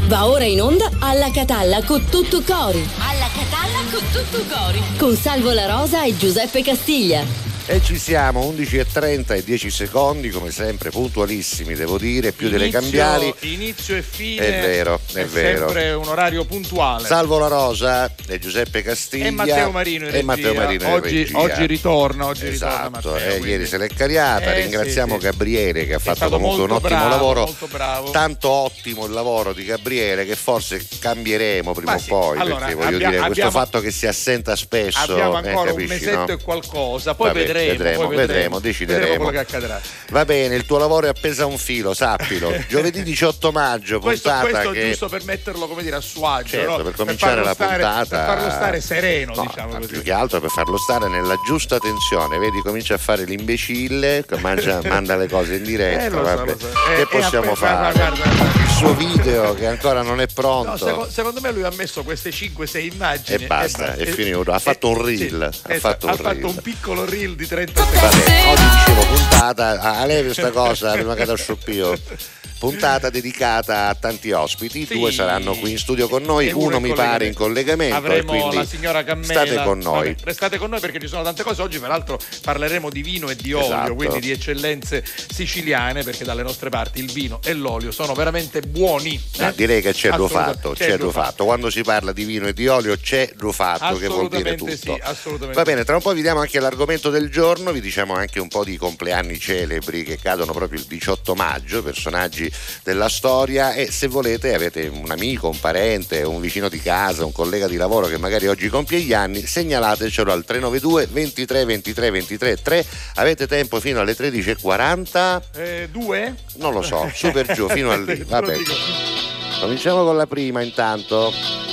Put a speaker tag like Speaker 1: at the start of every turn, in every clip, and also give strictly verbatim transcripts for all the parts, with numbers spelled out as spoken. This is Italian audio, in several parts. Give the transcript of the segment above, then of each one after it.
Speaker 1: Va ora in onda Alla Catalla con Tuttu Cori. Alla Catalla con Tuttu Cori. Con Salvo La Rosa e Giuseppe Castiglia.
Speaker 2: E ci siamo, undici e trenta e dieci secondi, come sempre puntualissimi, devo dire, più
Speaker 3: inizio,
Speaker 2: delle cambiali.
Speaker 3: Inizio e fine.
Speaker 2: È vero, è,
Speaker 3: è
Speaker 2: vero.
Speaker 3: sempre un orario puntuale.
Speaker 2: Salvo La Rosa e Giuseppe Castiglia.
Speaker 3: E Matteo Marino in
Speaker 2: e Matteo Marino in
Speaker 3: oggi,
Speaker 2: regia.
Speaker 3: oggi ritorna, oggi
Speaker 2: esatto,
Speaker 3: ritorna Matteo.
Speaker 2: Eh,
Speaker 3: quindi.
Speaker 2: Ieri se l'è cariata,
Speaker 3: eh,
Speaker 2: ringraziamo
Speaker 3: sì, sì.
Speaker 2: Gabriele che ha
Speaker 3: è
Speaker 2: fatto comunque un ottimo
Speaker 3: bravo,
Speaker 2: lavoro.
Speaker 3: Molto bravo.
Speaker 2: Tanto ottimo il lavoro di Gabriele che forse cambieremo prima
Speaker 3: Ma
Speaker 2: o
Speaker 3: sì,
Speaker 2: poi,
Speaker 3: allora,
Speaker 2: perché voglio
Speaker 3: abbia,
Speaker 2: dire, questo
Speaker 3: abbiamo,
Speaker 2: fatto che si assenta spesso.
Speaker 3: Abbiamo ancora
Speaker 2: eh,
Speaker 3: un
Speaker 2: capisci,
Speaker 3: mesetto
Speaker 2: no?
Speaker 3: e qualcosa, poi
Speaker 2: Vabbè,
Speaker 3: vedremo,
Speaker 2: vedremo,
Speaker 3: poi vedremo.
Speaker 2: vedremo, decideremo.
Speaker 3: Vedremo quello che accadrà.
Speaker 2: Va bene, il tuo lavoro è appeso a un filo, sappilo. Giovedì diciotto maggio,
Speaker 3: questo,
Speaker 2: puntata
Speaker 3: questo
Speaker 2: che...
Speaker 3: giusto per metterlo, come dire, a suo agio,
Speaker 2: Certo,
Speaker 3: no?
Speaker 2: per cominciare la
Speaker 3: stare,
Speaker 2: puntata,
Speaker 3: per farlo stare sereno,
Speaker 2: no,
Speaker 3: diciamo così.
Speaker 2: più che altro per farlo stare nella giusta tensione. Vedi, comincia a fare l'imbecille, mangia, manda le cose in diretta.
Speaker 3: Eh, lo so,
Speaker 2: vabbè.
Speaker 3: lo so.
Speaker 2: Che
Speaker 3: Eh,
Speaker 2: possiamo
Speaker 3: eh,
Speaker 2: fare?
Speaker 3: guarda, guarda, guarda.
Speaker 2: Il suo video che ancora non è pronto.
Speaker 3: No, secondo, secondo me lui ha messo queste cinque sei immagini
Speaker 2: e basta,
Speaker 3: e,
Speaker 2: è finito. Ha fatto un reel.
Speaker 3: Sì,
Speaker 2: ha fatto, un,
Speaker 3: ha fatto
Speaker 2: reel.
Speaker 3: un piccolo reel di trenta secondi.
Speaker 2: Vabbè, oggi dicevo puntata, a lei questa cosa prima che da sciopio. Puntata dedicata a tanti ospiti,
Speaker 3: sì.
Speaker 2: due saranno qui in studio con noi,
Speaker 3: E
Speaker 2: uno mi pare in collegamento.
Speaker 3: Avremo
Speaker 2: e quindi
Speaker 3: la signora Cammella.
Speaker 2: State con noi.
Speaker 3: Vabbè, restate con noi perché ci sono tante cose. Oggi peraltro parleremo di vino e di olio,
Speaker 2: esatto.
Speaker 3: quindi di eccellenze siciliane, perché dalle nostre parti il vino e l'olio sono veramente buoni. Eh?
Speaker 2: No, direi che c'è due fatto,
Speaker 3: c'è
Speaker 2: c'è
Speaker 3: due
Speaker 2: due fatto. Quando si parla di vino e di olio c'è due fatto, che vuol dire tutto.
Speaker 3: Sì, assolutamente.
Speaker 2: Va bene, tra un po' vi diamo anche l'argomento del giorno, vi diciamo anche un po' di compleanni celebri che cadono proprio il diciotto maggio, personaggi della storia, e se volete avete un amico, un parente, un vicino di casa, un collega di lavoro che magari oggi compie gli anni, segnalatecelo al tre nove due ventitré ventitré ventitré tre. Avete tempo fino alle tredici e quaranta?
Speaker 3: Eh, due?
Speaker 2: Non lo so, su per giù, fino a lì. Vabbè. Cominciamo con la prima intanto.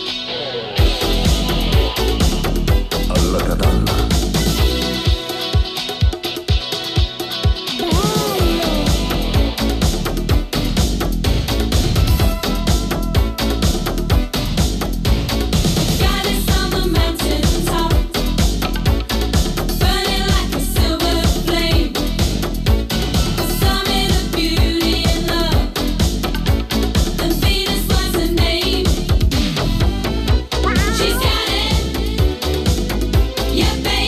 Speaker 4: Alla Catalla.
Speaker 5: She's got it. Yeah, baby.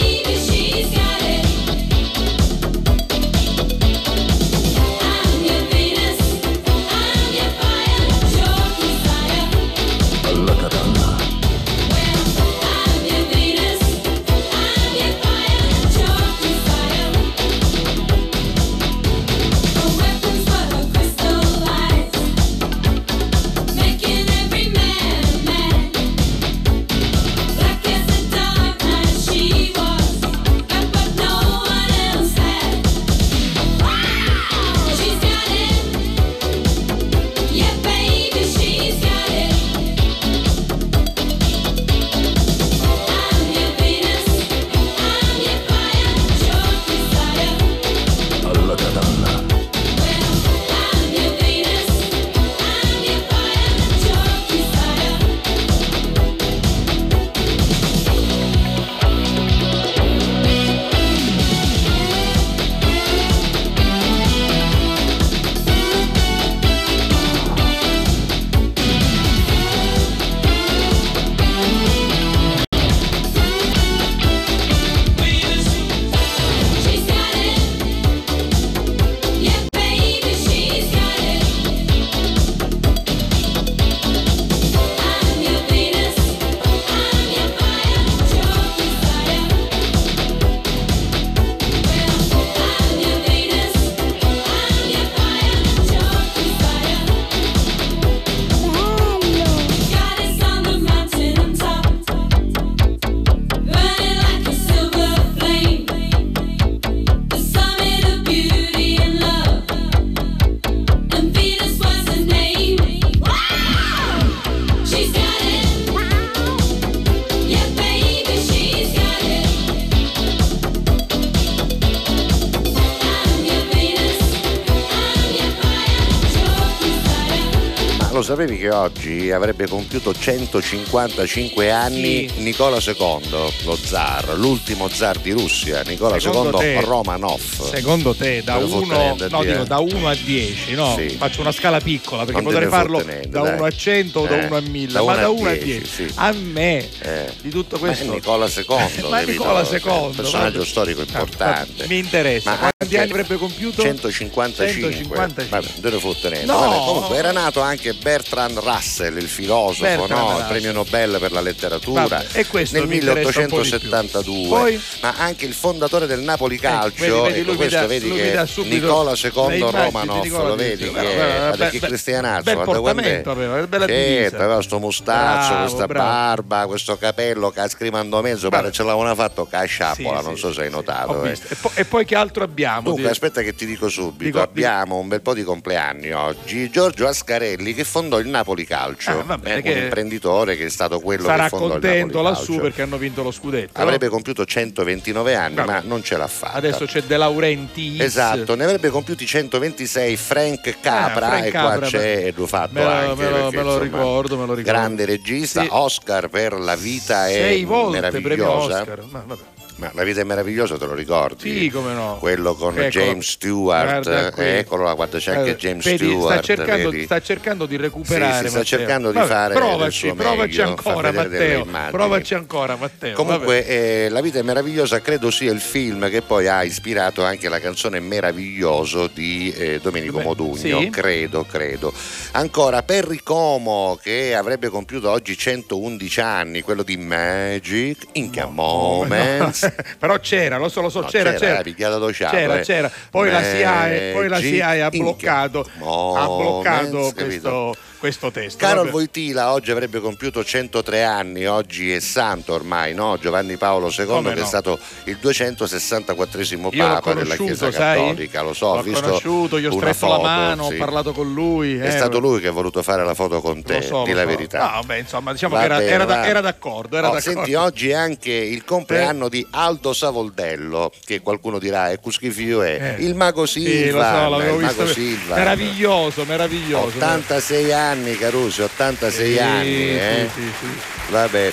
Speaker 2: lo sapevi che oggi avrebbe compiuto centocinquantacinque anni
Speaker 3: Sì.
Speaker 2: Nicola secondo, lo zar, l'ultimo zar di Russia, Nicola
Speaker 3: Secondo
Speaker 2: secondo
Speaker 3: te-
Speaker 2: Romanov.
Speaker 3: Secondo te da
Speaker 2: Me lo fotte
Speaker 3: uno
Speaker 2: niente,
Speaker 3: no,
Speaker 2: eh.
Speaker 3: dico, da uno a dieci, no?
Speaker 2: Sì.
Speaker 3: Faccio una scala piccola perché
Speaker 2: Non te
Speaker 3: potrei
Speaker 2: ne
Speaker 3: farlo
Speaker 2: fotte niente,
Speaker 3: da
Speaker 2: dai.
Speaker 3: uno a cento o da
Speaker 2: Eh,
Speaker 3: uno a mille,
Speaker 2: da
Speaker 3: ma
Speaker 2: uno
Speaker 3: da
Speaker 2: a
Speaker 3: uno a
Speaker 2: dieci,
Speaker 3: dieci.
Speaker 2: sì.
Speaker 3: A me
Speaker 2: Eh.
Speaker 3: di tutto
Speaker 2: Ma è
Speaker 3: questo
Speaker 2: Nicola secondo,
Speaker 3: ma
Speaker 2: capito?
Speaker 3: Nicola
Speaker 2: Cioè,
Speaker 3: secondo,
Speaker 2: un personaggio
Speaker 3: vabbè.
Speaker 2: storico
Speaker 3: Ah,
Speaker 2: importante.
Speaker 3: vabbè, mi interessa.
Speaker 2: Ma
Speaker 3: Quanti
Speaker 2: anche
Speaker 3: anni avrebbe compiuto?
Speaker 2: centocinquantacinque.
Speaker 3: centocinquantacinque.
Speaker 2: Vabbè, non te ne fotte niente.
Speaker 3: No.
Speaker 2: Vabbè, comunque era nato anche Bertrand Russell, il filosofo,
Speaker 3: Bertrand
Speaker 2: no?
Speaker 3: Russell.
Speaker 2: Il premio Nobel per la letteratura.
Speaker 3: Vabbè, e questo
Speaker 2: nel
Speaker 3: mi interessa un po' di più.
Speaker 2: milleottocentosettantadue.
Speaker 3: Poi?
Speaker 2: Ma anche il fondatore del Napoli Calcio.
Speaker 3: Ecco, vedi, vedi,
Speaker 2: ecco,
Speaker 3: lui mi
Speaker 2: questo
Speaker 3: dà-
Speaker 2: vedi
Speaker 3: lui
Speaker 2: che
Speaker 3: mi dà subito
Speaker 2: Nicola
Speaker 3: le
Speaker 2: secondo
Speaker 3: immagini di
Speaker 2: Romanov,
Speaker 3: Nicola
Speaker 2: lo
Speaker 3: di-
Speaker 2: vedi
Speaker 3: Guarda,
Speaker 2: che
Speaker 3: guarda,
Speaker 2: guarda
Speaker 3: bel-
Speaker 2: che
Speaker 3: bel-
Speaker 2: cristianazzo,
Speaker 3: bel
Speaker 2: guarda quant'è.
Speaker 3: portamento aveva, una bella
Speaker 2: Sì,
Speaker 3: divisa.
Speaker 2: aveva sto mostaccio,
Speaker 3: Bravo,
Speaker 2: questa
Speaker 3: bravo.
Speaker 2: barba, questo capello che ha scrimando mezzo,
Speaker 3: Vabbè.
Speaker 2: pare ce l'avevano fatto ca sciapola,
Speaker 3: Sì,
Speaker 2: non
Speaker 3: sì,
Speaker 2: so se hai
Speaker 3: sì,
Speaker 2: notato.
Speaker 3: ho
Speaker 2: eh.
Speaker 3: visto. E, poi, e poi che altro abbiamo?
Speaker 2: Dunque,
Speaker 3: Di-
Speaker 2: aspetta che ti dico subito,
Speaker 3: Dico-
Speaker 2: abbiamo un bel po' di compleanni oggi. Giorgio Ascarelli che fondò il Napoli Calcio,
Speaker 3: Ah, va bene,
Speaker 2: eh,
Speaker 3: che-
Speaker 2: un imprenditore che è stato quello
Speaker 3: sarà
Speaker 2: che fondò
Speaker 3: contento
Speaker 2: il Napoli
Speaker 3: lassù
Speaker 2: Calcio.
Speaker 3: perché hanno vinto lo scudetto.
Speaker 2: Avrebbe
Speaker 3: no?
Speaker 2: compiuto centoventinove anni,
Speaker 3: Vabbè.
Speaker 2: ma non ce l'ha fatta.
Speaker 3: Adesso c'è De Laurentiis.
Speaker 2: Esatto, ne avrebbe compiuti centoventisei Frank Capra,
Speaker 3: Ah, Frank
Speaker 2: e qua
Speaker 3: Capra,
Speaker 2: c'è Edu Fatto
Speaker 3: me lo-
Speaker 2: anche,
Speaker 3: me lo-
Speaker 2: perché,
Speaker 3: me lo
Speaker 2: insomma,
Speaker 3: ricordo, me lo ricordo.
Speaker 2: grande regista,
Speaker 3: Sì.
Speaker 2: Oscar per La vita
Speaker 3: Sei
Speaker 2: è
Speaker 3: volte premio
Speaker 2: meravigliosa.
Speaker 3: Oscar. Ma vabbè.
Speaker 2: Ma La vita è meravigliosa, te lo ricordi?
Speaker 3: Sì, come no.
Speaker 2: Quello con
Speaker 3: Eccolo.
Speaker 2: James Stewart,
Speaker 3: Guarda qui.
Speaker 2: eh, eccolo là, guarda c'è anche
Speaker 3: Eh,
Speaker 2: James
Speaker 3: vedi,
Speaker 2: Stewart.
Speaker 3: sta cercando,
Speaker 2: vedi?
Speaker 3: sta cercando di recuperare.
Speaker 2: Sì, sì, sta
Speaker 3: Matteo.
Speaker 2: cercando di
Speaker 3: Vabbè,
Speaker 2: fare del
Speaker 3: provaci,
Speaker 2: suo
Speaker 3: provaci
Speaker 2: meglio,
Speaker 3: ancora,
Speaker 2: fa vedere delle
Speaker 3: Matteo.
Speaker 2: immagini.
Speaker 3: Provaci ancora, Matteo.
Speaker 2: Comunque eh, La vita è meravigliosa credo sia il film che poi ha ispirato anche la canzone Meraviglioso di eh, Domenico
Speaker 3: Beh,
Speaker 2: Modugno,
Speaker 3: sì.
Speaker 2: credo, credo. Ancora Perry Como che avrebbe compiuto oggi centoundici anni, quello di Magic, in che Moments.
Speaker 3: No. Però c'era, lo so, lo so,
Speaker 2: No,
Speaker 3: c'era,
Speaker 2: c'era,
Speaker 3: c'era.
Speaker 2: era picchiata d'occhiato,
Speaker 3: C'era,
Speaker 2: eh.
Speaker 3: c'era. Poi la C I A E, poi la C I A E ha
Speaker 2: Magic,
Speaker 3: bloccato,
Speaker 2: in che
Speaker 3: ha bloccato
Speaker 2: moments,
Speaker 3: questo,
Speaker 2: capito?
Speaker 3: questo testo.
Speaker 2: Carol
Speaker 3: Vabbè.
Speaker 2: Wojtyla oggi avrebbe compiuto centotré anni, oggi è santo ormai, no? Giovanni Paolo secondo
Speaker 3: Come
Speaker 2: che
Speaker 3: no?
Speaker 2: è stato il duecentosessantaquattresimo
Speaker 3: Io l'ho
Speaker 2: Papa della
Speaker 3: conosciuto,
Speaker 2: Chiesa
Speaker 3: sai?
Speaker 2: Cattolica, lo so, ho
Speaker 3: L'ho
Speaker 2: visto
Speaker 3: conosciuto, gli ho
Speaker 2: una
Speaker 3: stretto la
Speaker 2: foto,
Speaker 3: mano,
Speaker 2: sì.
Speaker 3: ho parlato con lui.
Speaker 2: È
Speaker 3: eh,
Speaker 2: stato lui che ha voluto fare la foto con te,
Speaker 3: Lo so,
Speaker 2: di
Speaker 3: lo
Speaker 2: la
Speaker 3: so.
Speaker 2: verità.
Speaker 3: No, beh, insomma, diciamo
Speaker 2: Va
Speaker 3: che era,
Speaker 2: bene,
Speaker 3: era da-
Speaker 2: va.
Speaker 3: era d'accordo. Era
Speaker 2: Oh,
Speaker 3: d'accordo.
Speaker 2: senti, oggi è anche il compleanno di Aldo Savoldello, che qualcuno dirà, e Cuschifio è
Speaker 3: Eh.
Speaker 2: il mago
Speaker 3: Sì,
Speaker 2: Silva,
Speaker 3: lo so, l'avevo
Speaker 2: il mago
Speaker 3: visto.
Speaker 2: Silva.
Speaker 3: Meraviglioso, meraviglioso.
Speaker 2: ottantasei anni, Caruso, ottantasei
Speaker 3: Sì,
Speaker 2: anni,
Speaker 3: sì,
Speaker 2: eh?
Speaker 3: sì, sì.
Speaker 2: Vabbè.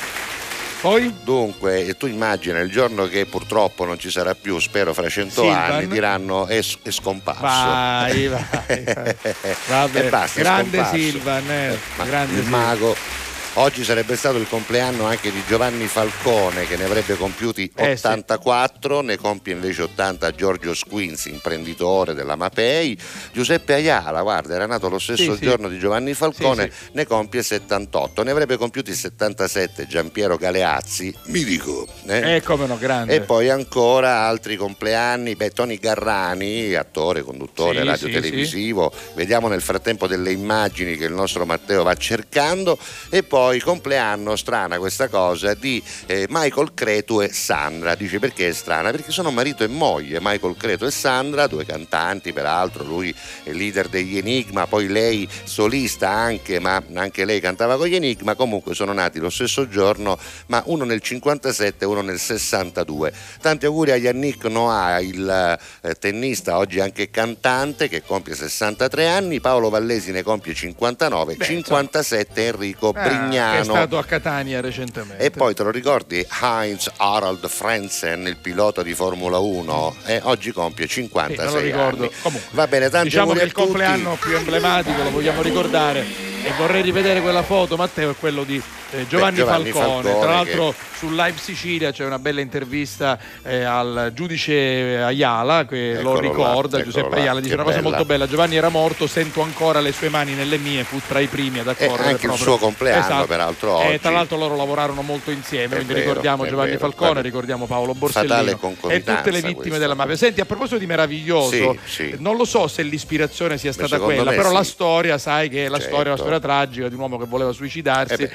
Speaker 3: Poi?
Speaker 2: Dunque, tu immagina il giorno che purtroppo non ci sarà più, spero fra cento
Speaker 3: Silvan?
Speaker 2: anni, diranno è, è scomparso.
Speaker 3: Vai, vai, vai. Vabbè,
Speaker 2: E basta, è
Speaker 3: grande
Speaker 2: scomparso.
Speaker 3: Silvan, eh,
Speaker 2: Ma
Speaker 3: grande
Speaker 2: il
Speaker 3: Silvan.
Speaker 2: mago. Oggi sarebbe stato il compleanno anche di Giovanni Falcone che ne avrebbe compiuti
Speaker 3: Eh, sì.
Speaker 2: ottantaquattro, ne compie invece ottanta Giorgio Squinzi, imprenditore della Mapei. Giuseppe Ayala, guarda, era nato lo stesso
Speaker 3: Sì, sì.
Speaker 2: giorno di Giovanni Falcone,
Speaker 3: Sì,
Speaker 2: ne compie settantotto, ne avrebbe compiuti settantasette Giampiero Galeazzi, mi dico. eh?
Speaker 3: Eh, come no, grande.
Speaker 2: E poi ancora altri compleanni, beh, Tony Garrani, attore, conduttore
Speaker 3: Sì,
Speaker 2: radio-televisivo, vediamo nel frattempo delle immagini che il nostro Matteo va cercando, e poi compleanno, strana questa cosa, di eh, Michael Cretu e Sandra. Dice perché è strana? Perché sono marito e moglie, Michael Cretu e Sandra, due cantanti, peraltro lui è leader degli Enigma, poi lei solista anche, ma anche lei cantava con gli Enigma, comunque sono nati lo stesso giorno, ma uno nel cinquantasette e uno nel sessantadue. Tanti auguri a Yannick Noah, il eh, tennista, oggi anche cantante, che compie sessantatré anni, Paolo Vallesi ne compie cinquantanove,
Speaker 3: Beh,
Speaker 2: cinquantasette Enrico
Speaker 3: Ah,
Speaker 2: Brignano.
Speaker 3: che è stato a Catania recentemente.
Speaker 2: E poi te lo ricordi Heinz Harald Frentzen, il pilota di Formula uno? Eh, oggi compie
Speaker 3: Sì, me
Speaker 2: cinquantasei
Speaker 3: lo ricordo.
Speaker 2: anni.
Speaker 3: Comunque,
Speaker 2: Va bene, tanti
Speaker 3: diciamo
Speaker 2: auguri
Speaker 3: che
Speaker 2: a
Speaker 3: il compleanno
Speaker 2: tutti.
Speaker 3: più emblematico, lo vogliamo ricordare, e vorrei rivedere quella foto, Matteo, è quello di eh, Giovanni,
Speaker 2: Beh, Giovanni
Speaker 3: Falcone.
Speaker 2: Falcone,
Speaker 3: Tra l'altro
Speaker 2: che-
Speaker 3: su Live Sicilia c'è una bella intervista eh, al giudice Ayala che
Speaker 2: Eccolo
Speaker 3: lo ricorda,
Speaker 2: là,
Speaker 3: Giuseppe
Speaker 2: eccolo là,
Speaker 3: Ayala dice
Speaker 2: che
Speaker 3: una cosa
Speaker 2: bella.
Speaker 3: molto bella: Giovanni era morto, sento ancora le sue mani nelle mie, fu tra i primi ad
Speaker 2: E
Speaker 3: accorrere
Speaker 2: anche il
Speaker 3: proprio.
Speaker 2: suo compleanno,
Speaker 3: Esatto.
Speaker 2: peraltro,
Speaker 3: Eh,
Speaker 2: oggi.
Speaker 3: tra l'altro loro lavorarono molto insieme,
Speaker 2: È
Speaker 3: quindi
Speaker 2: vero,
Speaker 3: ricordiamo
Speaker 2: è
Speaker 3: Giovanni
Speaker 2: vero,
Speaker 3: Falcone,
Speaker 2: guarda.
Speaker 3: ricordiamo Paolo
Speaker 2: Fatale
Speaker 3: Borsellino e
Speaker 2: concomitanza
Speaker 3: tutte le vittime
Speaker 2: questa.
Speaker 3: della mafia. Senti, a proposito di meraviglioso,
Speaker 2: Sì, sì.
Speaker 3: non lo so se l'ispirazione sia
Speaker 2: Beh,
Speaker 3: stata
Speaker 2: secondo
Speaker 3: quella,
Speaker 2: me
Speaker 3: però
Speaker 2: sì.
Speaker 3: la storia, sai che è la
Speaker 2: Certo.
Speaker 3: storia, una storia tragica di un uomo che voleva suicidarsi
Speaker 2: Eh beh, è il film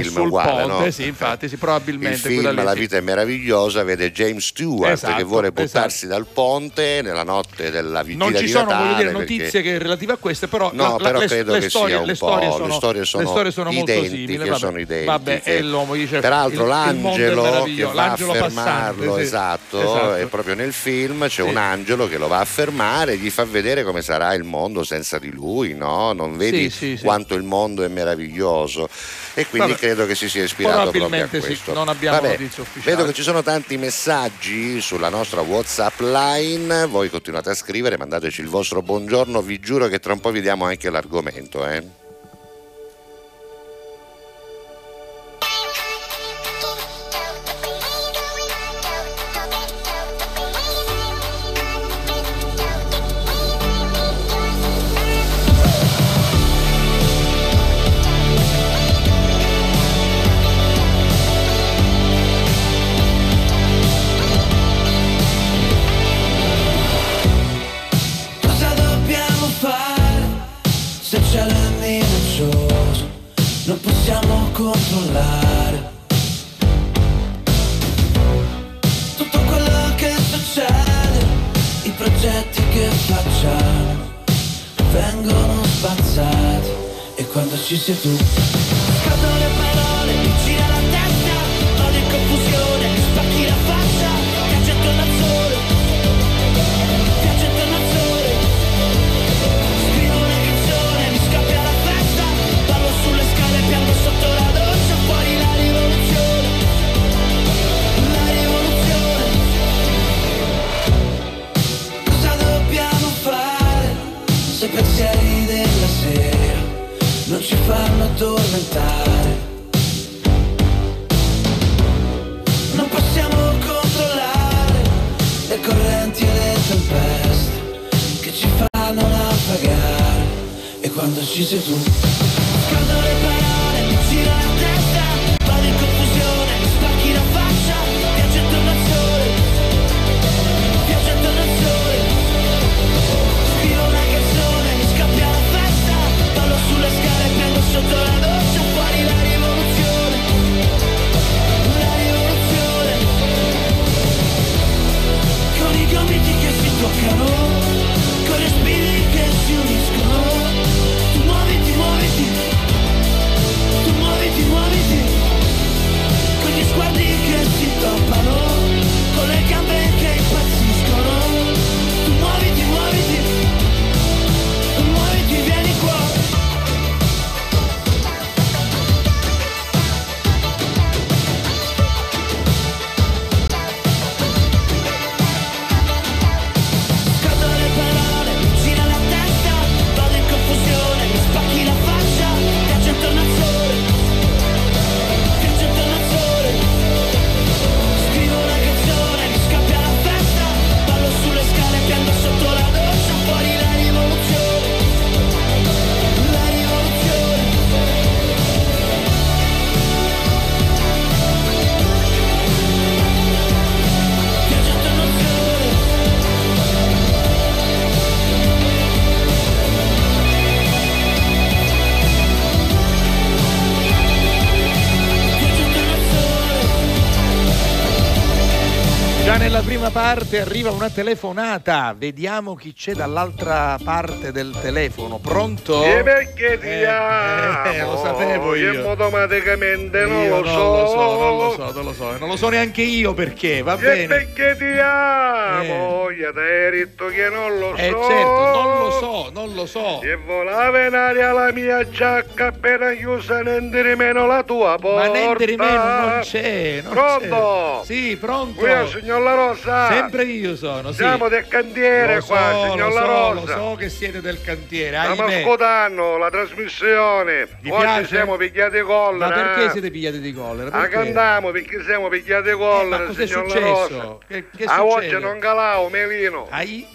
Speaker 2: film
Speaker 3: sul
Speaker 2: uguale,
Speaker 3: ponte,
Speaker 2: no?
Speaker 3: sì, infatti, sì, probabilmente
Speaker 2: il film
Speaker 3: quella lì,
Speaker 2: La
Speaker 3: sì.
Speaker 2: vita è meravigliosa vede James Stewart
Speaker 3: Esatto,
Speaker 2: che vuole buttarsi
Speaker 3: esatto.
Speaker 2: dal ponte nella notte della vigilia
Speaker 3: Non ci
Speaker 2: di
Speaker 3: sono,
Speaker 2: Natale,
Speaker 3: voglio dire,
Speaker 2: perché-
Speaker 3: notizie che relative a queste, però,
Speaker 2: No,
Speaker 3: la- la-
Speaker 2: però
Speaker 3: le,
Speaker 2: credo
Speaker 3: le
Speaker 2: che
Speaker 3: storie,
Speaker 2: sia un
Speaker 3: le storie
Speaker 2: po',
Speaker 3: sono,
Speaker 2: le storie sono,
Speaker 3: le storie sono molto
Speaker 2: identiche,
Speaker 3: simili. Vabbè,
Speaker 2: sono identiche.
Speaker 3: vabbè, e l'uomo dice
Speaker 2: Peraltro
Speaker 3: il- il mondo è
Speaker 2: l'angelo che
Speaker 3: meraviglioso,
Speaker 2: va a
Speaker 3: l'angelo
Speaker 2: fermarlo,
Speaker 3: passante, sì.
Speaker 2: esatto,
Speaker 3: Esatto.
Speaker 2: è proprio nel film c'è
Speaker 3: Sì.
Speaker 2: un angelo che lo va a fermare, gli fa vedere come sarà il mondo senza di lui, no? Non vedi
Speaker 3: Sì, sì, sì.
Speaker 2: quanto il mondo è meraviglioso, e quindi
Speaker 3: Vabbè.
Speaker 2: credo che si sia ispirato proprio a
Speaker 3: Probabilmente sì,
Speaker 2: questo.
Speaker 3: non abbiamo
Speaker 2: Vabbè,
Speaker 3: notizie ufficiali.
Speaker 2: vedo che ci sono tanti messaggi sulla nostra WhatsApp line, voi continuate a scrivere, mandateci il vostro buongiorno, vi giuro che tra un po' vi diamo anche l'argomento, eh.
Speaker 5: Cosa dobbiamo fare se il cielo è minaccioso? Non possiamo controllare tutto quello che succede, i progetti che facciamo vengono spazzati, e quando ci sei tu scadono le parole, mi gira la testa, vado in confusione, mi spacchi la faccia, viaggio attorno al sole, viaggio attorno al sole, scrivo una canzone, mi scappia la festa, ballo sulle scale, piango sotto la doccia, fuori la rivoluzione, la rivoluzione. Cosa dobbiamo fare se i pensieri della sera non ci fanno addormentare? Non possiamo controllare le correnti e le tempeste che ci fanno naufragare, e quando ci sei tu scadono le parole, mi gira la testa, vado in confusione, mi spacchi la faccia, viaggio attorno al sole, viaggio attorno al sole, scrivo una canzone, mi scappia la festa, ballo sulle scale, piango sotto la doccia, fuori la rivoluzione, la rivoluzione, con i gomiti che si toccano, con i respiri che si uniscono, tu muoviti, muoviti, tu muoviti, muoviti, con gli sguardi che si toppano, con le gambe che impazziscono, tu muoviti, muoviti, tu muoviti, vieni qua. Scadono le parole, mi gira la testa, vado in confusione, mi spacchi la faccia, viaggio attorno al sole, viaggio attorno al sole, scrivo una canzone, mi scappia la festa, ballo sulle scale, piango sotto la doccia, fuori la rivoluzione, la rivoluzione. Viaggio attorno al sole.
Speaker 3: Già nella prima parte arriva una telefonata, vediamo chi c'è dall'altra parte del telefono. Pronto?
Speaker 6: E perché ti
Speaker 3: Eh,
Speaker 6: amo?
Speaker 3: eh, lo sapevo io.
Speaker 6: Io automaticamente non
Speaker 3: Io
Speaker 6: lo so.
Speaker 3: non lo so, non lo so, non lo so, non lo so neanche io perché, va
Speaker 6: E
Speaker 3: bene.
Speaker 6: perché ti amo? Io ti hai detto che non lo
Speaker 3: Eh
Speaker 6: so.
Speaker 3: certo, non lo so, non lo so.
Speaker 6: E volava in aria la mia giacca appena chiusa, niente di meno la tua porta.
Speaker 3: Ma niente di meno non c'è, non
Speaker 6: Pronto?
Speaker 3: c'è. Sì, pronto.
Speaker 6: Qui è il signor La Rosa.
Speaker 3: Sempre io sono, sì.
Speaker 6: Siamo del cantiere
Speaker 3: Lo
Speaker 6: qua,
Speaker 3: so,
Speaker 6: signor
Speaker 3: lo
Speaker 6: La
Speaker 3: so,
Speaker 6: Rosa.
Speaker 3: lo so che siete del cantiere.
Speaker 6: Stiamo
Speaker 3: ahimè.
Speaker 6: ascoltando la trasmissione.
Speaker 3: Vi
Speaker 6: Oggi
Speaker 3: piace?
Speaker 6: siamo pigliati collera.
Speaker 3: Ma perché
Speaker 6: eh?
Speaker 3: siete pigliati di collera?
Speaker 6: Ah,
Speaker 3: Perché?
Speaker 6: cantiamo perché siamo pigliati
Speaker 3: Eh,
Speaker 6: collera,
Speaker 3: ma cos'è
Speaker 6: signor La Rosa.
Speaker 3: successo? Che, che
Speaker 6: A oggi
Speaker 3: succede?
Speaker 6: non calavo, Melino.
Speaker 3: Ai...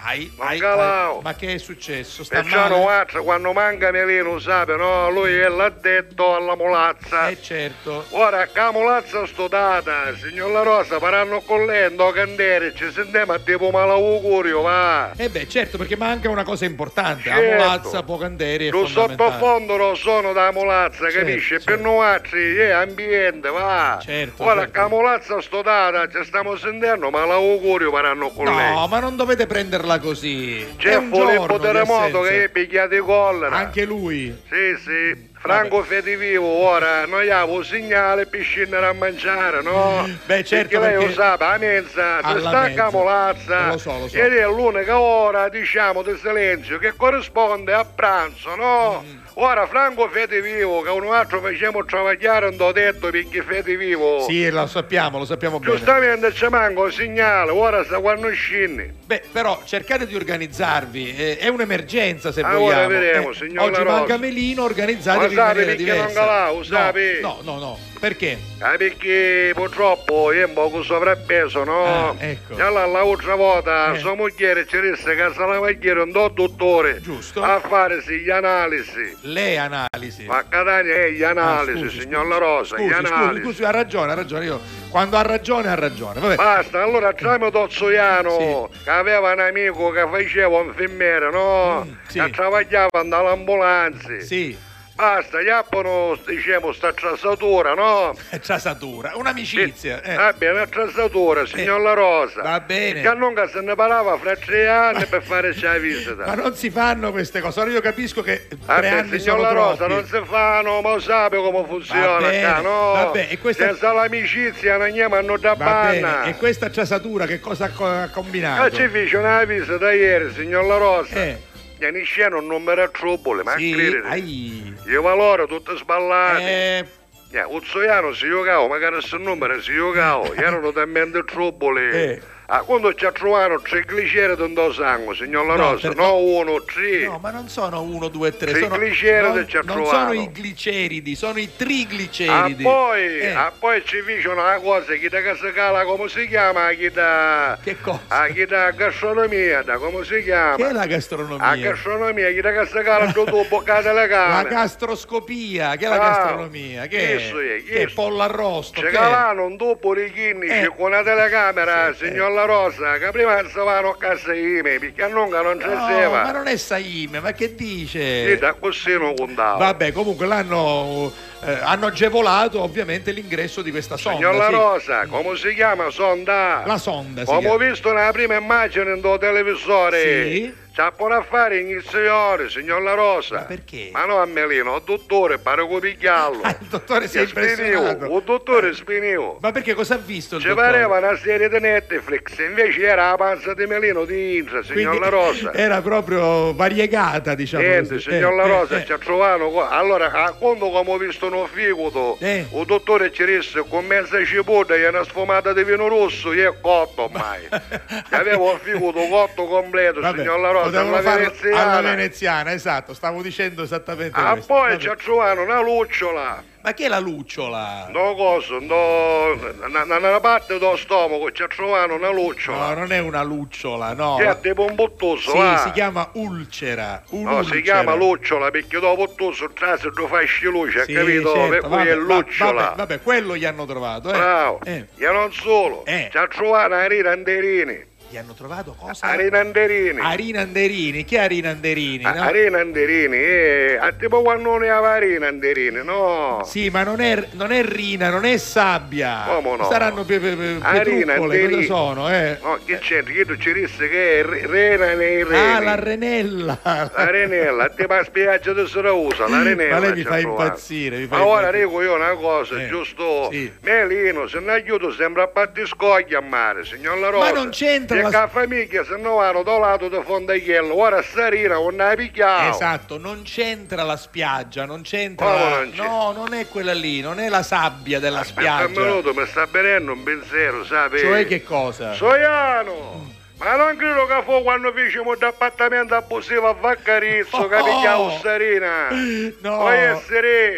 Speaker 3: Ai,
Speaker 6: Non
Speaker 3: ai,
Speaker 6: calao.
Speaker 3: ai, ma che è successo? Sta
Speaker 6: Perciò
Speaker 3: male?
Speaker 6: altro, quando manca Melino, sape, no? Lui l'ha detto alla mulazza.
Speaker 3: Eh certo.
Speaker 6: Ora, che la mulazza studata, signor La Rosa, faranno con lei, no candere, ci sentiamo a tipo malaugurio, va.
Speaker 3: Eh beh, certo, perché manca una cosa importante. La
Speaker 6: Certo.
Speaker 3: mulazza, Pocanderi è
Speaker 6: Lo
Speaker 3: fondamentale.
Speaker 6: sottofondo lo sono da mulazza,
Speaker 3: Certo,
Speaker 6: capisci?
Speaker 3: certo.
Speaker 6: Per noi altri è ambiente, va.
Speaker 3: Certo,
Speaker 6: Ora,
Speaker 3: certo.
Speaker 6: che la mulazza studata, ci stiamo sentendo, malaugurio faranno con lei.
Speaker 3: No, ma non dovete prenderla così.
Speaker 6: C'è
Speaker 3: È un
Speaker 6: Filippo
Speaker 3: giorno di
Speaker 6: Terremoto
Speaker 3: assenza.
Speaker 6: che è picchiato di collera.
Speaker 3: Anche lui.
Speaker 6: Sì, sì. Franco Fedivivo, ora noi abbiamo un segnale per scendere a mangiare, no?
Speaker 3: Beh, certo,
Speaker 6: perché lei
Speaker 3: perché
Speaker 6: lo sa, a mensa, si
Speaker 3: alla
Speaker 6: sta a
Speaker 3: mensa.
Speaker 6: camolazza
Speaker 3: Lo so, lo so.
Speaker 6: ed è l'unica ora, diciamo, di silenzio che corrisponde a pranzo, no?
Speaker 3: Mm.
Speaker 6: Ora Franco Fedivivo, che un altro facciamo travagliare, non t'ho detto perché Fedivivo.
Speaker 3: Sì, lo sappiamo, lo sappiamo bene.
Speaker 6: Giustamente ci manca un segnale, ora sta quando scendi.
Speaker 3: Beh, però cercate di organizzarvi, eh, è un'emergenza se
Speaker 6: Ah,
Speaker 3: vogliamo.
Speaker 6: ora vedremo,
Speaker 3: Eh,
Speaker 6: signor
Speaker 3: Oggi
Speaker 6: La Rosa.
Speaker 3: manca Melino, organizzatevi
Speaker 6: Ma
Speaker 3: in
Speaker 6: sape
Speaker 3: maniera
Speaker 6: perché non
Speaker 3: diversa.
Speaker 6: calao, sape?
Speaker 3: No, no, no, perché?
Speaker 6: Ah, perché purtroppo io un poco sovrappeso, no?
Speaker 3: Ah, ecco.
Speaker 6: E allora l'altra volta
Speaker 3: Eh.
Speaker 6: sua moglie ci disse che se la moglie un do dottore
Speaker 3: Giusto.
Speaker 6: a fare sì, gli analisi.
Speaker 3: Le analisi.
Speaker 6: Ma Catania è gli analisi,
Speaker 3: Ah, scusi,
Speaker 6: signor
Speaker 3: scusi.
Speaker 6: La Rosa,
Speaker 3: Scusi,
Speaker 6: gli
Speaker 3: scusi,
Speaker 6: analisi.
Speaker 3: scusi, ha ragione, ha ragione. Io quando ha ragione, ha ragione. Vabbè.
Speaker 6: Basta, allora tramite Tozzoiano, che aveva un amico che faceva infermiere, no?
Speaker 3: Mm, sì.
Speaker 6: Che travagliava dall'ambulanza.
Speaker 3: Sì,
Speaker 6: Basta, gli appono, diciamo, sta trasatura, no?
Speaker 3: trasatura, un'amicizia. eh.
Speaker 6: Va bene, una trasatura, signor La Rosa.
Speaker 3: va bene.
Speaker 6: Che non se ne parlava fra tre anni per fare la visita.
Speaker 3: Ma non si fanno queste cose. Ora io capisco che tre
Speaker 6: Vabbè,
Speaker 3: anni
Speaker 6: signor
Speaker 3: sono
Speaker 6: La Rosa,
Speaker 3: troppi.
Speaker 6: non si fanno, ma sape come funziona
Speaker 3: Va bene,
Speaker 6: qua, no?
Speaker 3: vabbè, e questa-
Speaker 6: Senza l'amicizia non andiamo da
Speaker 3: Va
Speaker 6: banna.
Speaker 3: bene, e questa trasatura che cosa ha co- ha combinato?
Speaker 6: Ma ci fece una visita ieri, signor La Rosa.
Speaker 3: Eh,
Speaker 6: E in scena un numero a trubbole, ma
Speaker 3: sì,
Speaker 6: credere.
Speaker 3: ai.
Speaker 6: Io valore tutte sballate.
Speaker 3: Eh,
Speaker 6: Eh, Uzzoiano si giocava, magari se numero si giocava, erano talmente trubbole.
Speaker 3: Eh.
Speaker 6: Ah, quando ci trovano tre gliceri dentro sangue, signor La
Speaker 3: No,
Speaker 6: Rosa,
Speaker 3: per-
Speaker 6: no uno, tre.
Speaker 3: no, ma non sono uno, due, tre.
Speaker 6: Sì,
Speaker 3: Sono,
Speaker 6: gliceridi
Speaker 3: non,
Speaker 6: ci ha
Speaker 3: non
Speaker 6: trovato.
Speaker 3: sono i gliceridi, sono i
Speaker 6: Ah,
Speaker 3: trigliceridi.
Speaker 6: poi,
Speaker 3: Eh,
Speaker 6: ah, poi ci dice una cosa, chi da si cala, come si chiama, chi da...
Speaker 3: Che cosa?
Speaker 6: Ah, chi da gastronomia, da come si chiama?
Speaker 3: Che è la
Speaker 6: A
Speaker 3: gastronomia?
Speaker 6: gastronomia, chi da si cala tutto boccata le
Speaker 3: La
Speaker 6: camere.
Speaker 3: gastroscopia, che è la
Speaker 6: Ah,
Speaker 3: gastronomia? Che è?
Speaker 6: questo è,
Speaker 3: Che è
Speaker 6: questo.
Speaker 3: pollo arrosto?
Speaker 6: Ci
Speaker 3: Che è?
Speaker 6: calano un dopo di chimici
Speaker 3: Eh.
Speaker 6: con una telecamera,
Speaker 3: Sì,
Speaker 6: signor La Rosa, che prima si vanno a casa ime, perché a non non c'è
Speaker 3: No, ma non è Saime, ma che dice?
Speaker 6: Sì, da così non contavo.
Speaker 3: Vabbè, comunque l'hanno eh, hanno agevolato ovviamente l'ingresso di questa sonda.
Speaker 6: Signor La
Speaker 3: sì.
Speaker 6: Rosa, come si chiama sonda?
Speaker 3: La sonda, si
Speaker 6: Come ho
Speaker 3: chiama.
Speaker 6: visto nella prima immagine del televisore.
Speaker 3: Sì.
Speaker 6: C'ha pure a fare iniziare, signor La Rosa.
Speaker 3: Ma perché?
Speaker 6: Ma no a Melino, il dottore, pare che pigliarlo.
Speaker 3: Ah, il dottore si è
Speaker 6: Che spinivo,
Speaker 3: impressionato.
Speaker 6: il dottore spinivo.
Speaker 3: Ma perché cosa ha visto il
Speaker 6: Ci
Speaker 3: dottore?
Speaker 6: pareva una serie di Netflix, invece era la panza di Melino di Intra, signor
Speaker 3: Quindi
Speaker 6: La Rosa.
Speaker 3: era proprio variegata, diciamo
Speaker 6: Niente,
Speaker 3: così.
Speaker 6: signor
Speaker 3: Eh,
Speaker 6: La Rosa,
Speaker 3: eh,
Speaker 6: ci ha trovato qua. Allora, a quando come ho visto uno figoto,
Speaker 3: Eh.
Speaker 6: il dottore ci disse con mezza cipolla e una sfumata di vino rosso, io è cotto ormai. Avevo il figoto cotto completo,
Speaker 3: Vabbè,
Speaker 6: signor La Rosa,
Speaker 3: potevano
Speaker 6: alla
Speaker 3: farlo
Speaker 6: veneziana.
Speaker 3: alla veneziana, esatto, stavo dicendo esattamente
Speaker 6: Ah,
Speaker 3: questo.
Speaker 6: poi
Speaker 3: Vabbè.
Speaker 6: ci ha trovato una lucciola.
Speaker 3: Ma che è la lucciola?
Speaker 6: No cosa, no, nella parte dello stomaco ci ha trovato una
Speaker 3: No,
Speaker 6: lucciola.
Speaker 3: non è una lucciola, no.
Speaker 6: Che è tipo un bottoso,
Speaker 3: Sì,
Speaker 6: va.
Speaker 3: si chiama ulcera.
Speaker 6: No,
Speaker 3: un'ulcera.
Speaker 6: si chiama lucciola perché dopo tutto sul traso lo fai luce,
Speaker 3: Sì,
Speaker 6: capito?
Speaker 3: certo,
Speaker 6: Per cui
Speaker 3: vabbè,
Speaker 6: è
Speaker 3: va-
Speaker 6: lucciola.
Speaker 3: Vabbè, vabbè, quello gli hanno trovato, eh.
Speaker 6: Bravo.
Speaker 3: Eh,
Speaker 6: E non solo,
Speaker 3: Eh.
Speaker 6: ci ha trovato Arina Anderini.
Speaker 3: Gli hanno trovato cosa?
Speaker 6: Arina Anderini.
Speaker 3: Arina Anderini. Chi è Arina Anderini?
Speaker 6: A-
Speaker 3: no?
Speaker 6: Arina Anderini, eh, a tipo quando non aveva Arina Anderini, no?
Speaker 3: Sì, ma non è, non è rina, non è sabbia.
Speaker 6: Come no?
Speaker 3: Saranno pe, pe, pe,
Speaker 6: Arina,
Speaker 3: petruccole, cosa
Speaker 6: Anderini.
Speaker 3: sono, eh?
Speaker 6: No, che c'entra? Che tu ci disse che è re- rena nei reni.
Speaker 3: Ah, la renella.
Speaker 6: La renella, a te pa spiaggia di Siracusa, la renella.
Speaker 3: Ma lei mi
Speaker 6: ci
Speaker 3: fa
Speaker 6: ha trovato.
Speaker 3: impazzire, mi fa
Speaker 6: Ma ora
Speaker 3: impazzire.
Speaker 6: dico io una cosa,
Speaker 3: Eh,
Speaker 6: giusto?
Speaker 3: sì.
Speaker 6: Melino, se ne aiuto sembra a battiscoglia a mare, signor La Rosa.
Speaker 3: Ma non c'entra
Speaker 6: Perché
Speaker 3: la-
Speaker 6: la famiglia se ne vanno da lato di Fondagliello, ora Sarina non ne ha picchiato.
Speaker 3: Esatto, non c'entra la spiaggia, non c'entra.
Speaker 6: Come
Speaker 3: la-
Speaker 6: non c'entra?
Speaker 3: No, non è quella lì, non è la sabbia della
Speaker 6: Aspetta un
Speaker 3: spiaggia.
Speaker 6: minuto, mi sta venendo un pensiero, sai?
Speaker 3: Cioè che cosa?
Speaker 6: Soiano! Ma non credo che fu quando fecimo d'appartamento abusivo a Vaccarizzo, che
Speaker 3: Oh!
Speaker 6: picchiavo Sarina.
Speaker 3: No.
Speaker 6: Può essere?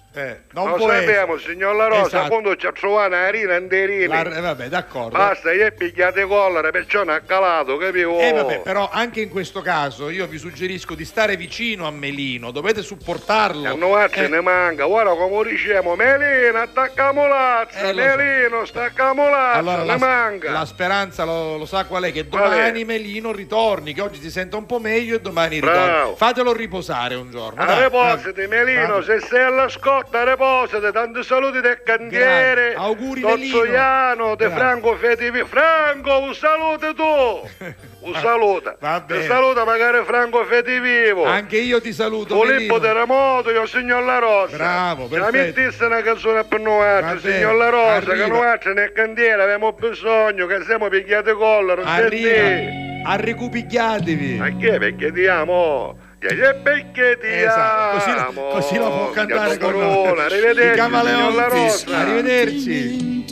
Speaker 3: Eh, non
Speaker 6: Lo
Speaker 3: può
Speaker 6: sappiamo,
Speaker 3: essere.
Speaker 6: signor La Rosa,
Speaker 3: Esatto.
Speaker 6: quando ci ha trovato una rina interina.
Speaker 3: La- eh, vabbè, d'accordo.
Speaker 6: Basta, gli è pigliate collera, perciò non ha calato, capivo?
Speaker 3: Eh vabbè, però anche in questo caso io vi suggerisco di stare vicino a Melino, dovete supportarlo.
Speaker 6: A noi
Speaker 3: Eh,
Speaker 6: ne manca, guarda come diciamo, Melino, attacchiamo l'azza,
Speaker 3: Eh, lo so.
Speaker 6: Melino, stacchiamo l'azza,
Speaker 3: allora,
Speaker 6: ne
Speaker 3: la,
Speaker 6: manca.
Speaker 3: la speranza lo, lo sa qual è? Che
Speaker 6: Qual è?
Speaker 3: domani Melino ritorni, che oggi si sente un po' meglio e domani
Speaker 6: Bravo.
Speaker 3: ritorni. Fatelo riposare un giorno.
Speaker 6: A
Speaker 3: dai,
Speaker 6: reposite,
Speaker 3: dai.
Speaker 6: Melino,
Speaker 3: Dai.
Speaker 6: se sei alla scotta, reposite, tanti saluti del cantiere,
Speaker 3: Grazie. Auguri, Melino.
Speaker 6: Tozzoiano, De
Speaker 3: Grazie.
Speaker 6: Franco Fetivi. Franco, un saluto tu! Un saluto.
Speaker 3: Va bene.
Speaker 6: Un saluto magari Franco Fetivivo.
Speaker 3: Anche io ti saluto,
Speaker 6: Filippo
Speaker 3: Melino.
Speaker 6: Terremoto, io signor La Rosa.
Speaker 3: Bravo,
Speaker 6: Ce la
Speaker 3: perfetto.
Speaker 6: mettesse una canzone per noi,
Speaker 3: Va
Speaker 6: altri,
Speaker 3: bene,
Speaker 6: signor La Rosa,
Speaker 3: arriva.
Speaker 6: che noi altri nel cantiere abbiamo bisogno, che siamo pigliati collera, non senti?
Speaker 3: Arriva, arricupigliatevi.
Speaker 6: Ma che? Perché ti amo? Che che perché ti
Speaker 3: Esatto, così,
Speaker 6: amo?
Speaker 3: così la può cantare
Speaker 6: Che
Speaker 3: con
Speaker 6: corona,
Speaker 3: noi.
Speaker 6: arrivederci,
Speaker 3: I Camaleonti.
Speaker 6: signor La Rosa.
Speaker 3: Arrivederci.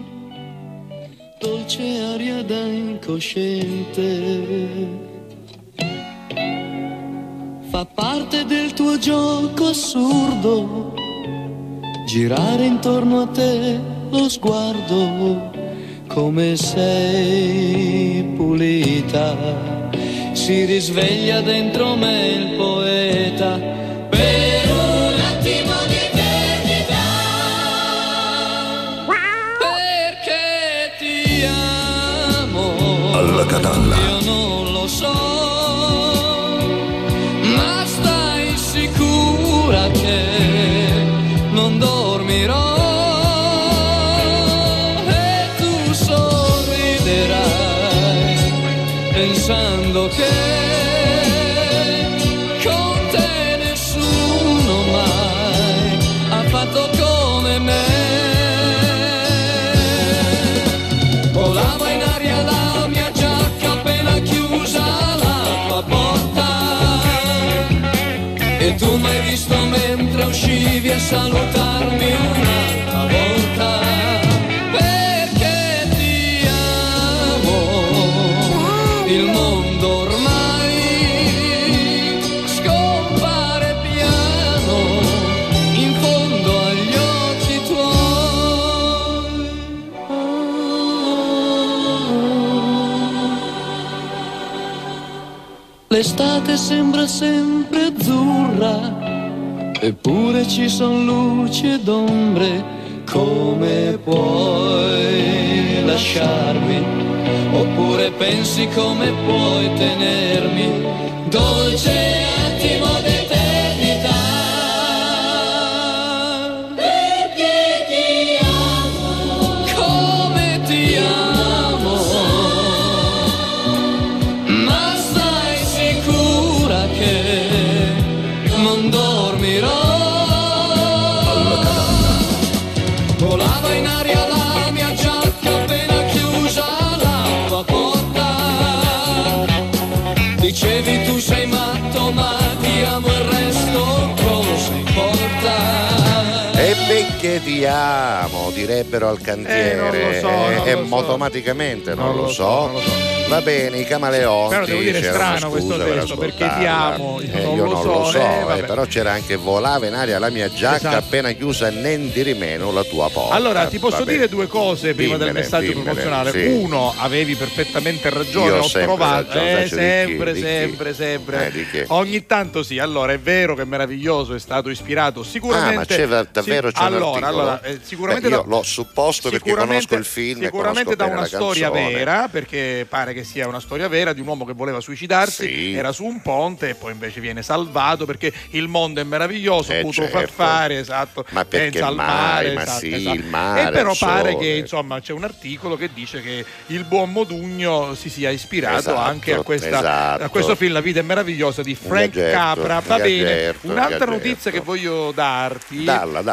Speaker 7: Dolce aria da incosciente, fa parte del tuo gioco assurdo, girare intorno a te lo sguardo, come sei pulita, si risveglia dentro me il poeta, per un attimo di eternità, perché ti amo,
Speaker 4: Alla Catalla.
Speaker 7: io non lo so, ma stai sicura che non dormirò e tu sorriderai pensando che con te nessuno mai ha fatto come me. Volava in aria la mia giacca appena chiusa la tua porta e tu m'hai visto mentre uscivi a salutarmi un'altra volta, perché ti amo, il mondo ormai scompare piano in fondo agli occhi tuoi. L'estate sembra sempre azzurra, eppure ci son luci ed ombre, come puoi lasciarmi, oppure pensi come puoi tenermi, dolce attimo d'eternità, perché ti amo, come ti amo, ma stai sicura che non dormirò. Volava in aria la mia giacca appena chiusa la tua porta, dicevi tu sei matto ma ti amo, il resto cosa importa?
Speaker 2: E perché ti amo, direbbero al cantiere.
Speaker 3: Eh, non lo so, non
Speaker 2: e
Speaker 3: lo so.
Speaker 2: automaticamente non,
Speaker 3: Non
Speaker 2: lo
Speaker 3: lo
Speaker 2: so.
Speaker 3: so, non lo so.
Speaker 2: Va bene, i Camaleonti.
Speaker 3: Però devo dire
Speaker 2: c'era
Speaker 3: strano
Speaker 2: una
Speaker 3: questo
Speaker 2: scusa per
Speaker 3: testo, perché ti
Speaker 2: ascoltarla.
Speaker 3: amo, io
Speaker 2: Eh,
Speaker 3: non
Speaker 2: io
Speaker 3: lo
Speaker 2: non
Speaker 3: so,
Speaker 2: lo so,
Speaker 3: eh,
Speaker 2: eh,
Speaker 3: vabbè.
Speaker 2: però c'era anche volava in aria la mia giacca
Speaker 3: Esatto.
Speaker 2: appena chiusa, né di rimeno la tua porta.
Speaker 3: Allora, ti posso
Speaker 2: Vabbè.
Speaker 3: dire due cose prima del
Speaker 2: Dimmele,
Speaker 3: messaggio
Speaker 2: dimmele,
Speaker 3: promozionale.
Speaker 2: sì.
Speaker 3: Uno, avevi perfettamente ragione,
Speaker 2: Io ho
Speaker 3: ho
Speaker 2: sempre
Speaker 3: trovato.
Speaker 2: ragione,
Speaker 3: Eh,
Speaker 2: sai, di chi?
Speaker 3: sempre,
Speaker 2: Di chi?
Speaker 3: sempre, sempre.
Speaker 2: Eh, di che?
Speaker 3: Ogni tanto sì. Allora, è vero che è meraviglioso, è stato ispirato sicuramente.
Speaker 2: Ah, ma c'è va- davvero
Speaker 3: sì,
Speaker 2: c'è un
Speaker 3: allora,
Speaker 2: articolo?
Speaker 3: allora, eh, sicuramente
Speaker 2: Beh, io
Speaker 3: da-
Speaker 2: l'ho supposto perché
Speaker 3: sicuramente-
Speaker 2: conosco il film e
Speaker 3: Sicuramente
Speaker 2: conosco
Speaker 3: da
Speaker 2: bene
Speaker 3: una
Speaker 2: la
Speaker 3: storia
Speaker 2: canzone.
Speaker 3: vera, perché pare che sia una storia vera di un uomo che voleva suicidarsi,
Speaker 2: Sì.
Speaker 3: era su un ponte e poi invece viene salvato perché il mondo è meraviglioso,
Speaker 2: Eh,
Speaker 3: potuto
Speaker 2: certo.
Speaker 3: far fare, esatto.
Speaker 2: Ma perché
Speaker 3: pensa al
Speaker 2: il
Speaker 3: mare,
Speaker 2: mare? Ma
Speaker 3: esatto,
Speaker 2: sì,
Speaker 3: esatto.
Speaker 2: il mare,
Speaker 3: E però
Speaker 2: il
Speaker 3: pare
Speaker 2: sole.
Speaker 3: che insomma c'è un articolo che dice che il buon Modugno si sia ispirato
Speaker 2: Esatto,
Speaker 3: anche a, questa,
Speaker 2: esatto.
Speaker 3: a questo film La vita è meravigliosa di Frank
Speaker 2: Gagetto,
Speaker 3: Capra. Va
Speaker 2: un
Speaker 3: bene.
Speaker 2: gagetto, un
Speaker 3: Un'altra
Speaker 2: gagetto.
Speaker 3: notizia che voglio darti,
Speaker 2: Dalla, dalla.
Speaker 3: che arriva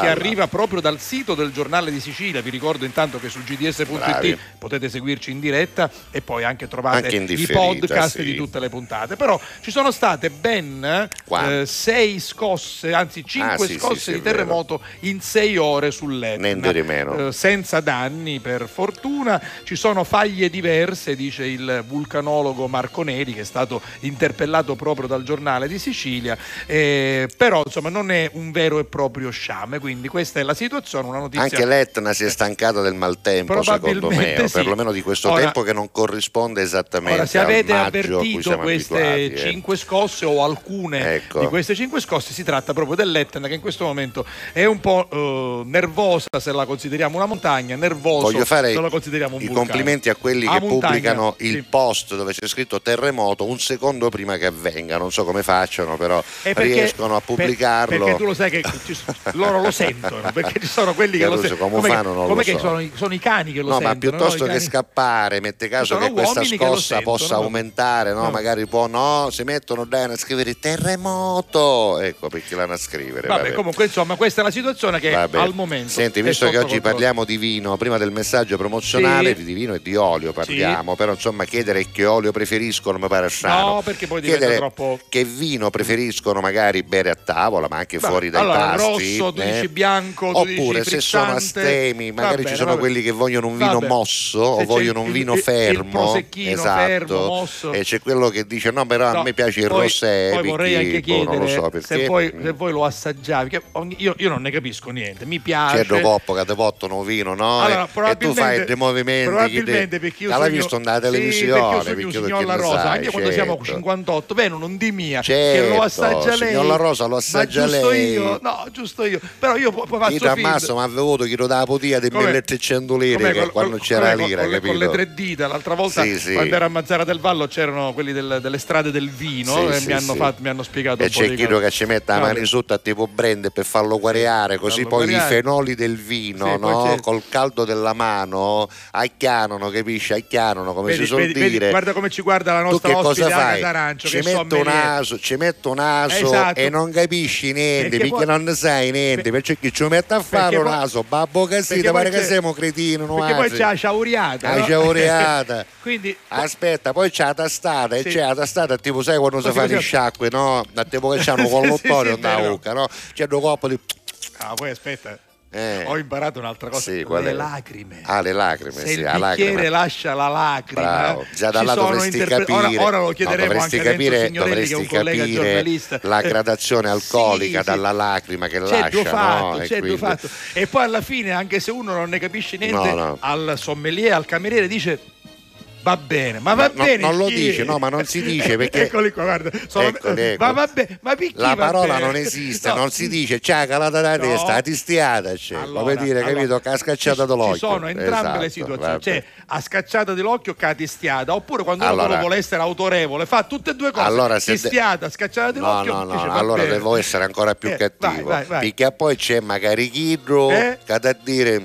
Speaker 3: arriva proprio dal sito del Giornale di Sicilia. Vi ricordo intanto che su g d s punto i t potete seguirci in diretta e poi anche trovate
Speaker 2: anche
Speaker 3: i podcast
Speaker 2: sì.
Speaker 3: di tutte le puntate. Però ci sono state ben eh, sei scosse, anzi cinque
Speaker 2: ah, sì,
Speaker 3: scosse
Speaker 2: sì,
Speaker 3: di
Speaker 2: sì,
Speaker 3: terremoto in sei ore sull'Etna, eh, senza danni per fortuna. Ci sono faglie diverse, dice il vulcanologo Marco Neri, che è stato interpellato proprio dal Giornale di Sicilia, eh, però insomma non è un vero e proprio sciame, quindi questa è la situazione. Una notizia.
Speaker 2: Anche l'Etna si è stancata del maltempo, secondo me, o
Speaker 3: sì.
Speaker 2: perlomeno di questo
Speaker 3: ora,
Speaker 2: tempo che non corrisponde esattamente
Speaker 3: ora, se avete
Speaker 2: al maggio
Speaker 3: avvertito queste cinque eh. scosse o alcune ecco. di queste cinque scosse, si tratta proprio dell'Etna, che in questo momento è un po' uh, nervosa se la consideriamo una montagna, nervoso
Speaker 2: Voglio fare
Speaker 3: se la consideriamo un
Speaker 2: i
Speaker 3: vulcano.
Speaker 2: Complimenti a quelli
Speaker 3: a
Speaker 2: che
Speaker 3: montagna,
Speaker 2: pubblicano
Speaker 3: sì.
Speaker 2: il post dove c'è scritto terremoto un secondo prima che avvenga, non so come facciano, però perché, riescono a pubblicarlo
Speaker 3: per, perché tu lo sai che ci, loro lo sentono, perché ci sono quelli che lo sentono,
Speaker 2: come,
Speaker 3: come,
Speaker 2: fanno, non
Speaker 3: come
Speaker 2: lo
Speaker 3: che
Speaker 2: so.
Speaker 3: sono, sono i cani che lo
Speaker 2: no,
Speaker 3: sentono,
Speaker 2: ma piuttosto
Speaker 3: no?
Speaker 2: che scappare, mette caso che questa scossa che possa no? aumentare, no? No. magari può no, si mettono dai, a scrivere terremoto, ecco perché l'hanno a scrivere.
Speaker 3: Vabbè,
Speaker 2: vabbè.
Speaker 3: comunque insomma questa è la situazione che vabbè. al momento.
Speaker 2: Senti, visto che oggi
Speaker 3: controllo.
Speaker 2: parliamo di vino, prima del messaggio promozionale sì. di vino e di olio parliamo, sì. però insomma chiedere che olio preferiscono mi pare strano.
Speaker 3: No, perché poi diventa
Speaker 2: chiedere
Speaker 3: troppo.
Speaker 2: Che vino preferiscono magari bere a tavola, ma anche vabbè. fuori dai
Speaker 3: allora,
Speaker 2: pasti.
Speaker 3: Rosso, tu
Speaker 2: eh?
Speaker 3: dici bianco, tu
Speaker 2: oppure
Speaker 3: dici
Speaker 2: se sono astemi, magari
Speaker 3: vabbè,
Speaker 2: ci sono
Speaker 3: vabbè.
Speaker 2: quelli che vogliono un vino
Speaker 3: vabbè.
Speaker 2: mosso o vogliono un vino
Speaker 3: il,
Speaker 2: fermo.
Speaker 3: Il prosecchino
Speaker 2: esatto.
Speaker 3: fermo, mosso.
Speaker 2: E c'è quello che dice no, però no, a me piace il
Speaker 3: poi,
Speaker 2: rosé.
Speaker 3: Poi vorrei anche chiedere
Speaker 2: non so
Speaker 3: se, voi, se voi lo assaggiavi, perché io, io non ne capisco niente, mi piace.
Speaker 2: C'è due coppo che ti portano vino, no?
Speaker 3: Allora,
Speaker 2: e tu fai dei movimenti.
Speaker 3: Probabilmente perché io
Speaker 2: l'hai visto nella televisione.
Speaker 3: Sì, perché io sono un signor La Rosa,
Speaker 2: sai,
Speaker 3: anche
Speaker 2: certo.
Speaker 3: quando siamo cinquantotto, beh, non di mia,
Speaker 2: certo,
Speaker 3: che lo assaggia lei.
Speaker 2: Signor La Rosa lo assaggia
Speaker 3: ma giusto
Speaker 2: lei.
Speaker 3: Io, no, giusto io. Però io poi faccio
Speaker 2: Io Tommaso mi ha bevuto chi lo dà la potia di milletrecento lire che quando c'era la lira,
Speaker 3: con,
Speaker 2: capito?
Speaker 3: Con le tre dita, l'altra volta
Speaker 2: sì, sì.
Speaker 3: quando ero a Mazzara del Vallo c'erano quelli del, delle strade del vino sì, e sì, mi, hanno
Speaker 2: sì.
Speaker 3: fatto, mi hanno spiegato
Speaker 2: e
Speaker 3: un po'
Speaker 2: c'è chi che ci mette la mano sotto a tipo brand per farlo guareare, così
Speaker 3: farlo
Speaker 2: poi
Speaker 3: guareare.
Speaker 2: i fenoli del vino,
Speaker 3: sì,
Speaker 2: no? Col caldo della mano acchianano, capisci? Acchianano, come
Speaker 3: vedi,
Speaker 2: si suol
Speaker 3: vedi,
Speaker 2: dire.
Speaker 3: Vedi, guarda come ci guarda la nostra
Speaker 2: tu che
Speaker 3: ospite
Speaker 2: cosa fai?
Speaker 3: D'Arancio,
Speaker 2: ci
Speaker 3: che
Speaker 2: metto naso, ci metto naso
Speaker 3: esatto.
Speaker 2: e non capisci niente perché,
Speaker 3: perché poi,
Speaker 2: non ne sai niente,
Speaker 3: per,
Speaker 2: perché chi ci mette a fare lo naso, babbo casita, pare che siamo cretini, no?
Speaker 3: Perché poi c'è la sciauriata,
Speaker 2: la sciauriata.
Speaker 3: Quindi
Speaker 2: aspetta, poi c'è la tastata e
Speaker 3: sì.
Speaker 2: c'è la tastata tipo sai quando si fanno i sciacque, no? Da tipo che c'hanno con l'ottorio sì, sì, da bocca, no? C'è due coppa di
Speaker 3: ah, poi aspetta.
Speaker 2: Eh.
Speaker 3: Ho imparato un'altra cosa,
Speaker 2: sì,
Speaker 3: le
Speaker 2: è?
Speaker 3: lacrime.
Speaker 2: Ah, le lacrime,
Speaker 3: se
Speaker 2: sì,
Speaker 3: il
Speaker 2: la
Speaker 3: bicchiere
Speaker 2: lacrima.
Speaker 3: lascia la lacrima.
Speaker 2: Bravo. Già da là dovresti
Speaker 3: interpre-
Speaker 2: capire.
Speaker 3: Ora, ora lo chiederemo
Speaker 2: no,
Speaker 3: anche
Speaker 2: capire,
Speaker 3: a Renzo Signorelli, che è un collega giornalista.
Speaker 2: La gradazione alcolica
Speaker 3: sì,
Speaker 2: dalla
Speaker 3: sì.
Speaker 2: lacrima che
Speaker 3: c'è
Speaker 2: lascia,
Speaker 3: fatto,
Speaker 2: no?
Speaker 3: c'è
Speaker 2: quindi...
Speaker 3: fatto. E poi alla fine, anche se uno non ne capisce niente,
Speaker 2: no, no.
Speaker 3: al sommelier, al cameriere dice va bene, ma va
Speaker 2: no,
Speaker 3: bene.
Speaker 2: Non lo
Speaker 3: chi?
Speaker 2: dice, no, ma non si dice perché.
Speaker 3: Eccoli qua, guarda. Sono...
Speaker 2: Eccoli, ecco.
Speaker 3: Ma va bene, ma perché
Speaker 2: la parola
Speaker 3: bene?
Speaker 2: non esiste,
Speaker 3: no.
Speaker 2: non si dice c'è calata da testa, no. Tistiata c'è,
Speaker 3: allora,
Speaker 2: come dire,
Speaker 3: allora,
Speaker 2: capito? Che ha scacciata dall'occhio.
Speaker 3: Ci sono entrambe
Speaker 2: esatto,
Speaker 3: le situazioni,
Speaker 2: vabbè.
Speaker 3: C'è a scacciata dell'occhio che ha tistiata, oppure quando
Speaker 2: allora,
Speaker 3: uno vuole essere autorevole, fa tutte e due cose.
Speaker 2: Allora, se
Speaker 3: tistiata,
Speaker 2: de...
Speaker 3: scacciata dell'occhio.
Speaker 2: No, no,
Speaker 3: dice,
Speaker 2: no,
Speaker 3: va
Speaker 2: allora
Speaker 3: bene.
Speaker 2: devo essere ancora più
Speaker 3: eh,
Speaker 2: cattivo.
Speaker 3: Vai, vai, vai.
Speaker 2: Perché poi c'è magari Chidro
Speaker 3: eh?
Speaker 2: che da dire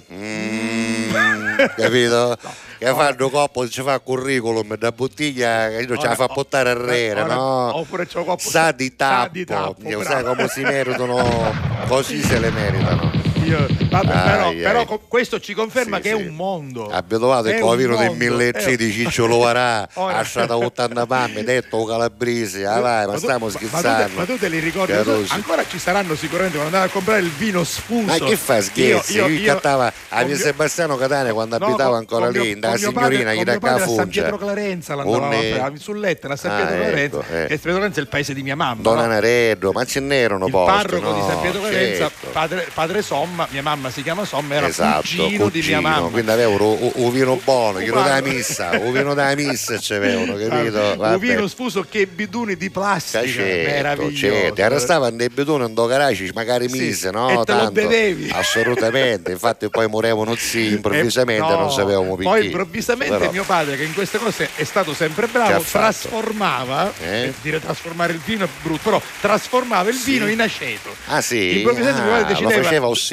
Speaker 2: mm, capito? No. Che no. fa due coppo, ci fa curriculum da bottiglia che io ce la fa portare a rere, no?
Speaker 3: Oppure c'ho coppo
Speaker 2: sa di tappo,
Speaker 3: sa di tappo
Speaker 2: io sai come si meritano, così se le meritano.
Speaker 3: Io, vabbè,
Speaker 2: ai,
Speaker 3: però,
Speaker 2: ai.
Speaker 3: però questo ci conferma
Speaker 2: sì,
Speaker 3: che
Speaker 2: sì.
Speaker 3: è un mondo.
Speaker 2: Abbiamo trovato il covino del milletredici di Ciccio Lovarà, ha stato ottanta panni, detto calabrese, ah, vai, ma stiamo
Speaker 3: ma,
Speaker 2: scherzando.
Speaker 3: Ma tu, ma tu te li ricordi? Ancora ci saranno sicuramente quando andare a comprare il vino sfuso.
Speaker 2: Ma che fa scherzi? Io, io, io cattava a via Sebastiano Catania quando no, abitavo ancora
Speaker 3: con
Speaker 2: lì,
Speaker 3: mio,
Speaker 2: da signorina gli da Cafugia.
Speaker 3: San Pietro Clarenza l'andavamo
Speaker 2: Un...
Speaker 3: a sull'Etna, a San
Speaker 2: ah,
Speaker 3: Pietro
Speaker 2: ecco,
Speaker 3: Clarenza,
Speaker 2: eh.
Speaker 3: che Pietro Clarenza è il paese di mia mamma.
Speaker 2: Don
Speaker 3: no?
Speaker 2: Anareddo, ma ce n'erano
Speaker 3: il
Speaker 2: posti. Il
Speaker 3: parroco
Speaker 2: no,
Speaker 3: di San Pietro Clarenza,
Speaker 2: certo.
Speaker 3: padre, padre Somma, mia mamma si chiama Somma, era
Speaker 2: esatto,
Speaker 3: cugino,
Speaker 2: cugino
Speaker 3: di mia mamma.
Speaker 2: Quindi avevano un vino buono, chi lo da missa, un vino da missa c'avevano, capito?
Speaker 3: Un vino sfuso che bidoni di plastica,
Speaker 2: certo,
Speaker 3: meraviglioso.
Speaker 2: Certo, arrestavano dei bidoni in due garage, magari
Speaker 3: sì,
Speaker 2: mise, no?
Speaker 3: E te
Speaker 2: Tanto,
Speaker 3: lo bevevi.
Speaker 2: Assolutamente, infatti poi morevano zii improvvisamente,
Speaker 3: e, no,
Speaker 2: non sapevamo perché.
Speaker 3: Poi improvvisamente però, mio padre, che in queste cose è stato sempre bravo, trasformava,
Speaker 2: eh?
Speaker 3: dire trasformare il vino è brutto, però trasformava il vino
Speaker 2: sì.
Speaker 3: in aceto.
Speaker 2: Ah sì?
Speaker 3: Improvvisamente
Speaker 2: ah,
Speaker 3: mio padre decideva,
Speaker 2: lo faceva ossidare.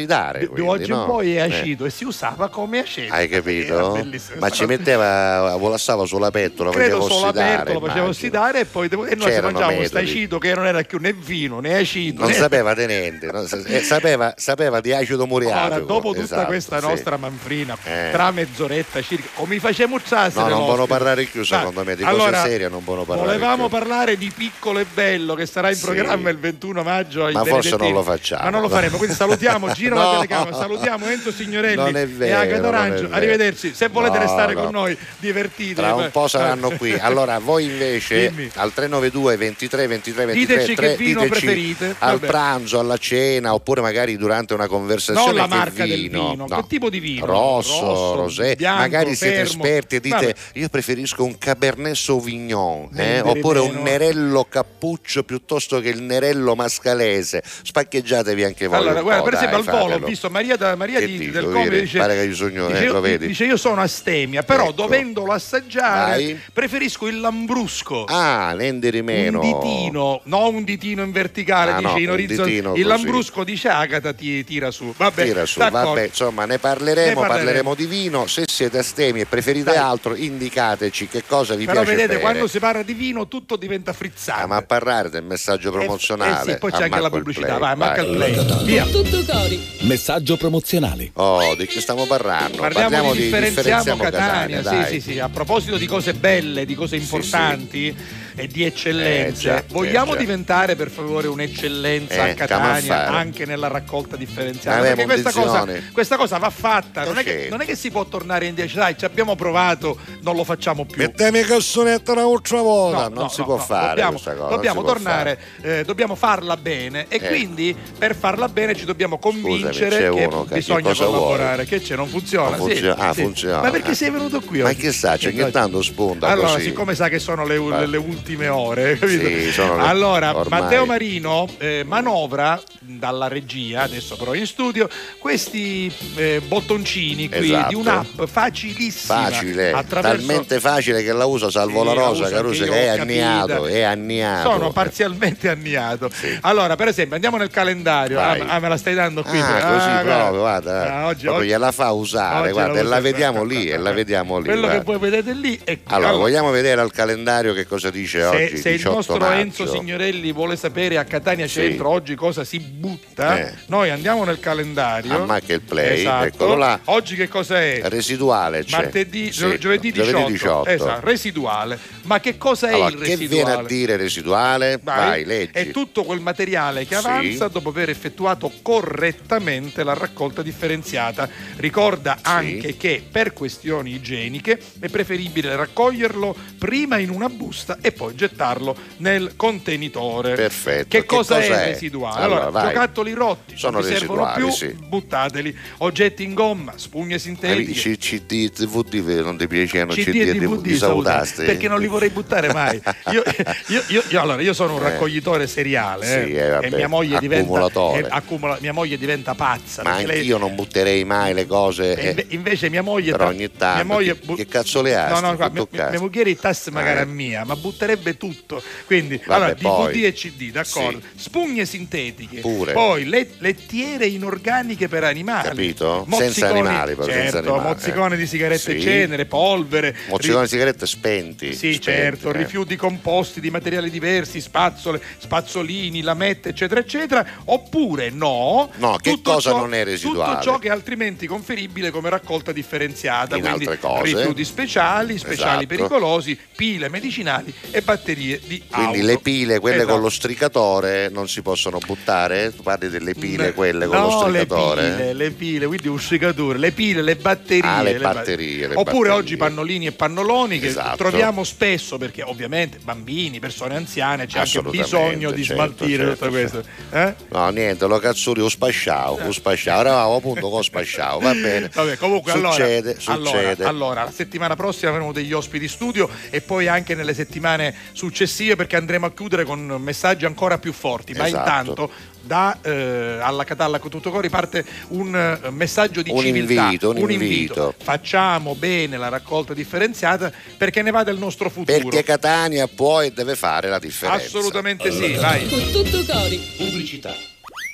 Speaker 2: ossidarsi.
Speaker 3: di oggi no? in poi è aceto eh. e si usava come aceto.
Speaker 2: Hai capito? Ma ci metteva, volassava sulla pettola, lo
Speaker 3: credo
Speaker 2: faceva
Speaker 3: sulla
Speaker 2: ossidare,
Speaker 3: pettola, lo faceva ossidare e poi e noi si mangiavamo questo aceto che non era più né vino né aceto.
Speaker 2: Non
Speaker 3: né...
Speaker 2: sapeva tenente, non sapeva, sapeva di acido muriatico.
Speaker 3: Ora, dopo tutta
Speaker 2: esatto,
Speaker 3: questa
Speaker 2: sì.
Speaker 3: nostra manfrina,
Speaker 2: eh.
Speaker 3: tra mezz'oretta circa, come facciamo
Speaker 2: No, non possono parlare più, secondo me, di
Speaker 3: allora,
Speaker 2: cose serie non possono parlare
Speaker 3: volevamo
Speaker 2: più.
Speaker 3: parlare di Piccolo e Bello che sarà in
Speaker 2: sì.
Speaker 3: programma il ventuno maggio ai
Speaker 2: ma
Speaker 3: Benedettini.
Speaker 2: forse non lo facciamo.
Speaker 3: Ma non lo faremo, quindi salutiamo, giro no. la telecamera, salutiamo Enzo Signorelli
Speaker 2: non è vero,
Speaker 3: e Agata Orange. Arrivederci, se volete
Speaker 2: no,
Speaker 3: restare
Speaker 2: no.
Speaker 3: con noi divertitevi.
Speaker 2: Tra un po' saranno qui. Allora voi invece
Speaker 3: Dimmi.
Speaker 2: al tre nove due ventitré ventitré ventitré
Speaker 3: diteci
Speaker 2: tre,
Speaker 3: che vino
Speaker 2: diteci
Speaker 3: preferite
Speaker 2: al
Speaker 3: Vabbè.
Speaker 2: pranzo, alla cena oppure magari durante una conversazione.
Speaker 3: Non la
Speaker 2: che
Speaker 3: marca
Speaker 2: vino,
Speaker 3: del vino,
Speaker 2: no.
Speaker 3: che tipo di vino?
Speaker 2: Rosso,
Speaker 3: Rosso
Speaker 2: rosé,
Speaker 3: bianco,
Speaker 2: magari siete
Speaker 3: fermo.
Speaker 2: esperti e dite
Speaker 3: Vabbè.
Speaker 2: io preferisco un Cabernet Sauvignon eh?
Speaker 3: Bene,
Speaker 2: oppure
Speaker 3: bene,
Speaker 2: un
Speaker 3: no.
Speaker 2: Nerello Cappuccio piuttosto che il Nerello Mascalese. Spaccheggiatevi anche voi.
Speaker 3: Allora, guarda, per esempio
Speaker 2: dai,
Speaker 3: al volo ho
Speaker 2: fatelo.
Speaker 3: visto Maria, da, Maria di,
Speaker 2: dici,
Speaker 3: del
Speaker 2: lo
Speaker 3: Come
Speaker 2: vedi?
Speaker 3: dice,
Speaker 2: Pare che io sogno,
Speaker 3: dice,
Speaker 2: eh,
Speaker 3: io,
Speaker 2: lo vedi?
Speaker 3: dice io sono astemia, però
Speaker 2: Ecco.
Speaker 3: dovendolo assaggiare
Speaker 2: Vai.
Speaker 3: preferisco il Lambrusco.
Speaker 2: Ah, Nenderi meno.
Speaker 3: Un ditino, non un ditino in verticale,
Speaker 2: Ah,
Speaker 3: dice
Speaker 2: no,
Speaker 3: in
Speaker 2: un
Speaker 3: orizzonte.
Speaker 2: ditino
Speaker 3: Il
Speaker 2: così.
Speaker 3: Lambrusco dice Agata ti tira su. Vabbè,
Speaker 2: Tira su,
Speaker 3: d'accordo.
Speaker 2: vabbè, insomma, ne parleremo,
Speaker 3: Ne parleremo.
Speaker 2: parleremo di vino. Se siete astemi e preferite
Speaker 3: Dai.
Speaker 2: altro, indicateci che cosa vi
Speaker 3: Però
Speaker 2: piace
Speaker 3: vedete,
Speaker 2: bere.
Speaker 3: quando si parla di vino tutto diventa frizzante.
Speaker 2: Ah, ma a parlare del messaggio promozionale.
Speaker 3: Eh, sì, poi c'è
Speaker 2: a
Speaker 3: anche la
Speaker 2: Marco il
Speaker 3: pubblicità,
Speaker 2: Play.
Speaker 3: vai, manca il play. Via.
Speaker 1: Tutto cori.
Speaker 4: Messaggio promozionale.
Speaker 2: Oh, di che stiamo parlando?
Speaker 3: Parliamo, di differenziamo,
Speaker 2: differenziamo
Speaker 3: Catania,
Speaker 2: Catania,
Speaker 3: sì,
Speaker 2: dai.
Speaker 3: sì, sì, a proposito di cose belle, di cose importanti e di eccellenze,
Speaker 2: Eh, già,
Speaker 3: vogliamo
Speaker 2: eh, già.
Speaker 3: diventare per favore un'eccellenza
Speaker 2: Eh,
Speaker 3: a
Speaker 2: stiamo a
Speaker 3: Catania
Speaker 2: fare.
Speaker 3: anche nella raccolta differenziata?
Speaker 2: Ma
Speaker 3: Perché
Speaker 2: avevamo
Speaker 3: questa cosa,
Speaker 2: condizioni.
Speaker 3: questa cosa va fatta, non è, che,
Speaker 2: Perché?
Speaker 3: non è che si può tornare indietro, dai, ci abbiamo provato, non lo facciamo più.
Speaker 2: Mettemi cassonetta un'altra volta,
Speaker 3: No,
Speaker 2: non
Speaker 3: no,
Speaker 2: si
Speaker 3: no,
Speaker 2: può
Speaker 3: no,
Speaker 2: fare
Speaker 3: dobbiamo,
Speaker 2: questa cosa.
Speaker 3: dobbiamo
Speaker 2: non si può
Speaker 3: tornare,
Speaker 2: fare.
Speaker 3: eh, dobbiamo farla bene e
Speaker 2: Eh.
Speaker 3: quindi per farla bene ci dobbiamo convincere
Speaker 2: c'è
Speaker 3: che
Speaker 2: uno che-
Speaker 3: bisogna
Speaker 2: che cosa
Speaker 3: collaborare. Che c'è? Non funziona?
Speaker 2: Non
Speaker 3: Sì,
Speaker 2: funziona- ah,
Speaker 3: sì.
Speaker 2: funziona.
Speaker 3: Ma perché
Speaker 2: Eh.
Speaker 3: sei venuto qui
Speaker 2: Ma
Speaker 3: oggi?
Speaker 2: che sa, c'è
Speaker 3: Eh,
Speaker 2: ogni tanto spunta
Speaker 3: allora,
Speaker 2: così.
Speaker 3: siccome sa che sono le,
Speaker 2: Va.
Speaker 3: le- le ultime ore, capito?
Speaker 2: Sì, sono le-
Speaker 3: allora,
Speaker 2: ormai.
Speaker 3: Matteo Marino eh, manovra dalla regia, adesso però in studio, questi eh, bottoncini qui
Speaker 2: Esatto.
Speaker 3: di un'app facilissima.
Speaker 2: Facile,
Speaker 3: attraverso...
Speaker 2: talmente facile che la usa Salvo
Speaker 3: Sì,
Speaker 2: la
Speaker 3: la
Speaker 2: Rosa,
Speaker 3: usa
Speaker 2: Caruso,
Speaker 3: anche
Speaker 2: che
Speaker 3: io,
Speaker 2: è
Speaker 3: ho
Speaker 2: anniato,
Speaker 3: capito.
Speaker 2: è anniato.
Speaker 3: Sono parzialmente anniato.
Speaker 2: Sì.
Speaker 3: Allora, per esempio, andiamo nel calendario. Ah,
Speaker 2: Vai.
Speaker 3: ah, me la stai dando qui?
Speaker 2: Ah, così
Speaker 3: Ah,
Speaker 2: proprio, guarda,
Speaker 3: Ah, oggi,
Speaker 2: proprio
Speaker 3: oggi-
Speaker 2: gliela fa usare,
Speaker 3: oggi
Speaker 2: guarda,
Speaker 3: la
Speaker 2: e la
Speaker 3: usa-
Speaker 2: vediamo lì, e la vediamo lì.
Speaker 3: Quello
Speaker 2: guarda.
Speaker 3: che voi vedete lì è qui.
Speaker 2: Allora, vogliamo vedere al calendario che cosa dice
Speaker 3: se,
Speaker 2: oggi,
Speaker 3: se il
Speaker 2: diciotto
Speaker 3: nostro
Speaker 2: maggio.
Speaker 3: Enzo Signorelli vuole sapere a Catania
Speaker 2: Sì.
Speaker 3: Centro oggi cosa si butta,
Speaker 2: Eh.
Speaker 3: noi andiamo nel calendario.
Speaker 2: A Macchia il Play,
Speaker 3: Esatto.
Speaker 2: eccolo là.
Speaker 3: Oggi che cosa è?
Speaker 2: Residuale c'è.
Speaker 3: Martedì,
Speaker 2: Sì,
Speaker 3: gio- giovedì diciotto.
Speaker 2: diciotto.
Speaker 3: Esatto, residuale. Ma che cosa è
Speaker 2: Allora,
Speaker 3: il
Speaker 2: che
Speaker 3: residuale?
Speaker 2: viene a dire residuale? Vai, leggi.
Speaker 3: È tutto quel materiale che
Speaker 2: Sì.
Speaker 3: avanza dopo aver effettuato correttamente la raccolta differenziata. Ricorda anche che per questioni igieniche è preferibile raccoglierlo prima in una busta e poi gettarlo nel contenitore.
Speaker 2: Perfetto.
Speaker 3: Che,
Speaker 2: Che
Speaker 3: cosa,
Speaker 2: cosa
Speaker 3: è il
Speaker 2: è?
Speaker 3: residuale?
Speaker 2: Allora,
Speaker 3: Allora,
Speaker 2: vai.
Speaker 3: giocattoli rotti,
Speaker 2: Sono
Speaker 3: non vi servono più,
Speaker 2: residuali, sì.
Speaker 3: buttateli. Oggetti in gomma, spugne sintetiche.
Speaker 2: C D, D V D non ti piacevano
Speaker 3: C D
Speaker 2: C D
Speaker 3: e
Speaker 2: e
Speaker 3: D V D
Speaker 2: D V D salutaste?
Speaker 3: perché non li vorrei buttare mai. Io, io- io- io- allora, io sono un
Speaker 2: Eh.
Speaker 3: raccoglitore seriale
Speaker 2: Sì,
Speaker 3: eh,
Speaker 2: eh, vabbè,
Speaker 3: e mia moglie diventa,
Speaker 2: accumulatore.
Speaker 3: eh, accumula- mia moglie diventa pazza.
Speaker 2: Ma
Speaker 3: perché lei-
Speaker 2: anch'io non butterei mai le cose.
Speaker 3: e
Speaker 2: eh,
Speaker 3: inve- invece mia moglie
Speaker 2: però
Speaker 3: ta-
Speaker 2: ogni tanto,
Speaker 3: mia moglie
Speaker 2: che- che cazzo le ha,
Speaker 3: no
Speaker 2: sti
Speaker 3: no guarda, mia,
Speaker 2: fottucasti?
Speaker 3: mia moglie i tassi magari
Speaker 2: Eh.
Speaker 3: è mia ma butterebbe tutto quindi
Speaker 2: Vabbè,
Speaker 3: allora
Speaker 2: poi.
Speaker 3: D V D e C D d'accordo
Speaker 2: Sì.
Speaker 3: spugne sintetiche
Speaker 2: Pure.
Speaker 3: poi le, lettiere inorganiche per animali
Speaker 2: Capito?
Speaker 3: mozziconi,
Speaker 2: Senza animali, però,
Speaker 3: certo,
Speaker 2: senza animali,
Speaker 3: mozzicone
Speaker 2: eh.
Speaker 3: di sigarette e
Speaker 2: Sì.
Speaker 3: cenere polvere
Speaker 2: mozzicone
Speaker 3: ri-
Speaker 2: di sigarette spenti.
Speaker 3: sì,
Speaker 2: spenti,
Speaker 3: certo,
Speaker 2: eh.
Speaker 3: rifiuti composti di materiali diversi, spazzole, spazzolini, lamette, eccetera, eccetera, oppure no.
Speaker 2: No, che
Speaker 3: tutto
Speaker 2: cosa
Speaker 3: ciò-
Speaker 2: non è residuale?
Speaker 3: Tutto ciò che è altrimenti conferibile come raccolta differenziata,
Speaker 2: In
Speaker 3: quindi
Speaker 2: altre cose.
Speaker 3: rifiuti speciali, speciali
Speaker 2: Esatto.
Speaker 3: pericolosi, pile medicinali e batterie di
Speaker 2: Quindi
Speaker 3: auto.
Speaker 2: le pile, quelle
Speaker 3: Esatto.
Speaker 2: con lo stricatore, non si possono buttare? Tu parli delle pile, quelle con
Speaker 3: no,
Speaker 2: lo stricatore?
Speaker 3: le pile, le pile, quindi un stricatore, le pile, le batterie.
Speaker 2: Ah, le
Speaker 3: ba-
Speaker 2: batterie, le
Speaker 3: Oppure
Speaker 2: batterie.
Speaker 3: oggi pannolini e pannoloni che
Speaker 2: Esatto.
Speaker 3: troviamo spesso perché ovviamente bambini, persone anziane c'è anche
Speaker 2: Assolutamente,
Speaker 3: bisogno di
Speaker 2: certo,
Speaker 3: smaltire
Speaker 2: certo,
Speaker 3: tutto questo. Eh?
Speaker 2: No, niente, lo cazzuri, ho spasciato, ho spasciato, eravamo appunto con spasciato, va bene.
Speaker 3: Vabbè, comunque
Speaker 2: succede,
Speaker 3: allora,
Speaker 2: succede.
Speaker 3: allora, allora, la settimana prossima avremo degli ospiti studio e poi anche nelle settimane successive perché andremo a chiudere con messaggi ancora più forti, ma
Speaker 2: Esatto.
Speaker 3: intanto da eh, alla Catalla con tutto cori parte un eh, messaggio di
Speaker 2: Un
Speaker 3: civiltà,
Speaker 2: invito, un invito.
Speaker 3: Facciamo bene la raccolta differenziata perché ne va del nostro futuro.
Speaker 2: Perché Catania può e deve fare la differenza.
Speaker 3: Assolutamente sì, vai.
Speaker 1: Con tutto cori.
Speaker 4: Pubblicità.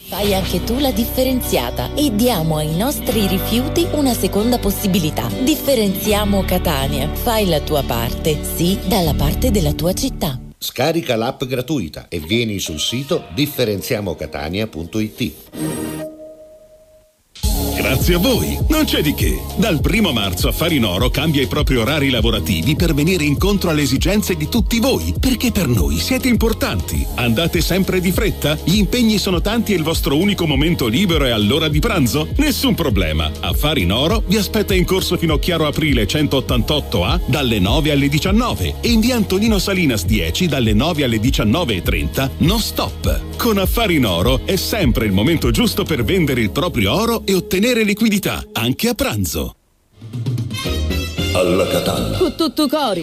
Speaker 1: Fai anche tu la differenziata e diamo ai nostri rifiuti una seconda possibilità. Differenziamo Catania. Fai la tua parte, sì, dalla parte della tua città.
Speaker 2: Scarica l'app gratuita e vieni sul sito differenziamo catania punto it.
Speaker 8: Grazie a voi, non c'è di che. Dal primo marzo Affari in Oro cambia i propri orari lavorativi per venire incontro alle esigenze di tutti voi, perché per noi siete importanti. Andate sempre di fretta? Gli impegni sono tanti e il vostro unico momento libero è all'ora di pranzo? Nessun problema. Affari in Oro vi aspetta in corso Finocchiaro Aprile centottantotto A dalle nove alle diciannove e in via Antonino Salinas dieci dalle nove alle diciannove e trenta non stop. Con Affari in Oro è sempre il momento giusto per vendere il proprio oro e ottenere liquidità, anche a pranzo.
Speaker 4: Alla Catalla.
Speaker 1: Con tutto cori.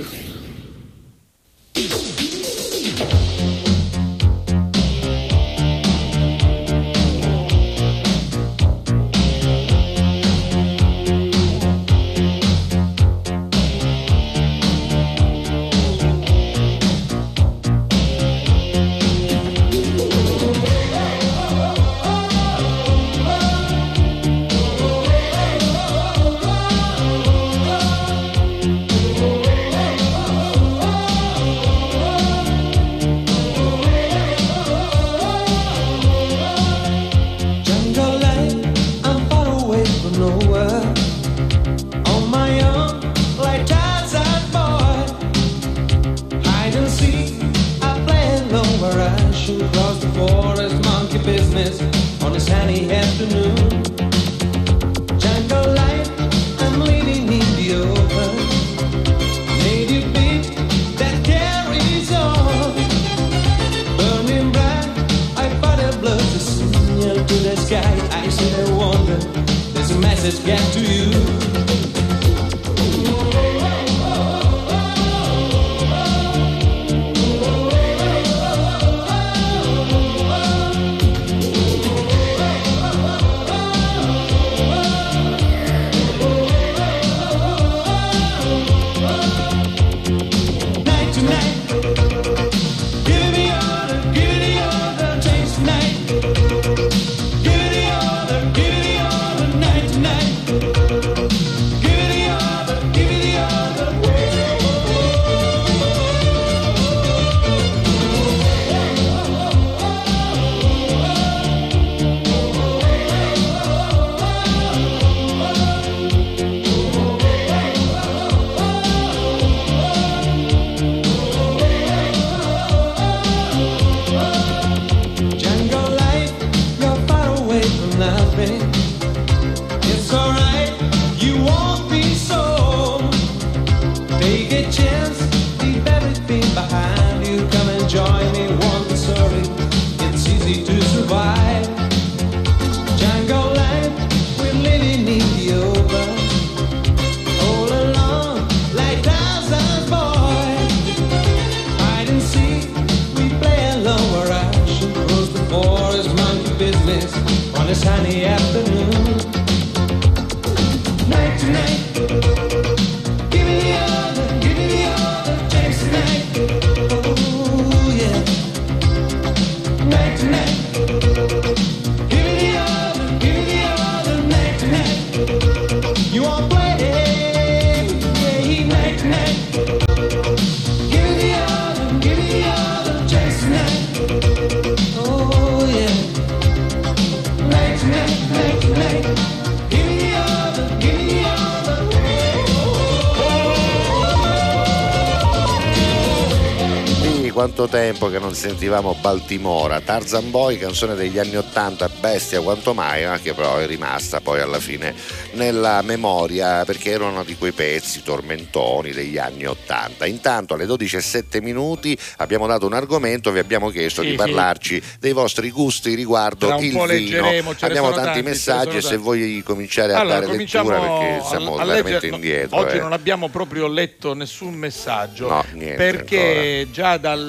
Speaker 2: Quanto tempo che non sentivamo Baltimora, Tarzan Boy, canzone degli anni ottanta, bestia quanto mai, ma che però è rimasta poi alla fine nella memoria perché era uno di quei pezzi tormentoni degli anni ottanta. Intanto alle dodici e sette minuti abbiamo dato un argomento, vi abbiamo chiesto sì, di parlarci sì. dei vostri gusti riguardo il vino. Abbiamo tanti, tanti messaggi e se vuoi cominciare a
Speaker 3: allora,
Speaker 2: dare lettura perché siamo a, a veramente
Speaker 3: leggere,
Speaker 2: indietro.
Speaker 3: Oggi
Speaker 2: eh.
Speaker 3: non abbiamo proprio letto nessun messaggio
Speaker 2: no, niente,
Speaker 3: perché
Speaker 2: ancora.
Speaker 3: già dal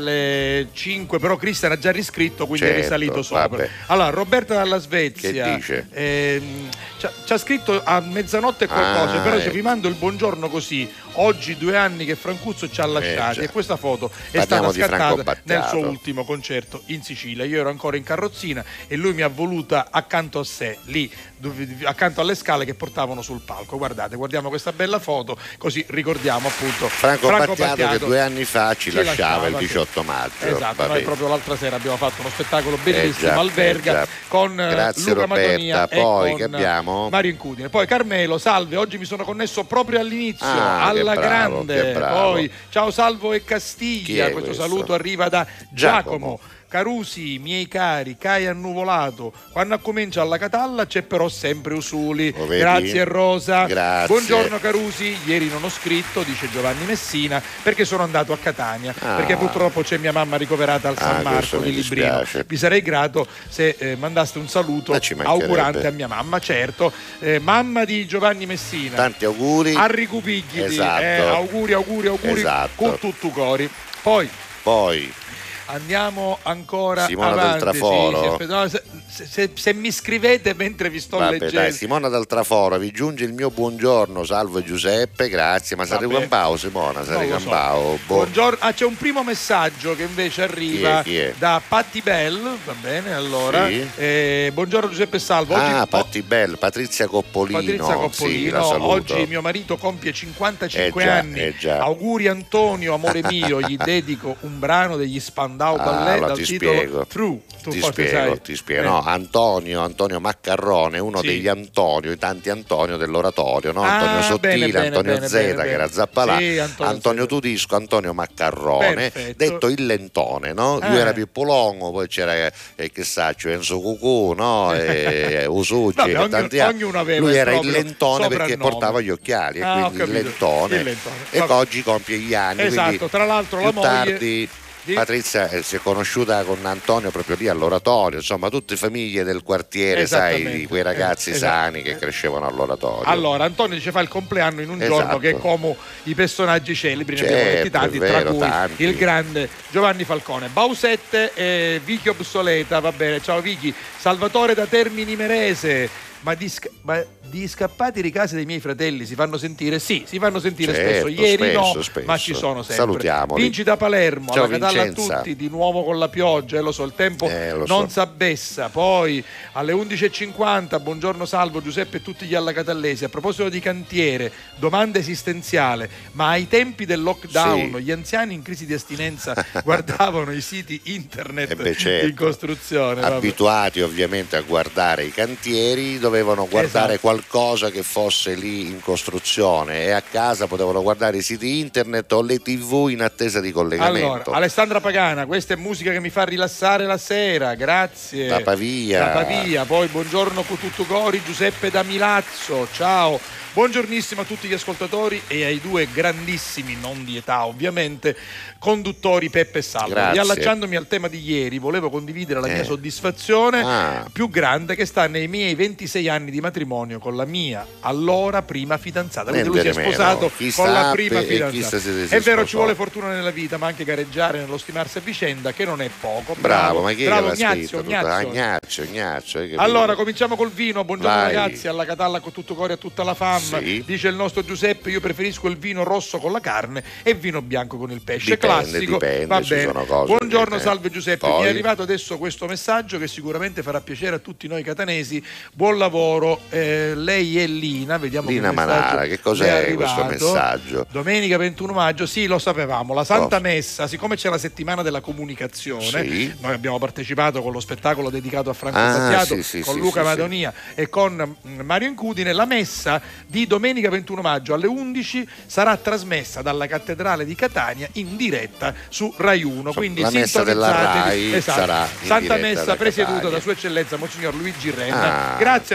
Speaker 3: alle cinque, però Cristian ha già riscritto, quindi
Speaker 2: certo,
Speaker 3: è risalito sopra.
Speaker 2: Vabbè.
Speaker 3: Allora, Roberta dalla Svezia.
Speaker 2: Che dice?
Speaker 3: Ehm, ci ha scritto a mezzanotte e qualcosa,
Speaker 2: ah,
Speaker 3: però
Speaker 2: ecco.
Speaker 3: se vi mando il buongiorno così, oggi due anni che Francuzzo ci ha lasciati,
Speaker 2: eh,
Speaker 3: e questa foto è
Speaker 2: Parliamo
Speaker 3: stata scattata nel suo
Speaker 2: Battiato.
Speaker 3: ultimo concerto in Sicilia. Io ero ancora in carrozzina e lui mi ha voluta accanto a sé, lì dove, accanto alle scale che portavano sul palco. Guardate, guardiamo questa bella foto, così ricordiamo appunto
Speaker 2: Franco,
Speaker 3: Franco
Speaker 2: Battiato,
Speaker 3: Battiato
Speaker 2: che due anni fa ci,
Speaker 3: ci
Speaker 2: lasciava,
Speaker 3: lasciava
Speaker 2: il diciotto maggio.
Speaker 3: Esatto,
Speaker 2: Vabbè.
Speaker 3: noi proprio l'altra sera abbiamo fatto uno spettacolo bellissimo
Speaker 2: Eh già,
Speaker 3: al Verga
Speaker 2: eh già.
Speaker 3: con
Speaker 2: Grazie,
Speaker 3: Luca
Speaker 2: Roberta.
Speaker 3: Madonia
Speaker 2: Poi
Speaker 3: e
Speaker 2: che
Speaker 3: con
Speaker 2: abbiamo?
Speaker 3: Mario Incudine. Poi Carmelo, salve, oggi mi sono connesso proprio all'inizio,
Speaker 2: Ah,
Speaker 3: alla
Speaker 2: che bravo,
Speaker 3: grande.
Speaker 2: che bravo.
Speaker 3: Poi ciao Salvo e
Speaker 2: Chi
Speaker 3: Castiglia,
Speaker 2: è
Speaker 3: questo
Speaker 2: questo?
Speaker 3: saluto arriva da
Speaker 2: Giacomo.
Speaker 3: Giacomo. Carusi, miei cari, Cai annuvolato, quando comincia alla Catalla c'è però sempre Usuli.
Speaker 2: Lo vedi?
Speaker 3: Grazie Rosa.
Speaker 2: Grazie.
Speaker 3: Buongiorno Carusi, ieri non ho scritto, dice Giovanni Messina, perché sono andato a Catania,
Speaker 2: Ah.
Speaker 3: perché purtroppo c'è mia mamma ricoverata al
Speaker 2: Ah,
Speaker 3: San
Speaker 2: questo
Speaker 3: Marco
Speaker 2: mi
Speaker 3: di Librino.
Speaker 2: dispiace.
Speaker 3: Vi sarei grato se eh, mandaste un saluto
Speaker 2: Ma ci mancherebbe.
Speaker 3: augurante a mia mamma, certo. Eh, mamma di Giovanni Messina.
Speaker 2: Tanti auguri.
Speaker 3: A Ricupigliti,
Speaker 2: Esatto.
Speaker 3: eh, auguri, auguri, auguri
Speaker 2: Esatto.
Speaker 3: con tutto cori. Poi
Speaker 2: Poi
Speaker 3: andiamo ancora
Speaker 2: Simona del
Speaker 3: avanti.
Speaker 2: Traforo.
Speaker 3: Sì, sì, aspetta, no, se, se- se mi scrivete mentre vi sto
Speaker 2: Vabbè,
Speaker 3: leggendo.
Speaker 2: dai, Simona dal Traforo, vi giunge il mio buongiorno, salve Giuseppe, grazie. Ma sei
Speaker 3: Vabbè.
Speaker 2: Campao, Simona, sei
Speaker 3: Non lo so.
Speaker 2: Campao. Boh.
Speaker 3: Buongiorno. Ah, c'è un primo messaggio che invece arriva
Speaker 2: Chi è, chi è?
Speaker 3: da Patti Bell, va bene, allora.
Speaker 2: Sì.
Speaker 3: Eh, buongiorno Giuseppe Salvo. Oggi,
Speaker 2: Ah, Patti Bell, Patrizia Coppolino.
Speaker 3: Patrizia Coppolino,
Speaker 2: Sì, la saluto.
Speaker 3: oggi mio marito compie cinquantacinque
Speaker 2: Eh già,
Speaker 3: anni.
Speaker 2: eh già.
Speaker 3: Auguri Antonio, amore mio, gli dedico un brano degli Spandau
Speaker 2: Ah,
Speaker 3: Ballet
Speaker 2: allora
Speaker 3: dal
Speaker 2: ti
Speaker 3: titolo
Speaker 2: spiego.
Speaker 3: True. Tu
Speaker 2: Ti
Speaker 3: forse
Speaker 2: spiego,
Speaker 3: sai.
Speaker 2: ti spiego.
Speaker 3: Eh.
Speaker 2: No, Antonio, Antonio Maccarrone, uno
Speaker 3: Sì.
Speaker 2: degli Antonio, i tanti Antonio dell'oratorio, no?
Speaker 3: Ah,
Speaker 2: Antonio Sottile,
Speaker 3: bene, bene,
Speaker 2: Antonio
Speaker 3: bene,
Speaker 2: Zeta,
Speaker 3: bene,
Speaker 2: che era
Speaker 3: bene.
Speaker 2: Zappalà,
Speaker 3: Sì, Antonio
Speaker 2: Antonio
Speaker 3: Zeta.
Speaker 2: Tudisco, Antonio Maccarrone,
Speaker 3: Perfetto.
Speaker 2: detto il Lentone, no? Lui
Speaker 3: Eh.
Speaker 2: era Pippo Longo, poi c'era, eh, che sa, Enzo Cucù, no? E Usucci,
Speaker 3: Vabbè,
Speaker 2: e
Speaker 3: ognuno-
Speaker 2: tanti altri.
Speaker 3: ognuno aveva
Speaker 2: Lui
Speaker 3: il
Speaker 2: era il
Speaker 3: proprio
Speaker 2: Lentone perché
Speaker 3: soprannome.
Speaker 2: portava gli occhiali,
Speaker 3: Ah,
Speaker 2: e
Speaker 3: ho
Speaker 2: quindi il
Speaker 3: capito.
Speaker 2: Lentone.
Speaker 3: Il Lentone.
Speaker 2: E
Speaker 3: Vabbè.
Speaker 2: oggi compie gli anni.
Speaker 3: Esatto,
Speaker 2: quindi
Speaker 3: tra l'altro
Speaker 2: più
Speaker 3: la moglie
Speaker 2: tardi
Speaker 3: di-
Speaker 2: Patrizia eh, si è conosciuta con Antonio proprio lì all'oratorio, insomma tutte famiglie del quartiere, sai,
Speaker 3: Esattamente.
Speaker 2: di quei ragazzi
Speaker 3: Eh, esatto.
Speaker 2: sani che crescevano all'oratorio.
Speaker 3: Allora, Antonio dice fa il compleanno in un
Speaker 2: Esatto.
Speaker 3: giorno che è come i personaggi celebri, ne
Speaker 2: Certo,
Speaker 3: abbiamo detti tanti,
Speaker 2: è vero,
Speaker 3: tra cui
Speaker 2: tanti.
Speaker 3: il grande Giovanni Falcone. Bausette e Vicky Obsoleta, va bene, ciao Vicky. Salvatore da Termini Merese. Ma di, sca- ma di scappati di casa dei miei fratelli si fanno sentire? Sì, si fanno sentire
Speaker 2: Certo,
Speaker 3: spesso. Ieri
Speaker 2: spesso,
Speaker 3: no,
Speaker 2: spesso.
Speaker 3: ma ci sono sempre.
Speaker 2: Salutiamoli.
Speaker 3: Vinci da Palermo,
Speaker 2: Ciao,
Speaker 3: alla Catalla a
Speaker 2: Vincenza.
Speaker 3: tutti, di nuovo con la pioggia, eh, lo so, il tempo
Speaker 2: Eh, lo
Speaker 3: non
Speaker 2: so.
Speaker 3: s'abbessa. Poi alle undici e cinquanta, buongiorno Salvo, Giuseppe e tutti gli allacatallesi. A proposito di cantiere, domanda esistenziale, ma ai tempi del lockdown
Speaker 2: Sì.
Speaker 3: gli anziani in crisi di astinenza guardavano i siti internet
Speaker 2: Eh beh, certo.
Speaker 3: in costruzione? Vabbè.
Speaker 2: Abituati ovviamente a guardare i cantieri, dovevano guardare
Speaker 3: Esatto.
Speaker 2: qualcosa che fosse lì in costruzione, e a casa potevano guardare i siti internet o le tv in attesa di collegamento.
Speaker 3: Allora, Alessandra Pagana, questa è musica che mi fa rilassare la sera, grazie.
Speaker 2: Da Pavia.
Speaker 3: Da Pavia, poi buongiorno con tutto cori, Giuseppe da Milazzo, ciao. Buongiornissimo a tutti gli ascoltatori e ai due grandissimi, non di età ovviamente, conduttori Peppe e Salvo.
Speaker 2: Grazie.
Speaker 3: Riallacciandomi al tema di ieri, volevo condividere la mia
Speaker 2: Eh.
Speaker 3: soddisfazione
Speaker 2: Ah.
Speaker 3: più grande, che sta nei miei ventisei anni di matrimonio con la mia allora prima fidanzata. Quindi lui si è
Speaker 2: Niente di
Speaker 3: sposato
Speaker 2: meno. Chi
Speaker 3: con la
Speaker 2: sa
Speaker 3: prima
Speaker 2: e chi
Speaker 3: fidanzata.
Speaker 2: si- si
Speaker 3: È vero,
Speaker 2: sposò.
Speaker 3: ci vuole fortuna nella vita, ma anche gareggiare nello stimarsi a vicenda, che non è poco.
Speaker 2: Bravo, ma chi è che
Speaker 3: bravo,
Speaker 2: l'ha
Speaker 3: Ignazio,
Speaker 2: scritto?
Speaker 3: Ignazio.
Speaker 2: Ah, Ignazio, Ignazio, hai capito?
Speaker 3: Allora, cominciamo col vino. Buongiorno
Speaker 2: Vai.
Speaker 3: ragazzi, alla Catalla con tutto cuore a tutta la fam.
Speaker 2: Sì.
Speaker 3: Dice il nostro Giuseppe, io preferisco il vino rosso con la carne e vino bianco con il pesce.
Speaker 2: Dipende,
Speaker 3: Classico.
Speaker 2: dipende,
Speaker 3: Va
Speaker 2: ci
Speaker 3: bene.
Speaker 2: sono cose
Speaker 3: Buongiorno,
Speaker 2: che-
Speaker 3: salve Giuseppe.
Speaker 2: Poi?
Speaker 3: Mi è arrivato adesso questo messaggio che sicuramente farà piacere a tutti noi catanesi. Buon lavoro. Eh, lei è Lina, vediamo
Speaker 2: Lina
Speaker 3: che messaggio
Speaker 2: Manara, che cos'è
Speaker 3: le è arrivato.
Speaker 2: questo messaggio?
Speaker 3: Domenica ventuno maggio, sì, lo sapevamo. La Santa
Speaker 2: Cosa?
Speaker 3: Messa, siccome c'è la settimana della comunicazione,
Speaker 2: Sì.
Speaker 3: noi abbiamo partecipato con lo spettacolo dedicato a Franco
Speaker 2: Ah,
Speaker 3: Battiato,
Speaker 2: sì, sì,
Speaker 3: con
Speaker 2: sì,
Speaker 3: Luca
Speaker 2: sì,
Speaker 3: Madonia e con mm, Mario Incudine. La messa di domenica ventuno maggio alle undici sarà trasmessa dalla cattedrale di Catania in diretta su Rai uno, quindi
Speaker 2: la messa della
Speaker 3: sintonizzatevi.
Speaker 2: Rai
Speaker 3: esatto.
Speaker 2: sarà in
Speaker 3: Santa
Speaker 2: diretta
Speaker 3: Messa
Speaker 2: da
Speaker 3: presieduta
Speaker 2: Catania.
Speaker 3: da Sua Eccellenza Monsignor Luigi Renna.
Speaker 2: Ah.
Speaker 3: Grazie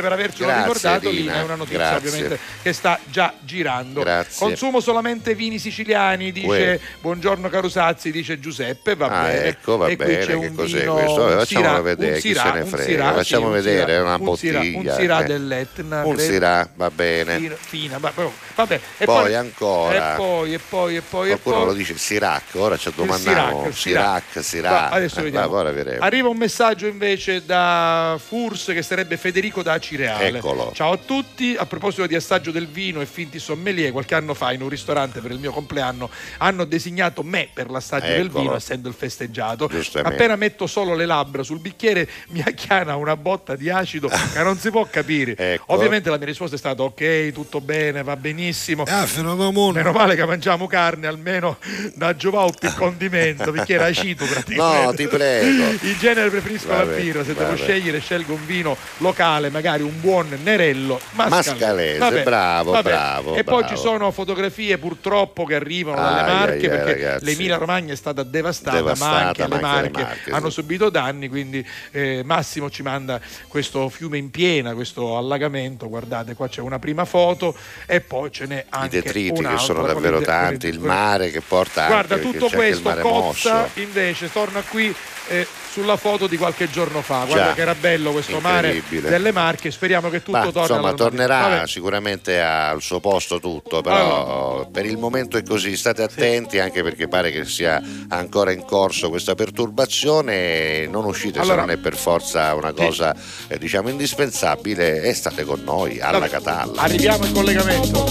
Speaker 3: per avercelo
Speaker 2: Grazie,
Speaker 3: ricordato.
Speaker 2: Dina.
Speaker 3: Lina, è una notizia
Speaker 2: Grazie.
Speaker 3: ovviamente che sta già girando.
Speaker 2: Grazie.
Speaker 3: Consumo solamente vini siciliani, dice
Speaker 2: Uè.
Speaker 3: buongiorno Carusazzi, dice Giuseppe, va
Speaker 2: Ah,
Speaker 3: bene.
Speaker 2: ecco, va
Speaker 3: e qui
Speaker 2: bene,
Speaker 3: c'è
Speaker 2: che
Speaker 3: un
Speaker 2: cos'è
Speaker 3: vino,
Speaker 2: questo?
Speaker 3: un
Speaker 2: Facciamolo
Speaker 3: Syrah,
Speaker 2: vedere,
Speaker 3: un
Speaker 2: chi
Speaker 3: Syrah,
Speaker 2: se ne
Speaker 3: un
Speaker 2: frega.
Speaker 3: Syrah,
Speaker 2: Facciamo
Speaker 3: sì, un
Speaker 2: vedere,
Speaker 3: Syrah,
Speaker 2: è una
Speaker 3: un Syrah,
Speaker 2: bottiglia,
Speaker 3: un Syrah
Speaker 2: eh.
Speaker 3: dell'Etna,
Speaker 2: Un
Speaker 3: credo.
Speaker 2: Syrah, va bene.
Speaker 3: Fina, fina, ma- però, vabbè. E
Speaker 2: Poi
Speaker 3: poi
Speaker 2: ancora.
Speaker 3: E poi, e poi, e poi, e
Speaker 2: Qualcuno
Speaker 3: poi.
Speaker 2: lo dice Sirac, ora ci
Speaker 3: Il
Speaker 2: domandiamo.
Speaker 3: Sirac,
Speaker 2: Sirac,
Speaker 3: Va,
Speaker 2: Sirac.
Speaker 3: adesso
Speaker 2: Eh,
Speaker 3: vediamo.
Speaker 2: va, ora vedremo.
Speaker 3: Arriva un messaggio invece da Furs, che sarebbe Federico da Acireale.
Speaker 2: Eccolo.
Speaker 3: Ciao a tutti, a proposito di assaggio del vino e finti sommelier, qualche anno fa in un ristorante per il mio compleanno hanno designato me per l'assaggio del
Speaker 2: Eccolo.
Speaker 3: vino, essendo il festeggiato.
Speaker 2: Giustamente.
Speaker 3: Appena metto solo le labbra sul bicchiere mi acchiana una botta di acido che non si può capire.
Speaker 2: Ecco.
Speaker 3: Ovviamente la mia risposta è stata ok, tutto bene, va benissimo.
Speaker 9: Ah, fino comune.
Speaker 3: Meno male che mangiamo carne, almeno da giovare un più condimento, perché era acito praticamente.
Speaker 2: No, ti prego.
Speaker 3: In genere preferisco
Speaker 2: Vabbè,
Speaker 3: la birra, se devo
Speaker 2: vabbè.
Speaker 3: scegliere scelgo un vino locale, magari un buon Nerello Mascalese.
Speaker 2: Mascalese,
Speaker 3: Vabbè,
Speaker 2: bravo,
Speaker 3: vabbè.
Speaker 2: bravo,
Speaker 3: E poi
Speaker 2: bravo.
Speaker 3: ci sono fotografie purtroppo che arrivano dalle
Speaker 2: Ai,
Speaker 3: Marche,
Speaker 2: ai, ai,
Speaker 3: perché
Speaker 2: ragazzi.
Speaker 3: l'Emilia Romagna è stata devastata,
Speaker 2: Devastata,
Speaker 3: ma anche le
Speaker 2: ma anche le
Speaker 3: Marche,
Speaker 2: Marche,
Speaker 3: hanno
Speaker 2: sì.
Speaker 3: subito danni, quindi eh, Massimo ci manda questo fiume in piena, questo allagamento, guardate qua c'è una prima foto e poi ce n'è
Speaker 2: I
Speaker 3: anche
Speaker 2: detriti che
Speaker 3: un'altra
Speaker 2: sono
Speaker 3: con
Speaker 2: davvero
Speaker 3: le de- con le
Speaker 2: tanti,
Speaker 3: de-
Speaker 2: il
Speaker 3: con le-
Speaker 2: mare che porta
Speaker 3: Guarda,
Speaker 2: anche,
Speaker 3: tutto
Speaker 2: perché c'è anche il
Speaker 3: questo
Speaker 2: mare
Speaker 3: cozza
Speaker 2: mosso.
Speaker 3: invece, torna qui eh, sulla foto di qualche giorno fa. Guarda
Speaker 2: Già,
Speaker 3: che era bello questo mare
Speaker 2: incredibile.
Speaker 3: delle Marche. Speriamo che tutto
Speaker 2: Ma,
Speaker 3: torni
Speaker 2: insomma,
Speaker 3: alla normalità.
Speaker 2: tornerà
Speaker 3: Vabbè.
Speaker 2: sicuramente al suo posto tutto, però per il momento è così, state attenti anche perché pare che sia ancora in corso questa perturbazione e non uscite
Speaker 3: Allora,
Speaker 2: se non è per forza una cosa eh, diciamo indispensabile e state con noi alla
Speaker 3: Vabbè,
Speaker 2: Catalla.
Speaker 3: Arriviamo in collegamento.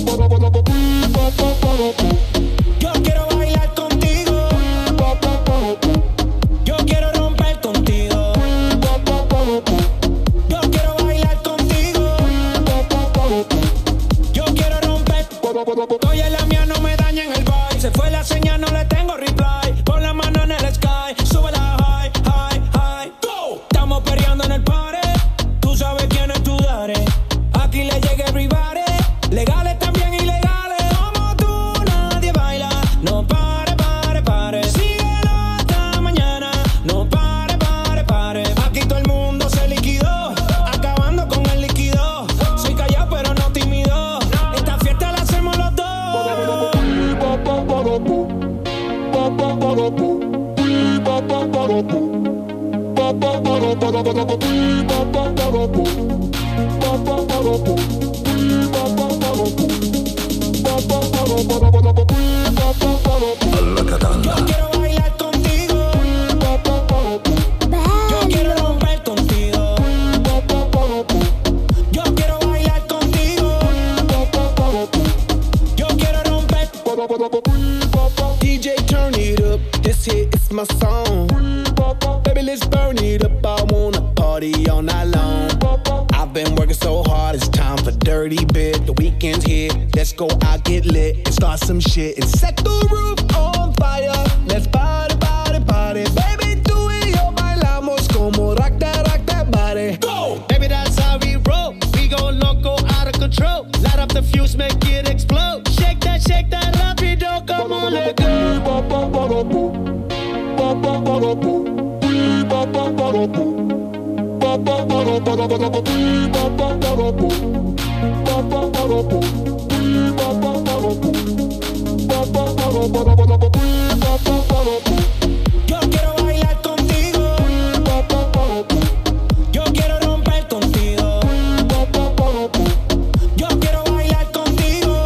Speaker 5: Yo quiero bailar contigo. Yo quiero romper contigo. Yo quiero bailar contigo. Yo quiero romper. Estoy en la mía, no me dañen el vibe. Se fue la señal, no le tengo reply. Pon la mano en el sky, sube la high, high, high. Go. Estamos perreando en el party. Tú sabes quién es tu daddy. Aquí le llega everybody. Legales también ilegales. Como tú nadie baila. No pare, pare, pare. Síguelo hasta mañana. No pare, pare, pare. Aquí todo el mundo se liquidó. Acabando con el líquido. Soy callado pero no tímido. Esta fiesta la hacemos los dos. Yo quiero bailar contigo. Yo quiero romper contigo. Yo quiero bailar contigo. Yo quiero romper.
Speaker 10: D J, turn it up. This hit is my song. Baby, let's burn it up. I wanna party all night long. I've been working so hard, it's time for dirty bit. The weekend's here, let's go out, get lit, and start some shit and set the roof on fire. Let's party, party, party. Baby, tú y yo bailamos como rock that, rock that body.
Speaker 5: Go! Baby, that's how we roll. We go loco, out of control. Light up the fuse, make it explode. Shake that, shake that rapido, come on, let go. Yo quiero bailar contigo. Yo quiero romper contigo. Yo quiero bailar contigo.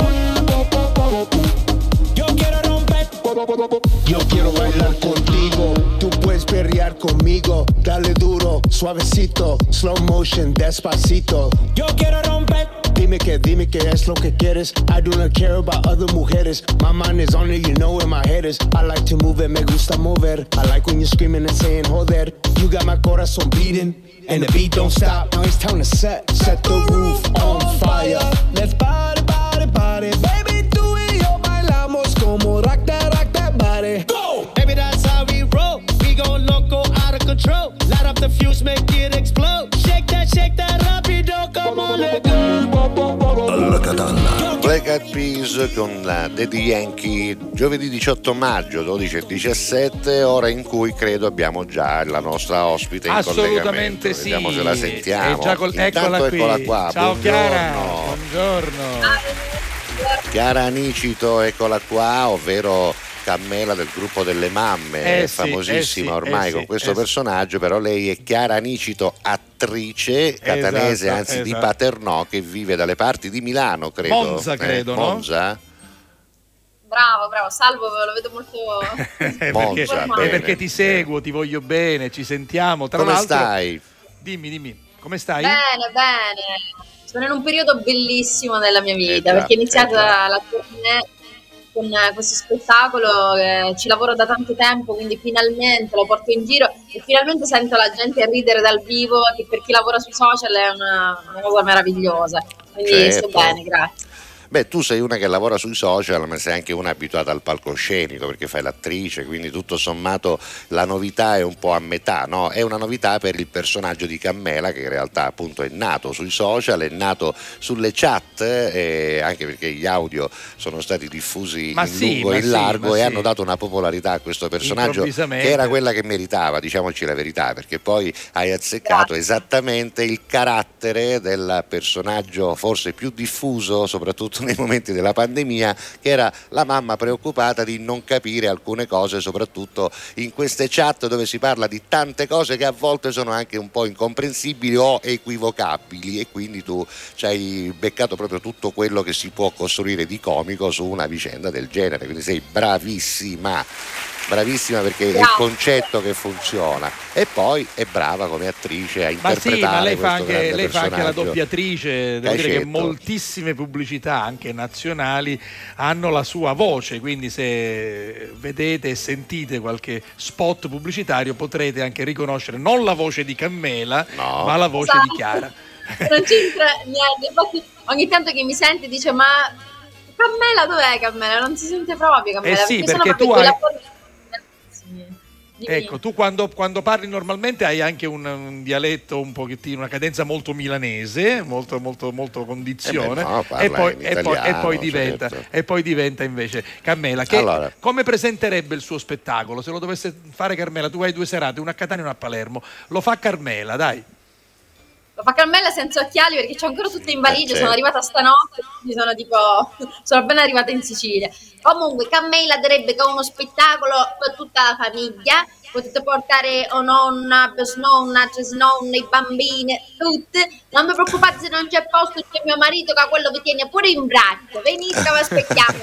Speaker 5: Yo quiero romper.
Speaker 10: Yo quiero bailar contigo, tú puedes perrear conmigo. Dale duro, suavecito, slow motion, despacito.
Speaker 5: Yo quiero romper.
Speaker 10: Dime que, dime que es lo que quieres. I do not care about other mujeres. My mind is on it, you know where my head is. I like to move it, me gusta mover. I like when you're screaming and saying, joder. You got my corazón beating, and the beat don't stop. Now it's time to set, set the roof on fire. Let's party, party, party. Baby, tú y yo bailamos como rock that, rock that body.
Speaker 5: Go! Baby, that's how we roll. We go loco, out of control. Light up the fuse, make it explode. Shake that, shake that rapido, come on, let go.
Speaker 11: Alla Catalla
Speaker 2: Black Eyed Peas con Daddy Yankee, giovedì diciotto maggio dodici e diciassette, ora in cui credo abbiamo già la nostra ospite in
Speaker 3: assolutamente
Speaker 2: collegamento.
Speaker 3: Sì.
Speaker 2: Vediamo se la sentiamo.
Speaker 3: È già col... eccola,
Speaker 2: eccola qua.
Speaker 3: Ciao
Speaker 2: buongiorno.
Speaker 3: Chiara, buongiorno.
Speaker 2: Chiara Anicito, eccola qua, ovvero Carmela del gruppo delle mamme,
Speaker 3: eh
Speaker 2: famosissima
Speaker 3: sì, eh
Speaker 2: ormai
Speaker 3: sì,
Speaker 2: con
Speaker 3: eh
Speaker 2: questo
Speaker 3: sì,
Speaker 2: personaggio, eh però lei è Chiara Anicito, attrice catanese,
Speaker 3: esatto,
Speaker 2: anzi
Speaker 3: esatto.
Speaker 2: di Paternò, che vive dalle parti di Milano, credo.
Speaker 3: Monza, credo,
Speaker 2: eh,
Speaker 3: no?
Speaker 2: Monza?
Speaker 9: Bravo, bravo, Salvo, lo vedo molto
Speaker 2: Monza,
Speaker 3: perché,
Speaker 2: bene,
Speaker 3: perché ti seguo, ti voglio bene, ci sentiamo. Tra
Speaker 2: Come
Speaker 3: l'altro,
Speaker 2: stai?
Speaker 3: Dimmi, dimmi, come stai?
Speaker 9: Bene, bene. Sono in un periodo bellissimo nella mia vita,
Speaker 2: Eh già,
Speaker 9: perché è iniziata
Speaker 2: eh già.
Speaker 9: la tournée con questo spettacolo, eh, ci lavoro da tanto tempo, quindi finalmente lo porto in giro e finalmente sento la gente a ridere dal vivo, che per chi lavora sui social è una, una cosa meravigliosa. Quindi
Speaker 2: Certo.
Speaker 9: sto bene, grazie.
Speaker 2: Beh, tu sei una che lavora sui social, ma sei anche una abituata al palcoscenico perché fai l'attrice, quindi tutto sommato la novità è un po' a metà, no? È una novità per il personaggio di Carmela, che in realtà appunto è nato sui social, è nato sulle chat, eh, anche perché gli audio sono stati diffusi
Speaker 3: Ma
Speaker 2: in
Speaker 3: sì,
Speaker 2: lungo
Speaker 3: ma
Speaker 2: e in
Speaker 3: sì,
Speaker 2: largo
Speaker 3: ma
Speaker 2: e
Speaker 3: sì.
Speaker 2: hanno dato una popolarità a questo personaggio
Speaker 3: Improvvisamente.
Speaker 2: che era quella che meritava, diciamoci la verità, perché poi hai azzeccato
Speaker 9: Grazie.
Speaker 2: esattamente il carattere del personaggio forse più diffuso, soprattutto nei momenti della pandemia, che era la mamma preoccupata di non capire alcune cose, soprattutto in queste chat dove si parla di tante cose che a volte sono anche un po' incomprensibili o equivocabili, e quindi tu ci hai beccato proprio tutto quello che si può costruire di comico su una vicenda del genere, quindi sei bravissima. Bravissima perché è il
Speaker 9: Grazie.
Speaker 2: concetto che funziona, e poi è brava come attrice a
Speaker 3: Ma sì,
Speaker 2: interpretare
Speaker 3: ma lei fa
Speaker 2: questo
Speaker 3: anche,
Speaker 2: grande
Speaker 3: lei fa anche la
Speaker 2: personaggio.
Speaker 3: doppiatrice, devo dire che
Speaker 2: Cacetto.
Speaker 3: moltissime pubblicità, anche nazionali, hanno la sua voce, quindi se vedete e sentite qualche spot pubblicitario potrete anche riconoscere non la voce di Carmela,
Speaker 2: No.
Speaker 3: ma la voce
Speaker 9: Esatto.
Speaker 3: di Chiara.
Speaker 9: Non c'entra niente, infatti ogni tanto che mi sente dice ma Carmela dov'è Carmela? Non si sente proprio Carmela.
Speaker 3: Eh sì,
Speaker 9: sono
Speaker 3: perché tu
Speaker 9: proprio
Speaker 3: hai-
Speaker 9: quei lavori- Dimmi.
Speaker 3: Ecco, tu quando, quando parli normalmente hai anche un, un dialetto un pochettino, una cadenza molto milanese, molto, molto, molto condizione,
Speaker 2: Eh beh, no, parla
Speaker 3: e, poi,
Speaker 2: in
Speaker 3: e, poi, e, poi
Speaker 2: italiano,
Speaker 3: diventa,
Speaker 2: certo.
Speaker 3: e poi diventa invece Carmela. Che,
Speaker 2: Allora.
Speaker 3: come presenterebbe il suo spettacolo? Se lo dovesse fare Carmela, tu hai due serate, una a Catania e una a Palermo, lo fa Carmela, dai.
Speaker 9: Lo fa Carmela senza occhiali perché c'ho ancora tutte in valigia,
Speaker 2: Eh, certo.
Speaker 9: sono arrivata stanotte, quindi sono tipo, sono appena arrivata in Sicilia. Comunque Carmela darebbe con uno spettacolo per tutta la famiglia, potete portare o nonna, bisnonna, cisnonna, i bambini, tutte. Non vi preoccupate se non c'è posto, c'è mio marito che quello vi tiene pure in braccio. Venite che vi aspettiamo.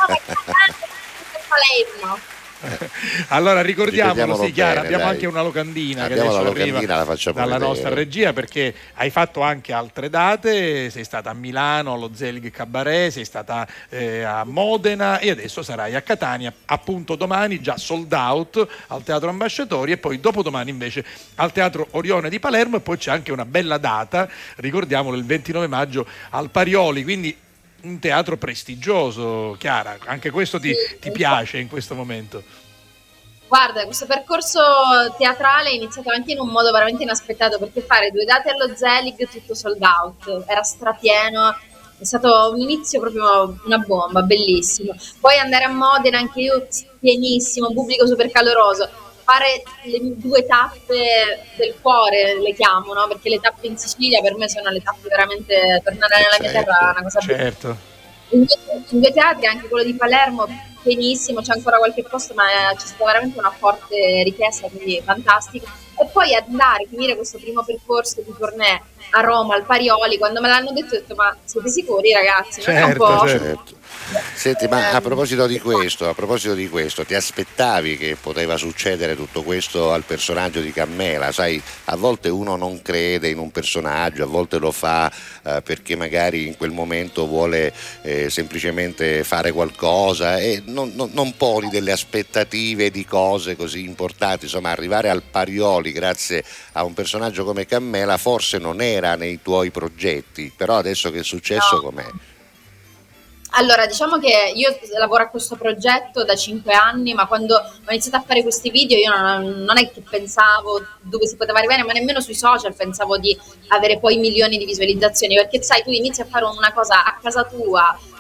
Speaker 9: Palermo.
Speaker 3: Allora ricordiamolo,
Speaker 2: Ripetiamolo
Speaker 3: sì, Chiara,
Speaker 2: bene,
Speaker 3: abbiamo
Speaker 2: dai.
Speaker 3: anche una locandina
Speaker 2: Abbiamo
Speaker 3: che
Speaker 2: la
Speaker 3: adesso
Speaker 2: locandina,
Speaker 3: arriva
Speaker 2: la facciamo
Speaker 3: dalla
Speaker 2: vedere.
Speaker 3: nostra regia, perché hai fatto anche altre date, sei stata a Milano allo Zelig Cabaret, sei stata eh, a Modena e adesso sarai a Catania, appunto domani già sold out al Teatro Ambasciatori e poi dopodomani invece al Teatro Orione di Palermo, e poi c'è anche una bella data, ricordiamolo, il ventinove maggio al Parioli, quindi un teatro prestigioso. Chiara, anche questo ti, ti piace in questo momento?
Speaker 9: Guarda, questo percorso teatrale è iniziato anche in un modo veramente inaspettato, perché fare due date allo Zelig tutto sold out, era strapieno, è stato un inizio proprio una bomba, bellissimo. Poi andare a Modena, anche io pienissimo, pubblico super caloroso, fare le due tappe del cuore, le chiamo, no? Perché le tappe in Sicilia per me sono le tappe veramente, tornare nella mia
Speaker 2: Certo,
Speaker 9: terra è una cosa bellissima.
Speaker 3: Certo.
Speaker 9: In due, in due teatri, anche quello di Palermo, benissimo, c'è ancora qualche posto, ma c'è stata veramente una forte richiesta, quindi fantastico. E poi andare a finire questo primo percorso di tournée a Roma, al Parioli, quando me l'hanno detto ho detto ma siete sicuri ragazzi? Non è un
Speaker 3: Certo,
Speaker 9: po'...
Speaker 2: Certo. Senti, ma a proposito di questo, a proposito di questo, ti aspettavi che poteva succedere tutto questo al personaggio di Carmela? Sai, a volte uno non crede in un personaggio, a volte lo fa eh, perché magari in quel momento vuole eh, semplicemente fare qualcosa e non, non, non poni delle aspettative di cose così importanti. Insomma, arrivare al Parioli grazie a un personaggio come Carmela forse non era nei tuoi progetti, però adesso che è successo,
Speaker 9: No.
Speaker 2: com'è?
Speaker 9: Allora, diciamo che io lavoro a questo progetto da cinque anni, ma quando ho iniziato a fare questi video io non, non è che pensavo dove si poteva arrivare, ma nemmeno sui social pensavo di avere poi milioni di visualizzazioni, perché sai, tu inizi a fare una cosa a casa tua,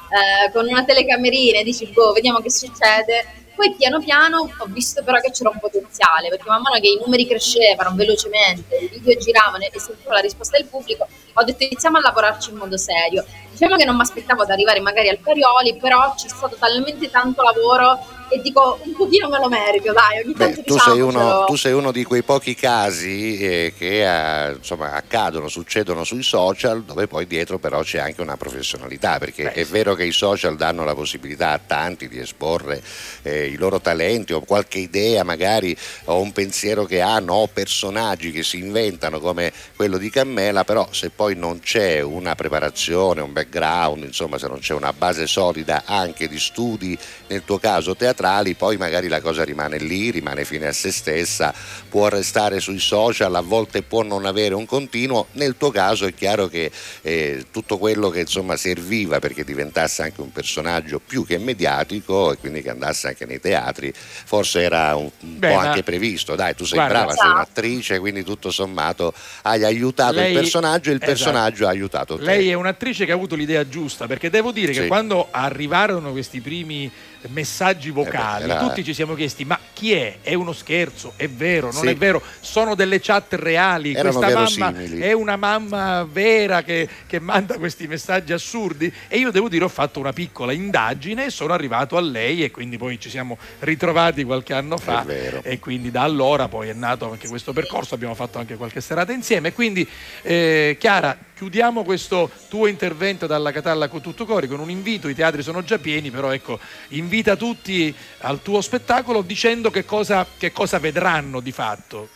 Speaker 9: eh, con una telecamerina e dici boh, vediamo che succede. Poi piano piano ho visto però che c'era un potenziale, perché man mano che i numeri crescevano velocemente, i video giravano e sentivo la risposta del pubblico, ho detto iniziamo a lavorarci in modo serio. Diciamo che non mi aspettavo ad arrivare magari al Parioli, però c'è stato talmente tanto lavoro e dico un pochino me lo merito, dai, ogni tanto
Speaker 2: Beh, tu, sei uno, tu sei uno di quei pochi casi eh, che eh, insomma accadono, succedono sui social, dove poi dietro però c'è anche una professionalità, perché Beh, è sì. vero che i social danno la possibilità a tanti di esporre eh, i loro talenti o qualche idea magari o un pensiero che hanno o personaggi che si inventano come quello di Carmela, però se poi non c'è una preparazione, un background, insomma se non c'è una base solida anche di studi, nel tuo caso teatrale, poi magari la cosa rimane lì, rimane fine a se stessa, può restare sui social, a volte può non avere un continuo. Nel tuo caso è chiaro che eh, tutto quello che insomma serviva perché diventasse anche un personaggio più che mediatico e quindi che andasse anche nei teatri, forse era un, un Beh, po' anche previsto. Dai, tu sei guarda, brava, sei un'attrice, quindi tutto sommato hai aiutato lei, il personaggio e il esatto. personaggio ha aiutato te.
Speaker 3: Lei è un'attrice che ha avuto l'idea giusta, perché devo dire sì. che quando arrivarono questi primi messaggi vocali, eh beh, era... tutti ci siamo chiesti ma chi è? È uno scherzo? È vero? Non sì. è vero? Sono delle chat reali?
Speaker 2: Erano
Speaker 3: questa
Speaker 2: verosimili.
Speaker 3: Mamma è una mamma vera che, che manda questi messaggi assurdi? E io devo dire ho fatto una piccola indagine e sono arrivato a lei e quindi poi ci siamo ritrovati qualche anno fa e quindi da allora poi è nato anche questo percorso, abbiamo fatto anche qualche serata insieme. Quindi eh, Chiara, chiudiamo questo tuo intervento dalla Catalla con tutto cori con un invito, i teatri sono già pieni, però ecco, invita tutti al tuo spettacolo dicendo che cosa, che cosa vedranno di fatto.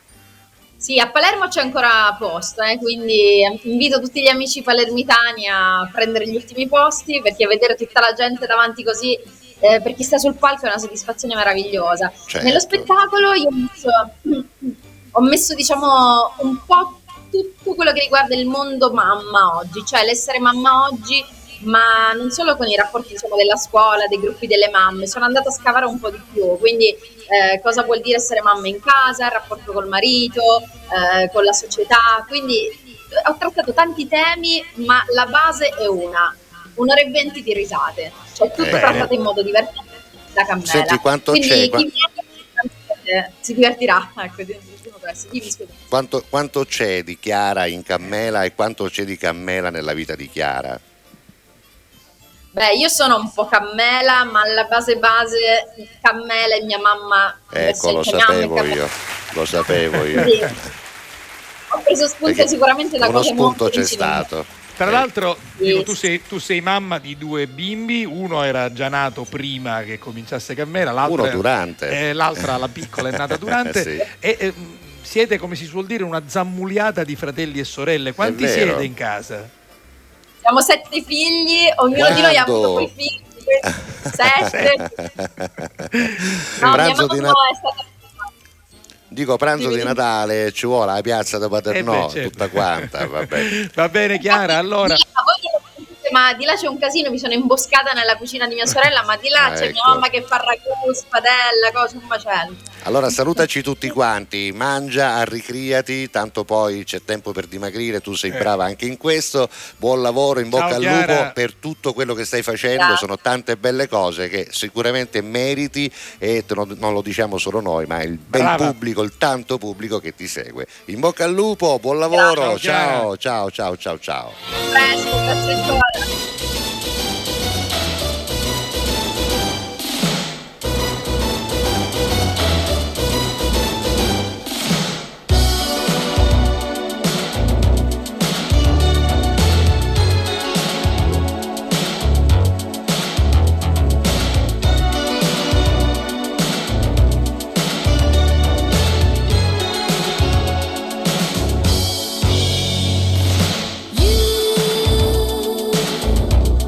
Speaker 9: Sì, a Palermo c'è ancora posto, eh, quindi invito tutti gli amici palermitani a prendere gli ultimi posti, perché vedere tutta la gente davanti così, eh, per chi sta sul palco è una soddisfazione meravigliosa. Certo. Nello spettacolo io ho messo, ho messo diciamo un po' tutto quello che riguarda il mondo mamma oggi, cioè l'essere mamma oggi, ma non solo con i rapporti insomma, della scuola, dei gruppi delle mamme, sono andata a scavare un po' di più, quindi eh, cosa vuol dire essere mamma in casa, il rapporto col marito, eh, con la società, quindi ho trattato tanti temi, ma la base è una, un'ora e venti di risate, cioè tutto Bene. trattato in modo divertente da Carmela.
Speaker 2: Senti quanto
Speaker 9: quindi
Speaker 2: c'è?
Speaker 9: Chi qua... viene, si divertirà, ecco.
Speaker 2: Quanto, quanto c'è di Chiara in Carmela e quanto c'è di Carmela nella vita di Chiara?
Speaker 9: Beh, io sono un po' Carmela, ma alla base base Carmela è mia mamma.
Speaker 2: Ecco, lo sapevo io, lo sapevo io.
Speaker 9: Sì. Ho preso spunto Perché sicuramente da
Speaker 2: uno
Speaker 9: cose
Speaker 2: spunto
Speaker 9: molto
Speaker 2: c'è
Speaker 9: vicine.
Speaker 2: stato.
Speaker 3: Tra l'altro
Speaker 9: Sì.
Speaker 3: dico, tu, sei, tu sei mamma di due bimbi, uno era già nato prima che cominciasse Carmela, l'altra,
Speaker 2: uno durante.
Speaker 3: Eh, l'altra, la piccola, è nata durante.
Speaker 2: sì.
Speaker 3: e, e, siete, come si suol dire, una zammuliata di fratelli e sorelle. Quanti siete in casa?
Speaker 9: Siamo sette figli, ognuno
Speaker 2: Quando?
Speaker 9: di noi ha avuto quei figli. Sette. No,
Speaker 2: pranzo
Speaker 9: mia
Speaker 2: di
Speaker 9: mamma
Speaker 2: Nat-
Speaker 9: è stata...
Speaker 2: Dico pranzo
Speaker 9: Sì.
Speaker 2: di Natale, ci vuole la piazza da Paternò,
Speaker 3: Eh beh, certo.
Speaker 2: tutta quanta, vabbè.
Speaker 3: Va bene Chiara, allora...
Speaker 9: Sì, ma voi ma di là c'è un casino, mi sono imboscata nella cucina di mia sorella, ma di là
Speaker 2: Ah,
Speaker 9: c'è
Speaker 2: ecco.
Speaker 9: mia mamma che fa ragù, spadella, cose, un macello.
Speaker 2: Allora salutaci tutti quanti, mangia, arricriati, tanto poi c'è tempo per dimagrire, tu sei
Speaker 3: Eh.
Speaker 2: brava anche in questo, buon lavoro, in bocca
Speaker 3: Ciao,
Speaker 2: al
Speaker 3: Chiara.
Speaker 2: lupo per tutto quello che stai facendo,
Speaker 9: Grazie.
Speaker 2: sono tante belle cose che sicuramente meriti e te lo- non lo diciamo solo noi, ma il bel
Speaker 3: Brava.
Speaker 2: pubblico, il tanto pubblico che ti segue. In bocca al lupo, buon lavoro,
Speaker 3: Grazie. Ciao,
Speaker 2: ciao, ciao, ciao, ciao, ciao.
Speaker 9: A presto, grazie ancora.
Speaker 11: You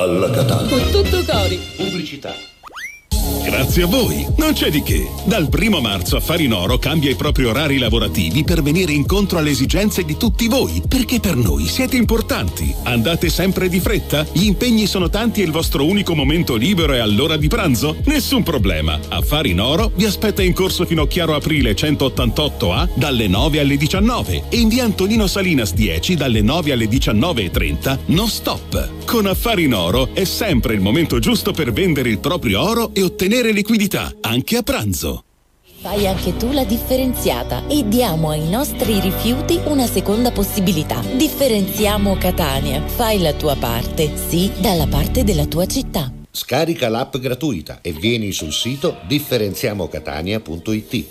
Speaker 11: Alla Catalla.
Speaker 12: Con tutto cori.
Speaker 11: Pubblicità.
Speaker 8: Grazie a voi, non c'è di che. Dal primo marzo Affari in Oro cambia i propri orari lavorativi per venire incontro alle esigenze di tutti voi, perché per noi siete importanti. Andate sempre di fretta? Gli impegni sono tanti e il vostro unico momento libero è all'ora di pranzo? Nessun problema. Affari in Oro vi aspetta in corso Finocchiaro Aprile centottantotto A dalle nove alle diciannove e in via Antonino Salinas dieci dalle nove alle diciannove e trenta non stop. Con Affari in Oro è sempre il momento giusto per vendere il proprio oro e ottenere liquidità, anche a pranzo.
Speaker 1: Fai anche tu la differenziata e diamo ai nostri rifiuti una seconda possibilità. Differenziamo Catania. Fai la tua parte, sì, dalla parte della tua città.
Speaker 2: Scarica l'app gratuita e vieni sul sito differenziamo catania punto it.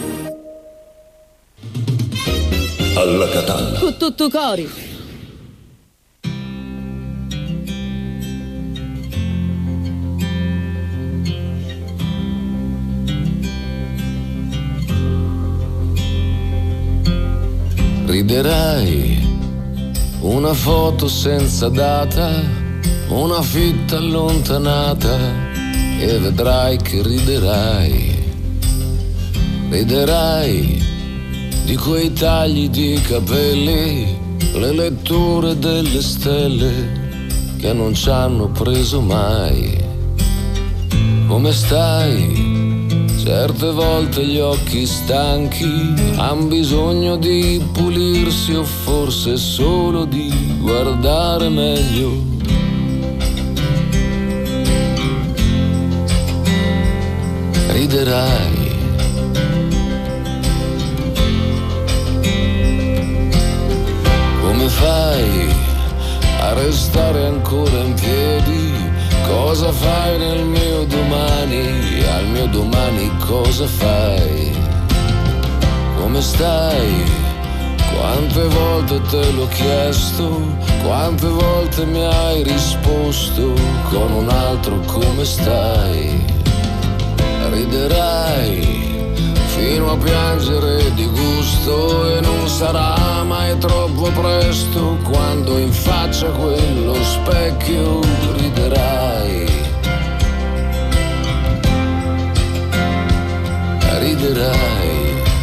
Speaker 11: Alla Catalla.
Speaker 12: Con tutto cori.
Speaker 13: Riderai, una foto senza data, una fitta allontanata e vedrai che riderai. Riderai di quei tagli di capelli, le letture delle stelle che non ci hanno preso mai. Come stai? Certe volte gli occhi stanchi han bisogno di pulirsi o forse solo di guardare meglio. Riderai. Come fai a restare ancora in piedi? Cosa fai nel mio domani? Al mio domani cosa fai? Come stai? Quante volte te l'ho chiesto? Quante volte mi hai risposto con un altro come stai? Riderai fino a piangere di gusto e non sarà mai troppo presto quando in faccia quello specchio riderai. Riderai.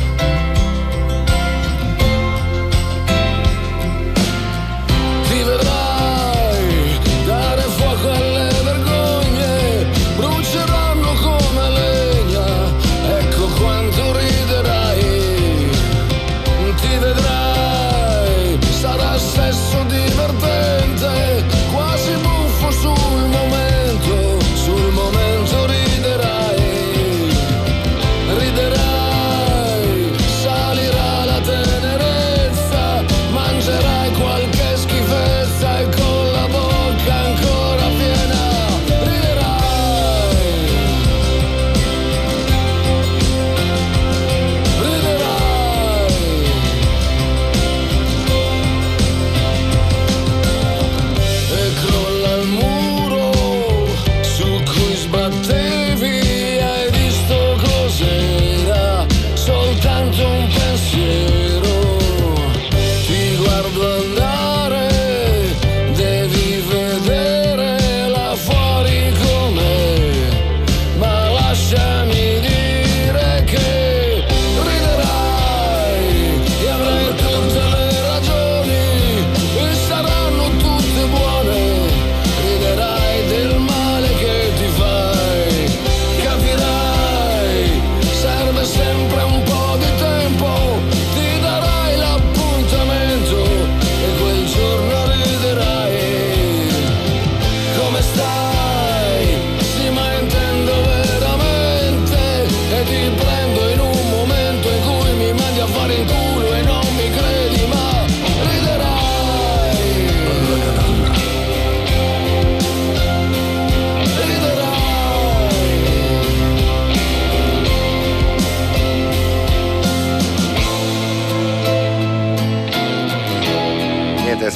Speaker 13: Ti vedrai dare fuoco alle vergogne, bruceranno come legna, ecco quanto riderai. Ti vedrai, sarà sesso divertente, quasi buffo sul momento, sul momento riderai. Riderai.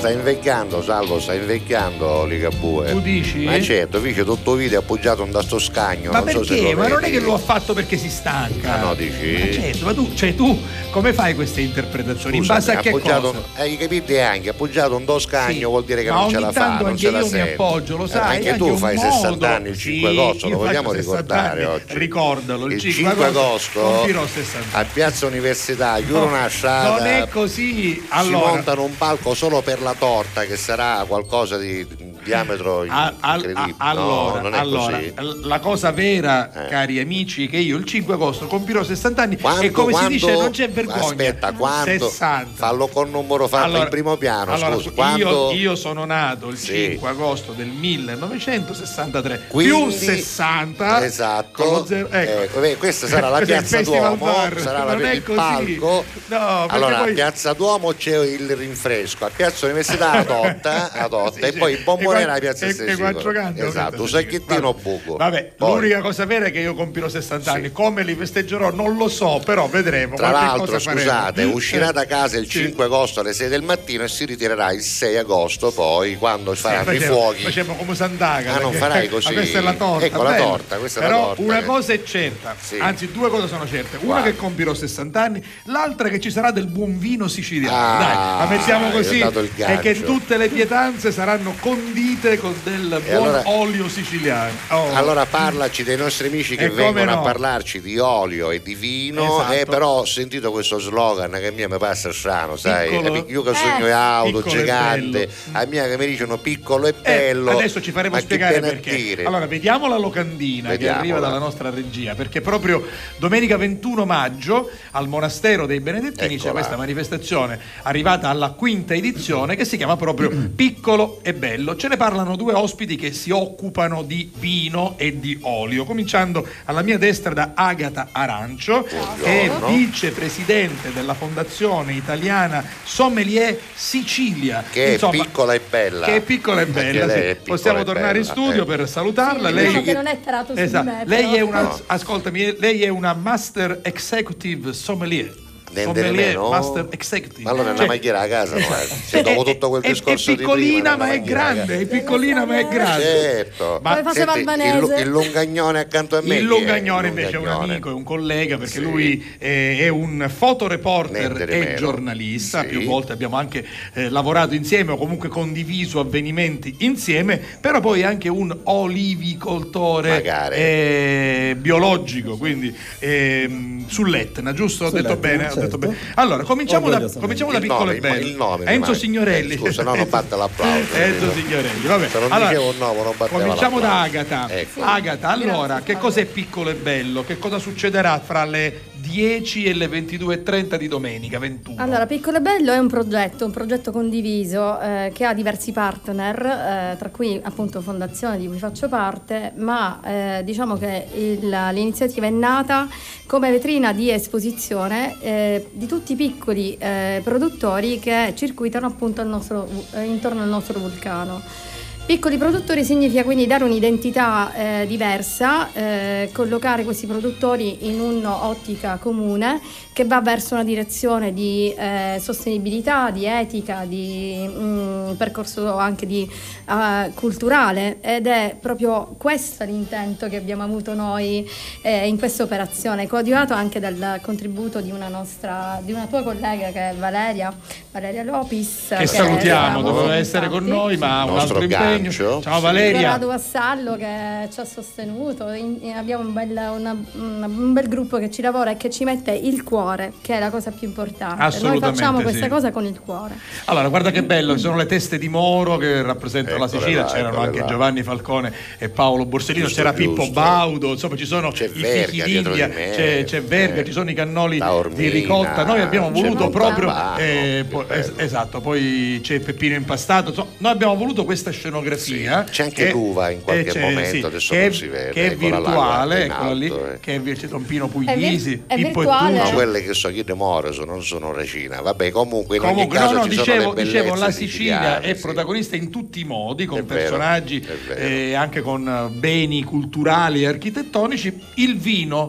Speaker 2: sta invecchiando, Salvo, sta invecchiando Ligabue.
Speaker 3: Tu dici?
Speaker 2: Ma certo, dice tutto video appoggiato da sto scagno.
Speaker 3: Ma
Speaker 2: non
Speaker 3: perché?
Speaker 2: So se lo
Speaker 3: ma non è
Speaker 2: vedi.
Speaker 3: che lo ha fatto perché si stanca.
Speaker 2: Ah, no, dici?
Speaker 3: Ma certo, ma tu, cioè tu come fai queste interpretazioni? In base a che
Speaker 2: appoggiato,
Speaker 3: cosa?
Speaker 2: Hai capito anche, appoggiato un do scagno
Speaker 3: Sì,
Speaker 2: vuol dire che
Speaker 3: ma
Speaker 2: non ce
Speaker 3: ogni
Speaker 2: la fa,
Speaker 3: tanto
Speaker 2: non
Speaker 3: anche
Speaker 2: ce la
Speaker 3: io mi
Speaker 2: sente.
Speaker 3: appoggio, lo sai,
Speaker 2: anche
Speaker 3: anche
Speaker 2: tu
Speaker 3: un
Speaker 2: fai
Speaker 3: modo.
Speaker 2: sessanta anni il cinque
Speaker 3: Sì,
Speaker 2: agosto, lo
Speaker 3: io
Speaker 2: vogliamo
Speaker 3: faccio sessanta
Speaker 2: ricordare
Speaker 3: anni,
Speaker 2: oggi.
Speaker 3: Ricordalo, il,
Speaker 2: Il
Speaker 3: cinque
Speaker 2: cinque
Speaker 3: agosto
Speaker 2: agosto
Speaker 3: compirò sessanta anni.
Speaker 2: a Piazza Università chiudono
Speaker 3: No,
Speaker 2: una strada.
Speaker 3: non è così.
Speaker 2: Si
Speaker 3: Allora,
Speaker 2: montano un palco solo per la torta che sarà qualcosa di diametro
Speaker 3: a- al-
Speaker 2: incredibile.
Speaker 3: a- allora,
Speaker 2: no, non è
Speaker 3: allora,
Speaker 2: così.
Speaker 3: la cosa vera,
Speaker 2: Eh.
Speaker 3: cari amici, che io il cinque agosto compirò sessanta anni
Speaker 2: Quando-
Speaker 3: e come
Speaker 2: quando-
Speaker 3: si dice non c'è vergogna.
Speaker 2: Aspetta, quando
Speaker 3: sessanta.
Speaker 2: fallo con numero, fallo
Speaker 3: Allora,
Speaker 2: in primo piano.
Speaker 3: allora,
Speaker 2: scusa,
Speaker 3: io,
Speaker 2: quando
Speaker 3: io sono nato il
Speaker 2: Sì.
Speaker 3: cinque agosto del millenovecentosessantatré più
Speaker 2: Quindi-
Speaker 3: sessanta
Speaker 2: esatto,
Speaker 3: con lo zero, ecco.
Speaker 2: ecco, beh, questa sarà la
Speaker 3: Questo è il
Speaker 2: Piazza
Speaker 3: Festival
Speaker 2: Duomo,
Speaker 3: Bar,
Speaker 2: sarà
Speaker 3: non
Speaker 2: la,
Speaker 3: è
Speaker 2: il
Speaker 3: così.
Speaker 2: palco.
Speaker 3: No, perché
Speaker 2: allora
Speaker 3: poi-
Speaker 2: a Piazza Duomo c'è il rinfresco, a Piazza Università la torta, la torta
Speaker 3: Sì,
Speaker 2: e
Speaker 3: sì.
Speaker 2: poi il bomboniere
Speaker 3: E
Speaker 2: alla Piazza
Speaker 3: e- e
Speaker 2: Stesicolo.
Speaker 3: qua giocando,
Speaker 2: Esatto, un
Speaker 3: Piazza
Speaker 2: sacchettino buco.
Speaker 3: Vabbè,
Speaker 2: Poi,
Speaker 3: l'unica cosa vera è che io compirò sessanta anni. Come li festeggerò non lo so, però vedremo.
Speaker 2: tra
Speaker 3: qualche
Speaker 2: l'altro,
Speaker 3: cosa faremo.
Speaker 2: scusate, uscirà
Speaker 3: Eh,
Speaker 2: da casa il
Speaker 3: sì.
Speaker 2: cinque agosto alle sei del mattino e si ritirerà il sei agosto, poi quando faranno i
Speaker 3: Facciamo-
Speaker 2: fuochi.
Speaker 3: Facciamo come Sant'Agata.
Speaker 2: Ah, non
Speaker 3: perché-
Speaker 2: farai così.
Speaker 3: Ma questa è la torta.
Speaker 2: Ecco la
Speaker 3: bello.
Speaker 2: torta, questa è la
Speaker 3: Però
Speaker 2: torta
Speaker 3: una
Speaker 2: che-
Speaker 3: cosa è certa,
Speaker 2: Sì.
Speaker 3: anzi due cose sono certe. Una
Speaker 2: Quale?
Speaker 3: che compirò sessanta anni, l'altra che ci sarà del buon vino siciliano.
Speaker 2: Ah,
Speaker 3: Dai, la mettiamo
Speaker 2: io ho
Speaker 3: così.
Speaker 2: dato il
Speaker 3: E che
Speaker 2: gancio.
Speaker 3: tutte le pietanze saranno condite con del buon
Speaker 2: allora-
Speaker 3: olio siciliano. Oh.
Speaker 2: Allora parlaci dei nostri amici che
Speaker 3: E come
Speaker 2: vengono
Speaker 3: no.
Speaker 2: a parlarci di olio e di vino,
Speaker 3: Esatto.
Speaker 2: e però ho sentito questo slogan che a me mi passa strano, sai?
Speaker 3: Piccolo-
Speaker 2: Eh, Io che
Speaker 3: Eh,
Speaker 2: sogno di auto
Speaker 3: piccolo e
Speaker 2: gigante,
Speaker 3: bello.
Speaker 2: a mia che mi dicono piccolo e
Speaker 3: Eh,
Speaker 2: bello.
Speaker 3: adesso ci faremo
Speaker 2: ma chi
Speaker 3: spiegare
Speaker 2: viene a
Speaker 3: perché.
Speaker 2: dire?
Speaker 3: Allora, vediamo la locandina che
Speaker 2: Vediamola.
Speaker 3: arriva dalla nostra regia, perché proprio domenica ventuno maggio al Monastero dei Benedettini c'è
Speaker 2: Eccola.
Speaker 3: questa manifestazione arrivata alla quinta edizione che si chiama proprio Piccolo e Bello. Ce ne parlano due ospiti che si occupano di vino e di olio, cominciando alla mia destra da Agata Arancio, che è
Speaker 2: Buongiorno.
Speaker 3: vicepresidente della Fondazione Italiana Sommelier Sicilia.
Speaker 2: Che è
Speaker 3: Insomma,
Speaker 2: piccola e bella.
Speaker 3: che è piccola e
Speaker 2: Perché
Speaker 3: bella,
Speaker 2: lei
Speaker 3: sì.
Speaker 2: è piccola
Speaker 3: Possiamo
Speaker 2: e
Speaker 3: tornare in
Speaker 2: bella,
Speaker 3: studio
Speaker 2: eh.
Speaker 3: per salutarla.
Speaker 12: Sì,
Speaker 3: lei,
Speaker 12: diciamo che non è tarato su
Speaker 3: Esatto.
Speaker 12: di me,
Speaker 3: lei
Speaker 12: però.
Speaker 3: è una,
Speaker 2: No.
Speaker 3: ascoltami, lei è una Master Executive Sommelier.
Speaker 2: Niente di
Speaker 3: Sommelier,
Speaker 2: meno?
Speaker 3: Master Executive.
Speaker 2: Ma allora è una
Speaker 3: Cioè,
Speaker 2: maghiera a casa, no? eh. Se dopo tutto quel
Speaker 3: è-
Speaker 2: discorso
Speaker 3: è
Speaker 2: di
Speaker 3: piccolina
Speaker 2: prima,
Speaker 3: ma
Speaker 2: una
Speaker 3: è
Speaker 2: maghiera a casa.
Speaker 3: grande, è piccolina ma è grande.
Speaker 2: Certo.
Speaker 3: Ma
Speaker 12: Poi faceva
Speaker 2: Senti,
Speaker 12: albanese.
Speaker 2: il, il lungagnone accanto a me.
Speaker 3: Il
Speaker 2: chi è?
Speaker 3: Lungagnone
Speaker 2: Il
Speaker 3: invece è un
Speaker 2: Lungagnone?
Speaker 3: amico, è un collega, perché
Speaker 2: Sì.
Speaker 3: lui eh, è un fotoreporter
Speaker 2: Niente di
Speaker 3: e
Speaker 2: meno.
Speaker 3: giornalista.
Speaker 2: Sì.
Speaker 3: Più volte abbiamo anche eh, lavorato insieme o comunque condiviso avvenimenti insieme, però poi è anche un olivicoltore
Speaker 2: Magari.
Speaker 3: eh, biologico, quindi ehm, sull'Etna, giusto? Ho detto
Speaker 14: Sull'Etna,
Speaker 3: bene, ho
Speaker 14: certo.
Speaker 3: detto bene. Allora, cominciamo da,
Speaker 14: Orgogliosamente.
Speaker 3: cominciamo da
Speaker 2: Il
Speaker 3: piccolo
Speaker 2: nome,
Speaker 3: e bello.
Speaker 2: il nome,
Speaker 3: Enzo
Speaker 2: vai.
Speaker 3: Signorelli.
Speaker 2: Eh, scusa, no, non batte l'applauso.
Speaker 3: Enzo Signorelli, vabbè.
Speaker 2: Se non
Speaker 3: Allora,
Speaker 2: dicevo un nome, non batteva
Speaker 3: cominciamo da
Speaker 2: l'applauso.
Speaker 3: Agata.
Speaker 2: Ecco.
Speaker 3: Agata, allora,
Speaker 12: Grazie,
Speaker 3: che cos'è piccolo e bello? Che cosa succederà fra le dieci e le ventidue e trenta di domenica ventuno?
Speaker 12: Allora, Piccolo e Bello è un progetto, un progetto condiviso eh, che ha diversi partner, eh, tra cui appunto Fondazione di cui faccio parte, ma eh, diciamo che il- l'iniziativa è nata come vetrina di esposizione eh, di tutti i piccoli eh, produttori che circuitano appunto al nostro, eh, intorno al nostro vulcano. Piccoli produttori significa quindi dare un'identità eh, diversa, eh, collocare questi produttori in un'ottica comune che va verso una direzione di eh, sostenibilità, di etica, di mm, percorso anche di, eh, culturale, ed è proprio questo l'intento che abbiamo avuto noi eh, in questa operazione, coadiuvato anche dal contributo di una nostra, di una tua collega che è Valeria, Valeria Lopis.
Speaker 3: Che salutiamo,
Speaker 12: è-
Speaker 3: doveva essere con noi, ma ha un
Speaker 2: Nostro
Speaker 3: altro impegno.
Speaker 2: gancio.
Speaker 3: Ciao Valeria.
Speaker 12: Corrado Vassallo che ci ha sostenuto. In- in- abbiamo un bel, una- una- un bel gruppo che ci lavora e che ci mette il cuore, che è la cosa più importante. Noi
Speaker 3: Assolutamente,
Speaker 12: facciamo questa
Speaker 3: sì.
Speaker 12: cosa con il cuore.
Speaker 3: Allora, guarda che bello, ci sono le teste di Moro che rappresentano la
Speaker 2: Eccole
Speaker 3: Sicilia,
Speaker 2: là,
Speaker 3: c'erano
Speaker 2: eccole
Speaker 3: anche
Speaker 2: là.
Speaker 3: Giovanni Falcone e Paolo Borsellino,
Speaker 2: Giusto,
Speaker 3: c'era Pippo
Speaker 2: giusto.
Speaker 3: Baudo, insomma ci sono
Speaker 2: C'è
Speaker 3: i
Speaker 2: Verga
Speaker 3: fichi
Speaker 2: dietro
Speaker 3: d'India,
Speaker 2: di me,
Speaker 3: c'è, c'è Verga,
Speaker 2: eh.
Speaker 3: ci sono i cannoli
Speaker 2: Taormina,
Speaker 3: di ricotta. Noi abbiamo
Speaker 2: c'è
Speaker 3: voluto proprio
Speaker 2: Montalbano,
Speaker 3: eh,
Speaker 2: che
Speaker 3: poi-
Speaker 2: bello.
Speaker 3: es- esatto, poi c'è Peppino Impastato, insomma, noi abbiamo voluto questa scenografia.
Speaker 2: Sì, c'è anche
Speaker 3: che-
Speaker 2: l'uva in qualche
Speaker 3: eh, c'è,
Speaker 2: momento,
Speaker 3: sì,
Speaker 2: adesso
Speaker 3: che
Speaker 2: non
Speaker 3: è-
Speaker 2: si vede,
Speaker 3: che è
Speaker 2: eccola là,
Speaker 3: virtuale,
Speaker 2: guarda, in
Speaker 3: eccola lì,
Speaker 2: alto, eh.
Speaker 3: che è vir- c'è Tompino
Speaker 12: È
Speaker 3: Puglisi,
Speaker 12: vir- è
Speaker 3: Pippo e
Speaker 12: virtuale.
Speaker 2: No,
Speaker 3: Tuccio.
Speaker 2: quelle che so io di Moro sono, non sono Regina. Vabbè, comunque in
Speaker 3: Comunque,
Speaker 2: ogni
Speaker 3: no,
Speaker 2: caso
Speaker 3: no,
Speaker 2: ci sono
Speaker 3: dicevo,
Speaker 2: le
Speaker 3: dicevo
Speaker 2: bellezze
Speaker 3: la Sicilia
Speaker 2: siciliane,
Speaker 3: è
Speaker 2: sì.
Speaker 3: protagonista in tutti i modi, con
Speaker 2: È vero,
Speaker 3: personaggi,
Speaker 2: è vero.
Speaker 3: eh, anche con eh, beni culturali e architettonici. Il vino,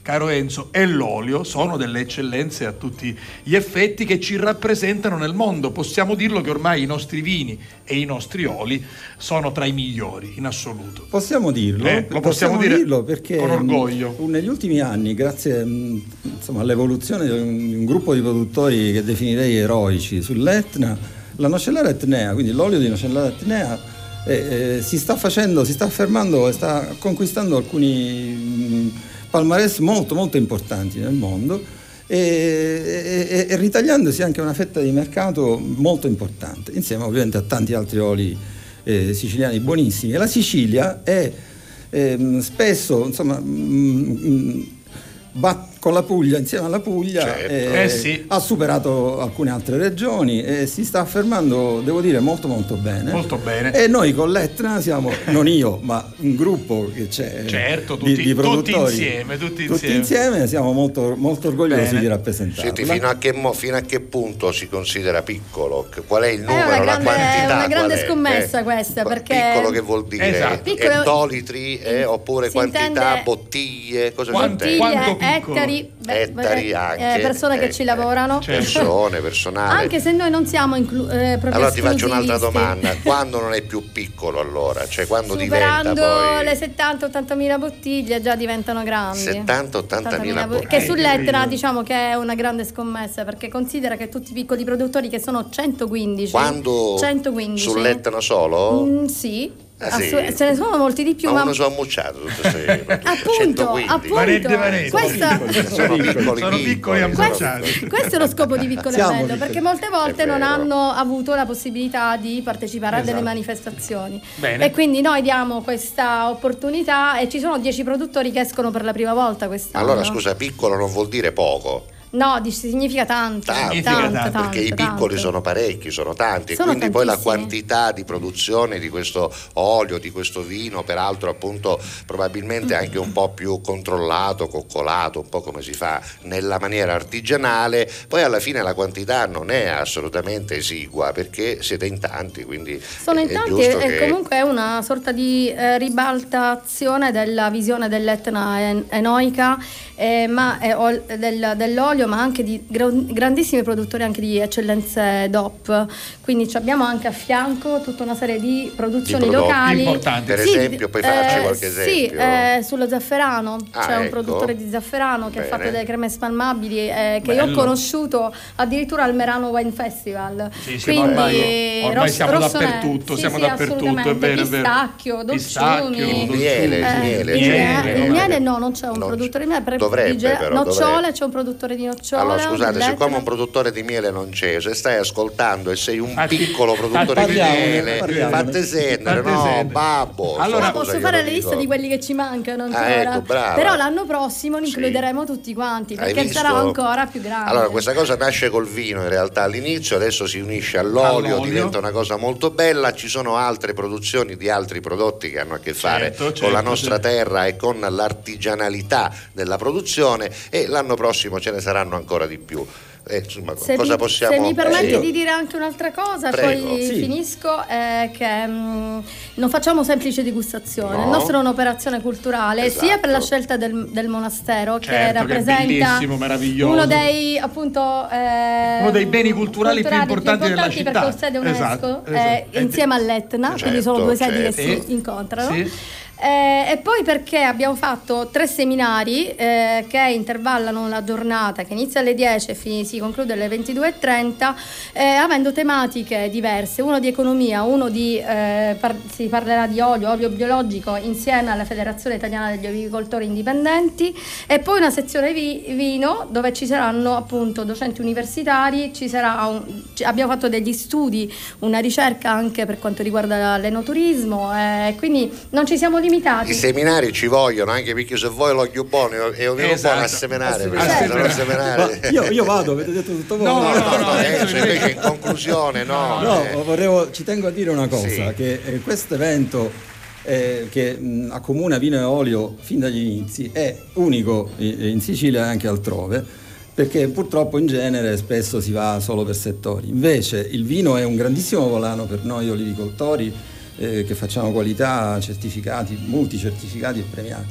Speaker 3: caro Enzo, e l'olio sono delle eccellenze a tutti gli effetti che ci rappresentano nel mondo. Possiamo dirlo che ormai i nostri vini e i nostri oli sono tra i migliori in assoluto.
Speaker 14: Possiamo dirlo,
Speaker 3: eh, lo possiamo,
Speaker 14: possiamo
Speaker 3: dire
Speaker 14: dirlo perché
Speaker 3: con orgoglio.
Speaker 14: Mh, negli ultimi anni, grazie mh, insomma, all'evoluzione di un, di un gruppo di produttori che definirei eroici sull'Etna, la Nocellera etnea, quindi l'olio di Nocellera etnea, eh, eh, si sta facendo, si sta affermando e sta conquistando alcuni mh, palmarès molto molto importanti nel mondo e, e, e ritagliandosi anche una fetta di mercato molto importante, insieme ovviamente a tanti altri oli eh, siciliani buonissimi. E la Sicilia è eh, spesso, insomma, mh, mh, bat- con la Puglia, insieme alla Puglia,
Speaker 2: certo.
Speaker 14: eh,
Speaker 3: Eh sì.
Speaker 14: ha superato alcune altre regioni e si sta affermando, devo dire, molto molto bene.
Speaker 3: Molto bene.
Speaker 14: E noi con l'Etna siamo, non io, ma un gruppo che c'è,
Speaker 3: certo,
Speaker 14: di,
Speaker 3: tutti,
Speaker 14: di produttori.
Speaker 3: tutti insieme, tutti insieme.
Speaker 14: Tutti insieme siamo molto, molto orgogliosi
Speaker 3: Bene.
Speaker 14: di rappresentarla.
Speaker 2: Senti, fino a, che mo, fino a che punto si considera piccolo? Qual è il numero,
Speaker 12: È una
Speaker 2: la
Speaker 12: grande,
Speaker 2: quantità?
Speaker 12: una grande
Speaker 2: qual è?
Speaker 12: scommessa
Speaker 2: Eh,
Speaker 12: questa, perché
Speaker 2: piccolo che vuol dire?
Speaker 3: Esatto.
Speaker 12: Piccolo-
Speaker 2: Ettolitri eh, oppure
Speaker 12: si
Speaker 2: quantità,
Speaker 12: intende-
Speaker 2: bottiglie, cosa
Speaker 3: Quanto-
Speaker 2: si intende?
Speaker 3: quanto
Speaker 12: bottiglie,
Speaker 3: piccolo?
Speaker 12: ettari, beh,
Speaker 2: Ettari
Speaker 12: eh,
Speaker 2: anche,
Speaker 12: persone che
Speaker 2: eh,
Speaker 12: ci lavorano.
Speaker 3: Certo.
Speaker 2: Persone, personale.
Speaker 12: Anche se noi non siamo inclu- eh, proprio
Speaker 2: Allora ti faccio un'altra
Speaker 12: esclusivisti.
Speaker 2: domanda: quando non è più piccolo allora? Cioè quando
Speaker 12: Superando
Speaker 2: diventa poi
Speaker 12: le settanta ottantamila bottiglie già diventano grandi.
Speaker 2: settanta ottantamila
Speaker 12: bottiglie. Che sull'Etna diciamo che è una grande scommessa, perché considera che tutti i piccoli produttori, che sono centoquindici.
Speaker 2: Quando
Speaker 12: centoquindici
Speaker 2: sull'Etna solo?
Speaker 12: Mm, sì.
Speaker 2: Ah, sì?
Speaker 12: Assu- ce ne sono molti di più,
Speaker 2: ma
Speaker 12: ma,
Speaker 2: uno sono ammucciato tutte queste
Speaker 12: appunto,
Speaker 2: centoquindici.
Speaker 12: appunto
Speaker 3: Manette, manette.
Speaker 12: questa-
Speaker 2: sono piccoli,
Speaker 3: Sono piccoli ammucciati.
Speaker 12: questo è lo scopo di Piccolo e
Speaker 14: Siamo
Speaker 12: Bello,
Speaker 14: piccoli.
Speaker 12: perché molte volte
Speaker 2: È
Speaker 12: non
Speaker 2: vero.
Speaker 12: hanno avuto la possibilità di partecipare a delle
Speaker 3: Esatto.
Speaker 12: manifestazioni.
Speaker 3: Bene.
Speaker 12: E quindi noi diamo questa opportunità e ci sono dieci produttori che escono per la prima volta quest'anno.
Speaker 2: Allora scusa, piccolo non vuol dire poco.
Speaker 12: No, dici- significa tanto,
Speaker 2: Tanto,
Speaker 12: tanto,
Speaker 3: tanto,
Speaker 12: tanto,
Speaker 2: perché i piccoli
Speaker 12: tanto.
Speaker 2: sono parecchi, sono tanti,
Speaker 12: Sono
Speaker 2: e quindi poi la
Speaker 12: tantissimi.
Speaker 2: quantità di produzione di questo olio, di questo vino, peraltro appunto probabilmente anche un po' più controllato, coccolato, un po' come si fa nella maniera artigianale, poi alla fine la quantità non è assolutamente esigua perché siete in tanti, quindi
Speaker 12: Sono in
Speaker 2: è
Speaker 12: tanti
Speaker 2: giusto
Speaker 12: e
Speaker 2: che...
Speaker 12: comunque è una sorta di eh, ribaltazione della visione dell'Etna en- enoica, eh, ma eh, ol- del- dell'olio, ma anche di gra- grandissimi produttori anche di eccellenze D O P. Quindi ci abbiamo anche a fianco tutta una serie di produzioni
Speaker 2: Di prodotti
Speaker 12: locali.
Speaker 3: importanti.
Speaker 2: Per
Speaker 12: Sì,
Speaker 2: esempio, puoi farci qualche
Speaker 12: Sì,
Speaker 2: esempio?
Speaker 12: eh, sullo zafferano.
Speaker 2: Ah,
Speaker 12: c'è un
Speaker 2: ecco.
Speaker 12: produttore di zafferano che
Speaker 2: Bene.
Speaker 12: ha fatto delle creme spalmabili eh, che io ho
Speaker 3: Bello.
Speaker 12: conosciuto addirittura al Merano Wine Festival.
Speaker 3: Sì, sì,
Speaker 12: Quindi
Speaker 3: ormai- ormai
Speaker 12: Ross-
Speaker 3: siamo
Speaker 12: rossonero.
Speaker 3: dappertutto,
Speaker 12: Sì,
Speaker 3: siamo
Speaker 12: sì,
Speaker 3: dappertutto, è
Speaker 12: assolutamente.
Speaker 3: vero, è vero.
Speaker 12: Pistacchio,
Speaker 3: Pistacchio,
Speaker 12: dolciumi.
Speaker 2: Il miele, il
Speaker 12: Eh,
Speaker 2: miele,
Speaker 12: il
Speaker 3: certo.
Speaker 12: miele, il
Speaker 3: Miele.
Speaker 12: miele no, non c'è un
Speaker 2: Non
Speaker 12: produttore
Speaker 2: c'è.
Speaker 12: di miele, per
Speaker 2: Dovrebbe,
Speaker 12: di ge-
Speaker 2: però,
Speaker 12: nocciole,
Speaker 2: dovrebbe.
Speaker 12: c'è un produttore di nocciole.
Speaker 2: Allora scusate,
Speaker 12: dell'Etna.
Speaker 2: siccome un produttore di miele non c'è, se stai ascoltando e sei un
Speaker 3: Ah, sì.
Speaker 2: piccolo produttore
Speaker 14: Parliamone,
Speaker 2: di miele,
Speaker 14: parliamone.
Speaker 2: fate sentire,
Speaker 3: Fate
Speaker 2: no,
Speaker 3: sentire.
Speaker 2: babbo.
Speaker 3: Allora,
Speaker 12: Ma
Speaker 2: scusa,
Speaker 12: posso
Speaker 2: io
Speaker 12: fare
Speaker 2: lo
Speaker 12: la
Speaker 2: dico.
Speaker 12: lista di quelli che ci mancano ancora.
Speaker 2: Ah, ecco, brava.
Speaker 12: Però l'anno prossimo li
Speaker 2: Sì.
Speaker 12: includeremo tutti quanti,
Speaker 2: Hai
Speaker 12: perché
Speaker 2: visto?
Speaker 12: sarà ancora più grande.
Speaker 2: Allora, questa cosa nasce col vino in realtà all'inizio, adesso si unisce all'olio,
Speaker 3: All'olio.
Speaker 2: diventa una cosa molto bella. Ci sono altre produzioni di altri prodotti che hanno a che fare
Speaker 3: Certo,
Speaker 2: con
Speaker 3: certo,
Speaker 2: la nostra
Speaker 3: certo.
Speaker 2: terra e con l'artigianalità della produzione, e l'anno prossimo ce ne saranno ancora di più. Eh, insomma,
Speaker 12: Se
Speaker 2: cosa
Speaker 12: mi,
Speaker 2: possiamo
Speaker 12: se mi permetti
Speaker 2: eh,
Speaker 12: di dire anche un'altra cosa,
Speaker 2: Prego.
Speaker 12: poi
Speaker 14: Sì.
Speaker 12: finisco, è che mh, non facciamo semplice degustazione.
Speaker 2: No.
Speaker 12: Il nostro è un'operazione culturale,
Speaker 2: Esatto.
Speaker 12: sia per la scelta del, del monastero,
Speaker 3: Certo,
Speaker 12: che
Speaker 3: che è
Speaker 12: rappresenta
Speaker 3: bellissimo, meraviglioso.
Speaker 12: uno dei appunto eh,
Speaker 3: Uno dei beni culturali più importanti della
Speaker 12: perché
Speaker 3: città.
Speaker 12: ho sede UNESCO,
Speaker 3: Esatto,
Speaker 12: eh,
Speaker 3: esatto.
Speaker 12: insieme all'Etna,
Speaker 2: Certo,
Speaker 12: quindi sono due sedi
Speaker 2: certo.
Speaker 12: che si incontrano.
Speaker 3: Sì.
Speaker 12: Eh, e poi perché abbiamo fatto tre seminari eh, che intervallano la giornata, che inizia alle dieci e fi- si conclude alle ventidue e trenta, eh, avendo tematiche diverse, uno di economia, uno di eh, par- si parlerà di olio, olio biologico insieme alla Federazione Italiana degli Agricoltori Indipendenti, e poi una sezione vi- vino dove ci saranno appunto docenti universitari, ci sarà un- ci- abbiamo fatto degli studi, una ricerca anche per quanto riguarda l'enoturismo, e quindi non ci siamo limitati.
Speaker 2: I seminari ci vogliono, anche perché se vuoi l'occhio buono e io
Speaker 3: Esatto.
Speaker 2: buono a seminare,
Speaker 14: A
Speaker 2: perché
Speaker 12: seminare.
Speaker 2: se non a seminare.
Speaker 14: Ma io, io vado, avete detto tutto voi.
Speaker 3: No,
Speaker 2: No, no, no,
Speaker 3: Enzo,
Speaker 2: Enzo, invece in conclusione no.
Speaker 14: No,
Speaker 2: eh.
Speaker 14: volevo, ci tengo a dire una cosa,
Speaker 2: Sì.
Speaker 14: che eh, questo evento eh, che mh, accomuna vino e olio fin dagli inizi è unico in, in Sicilia e anche altrove, perché purtroppo in genere spesso si va solo per settori. Invece il vino è un grandissimo volano per noi olivicoltori, eh, che facciamo qualità, certificati, multicertificati e premiati.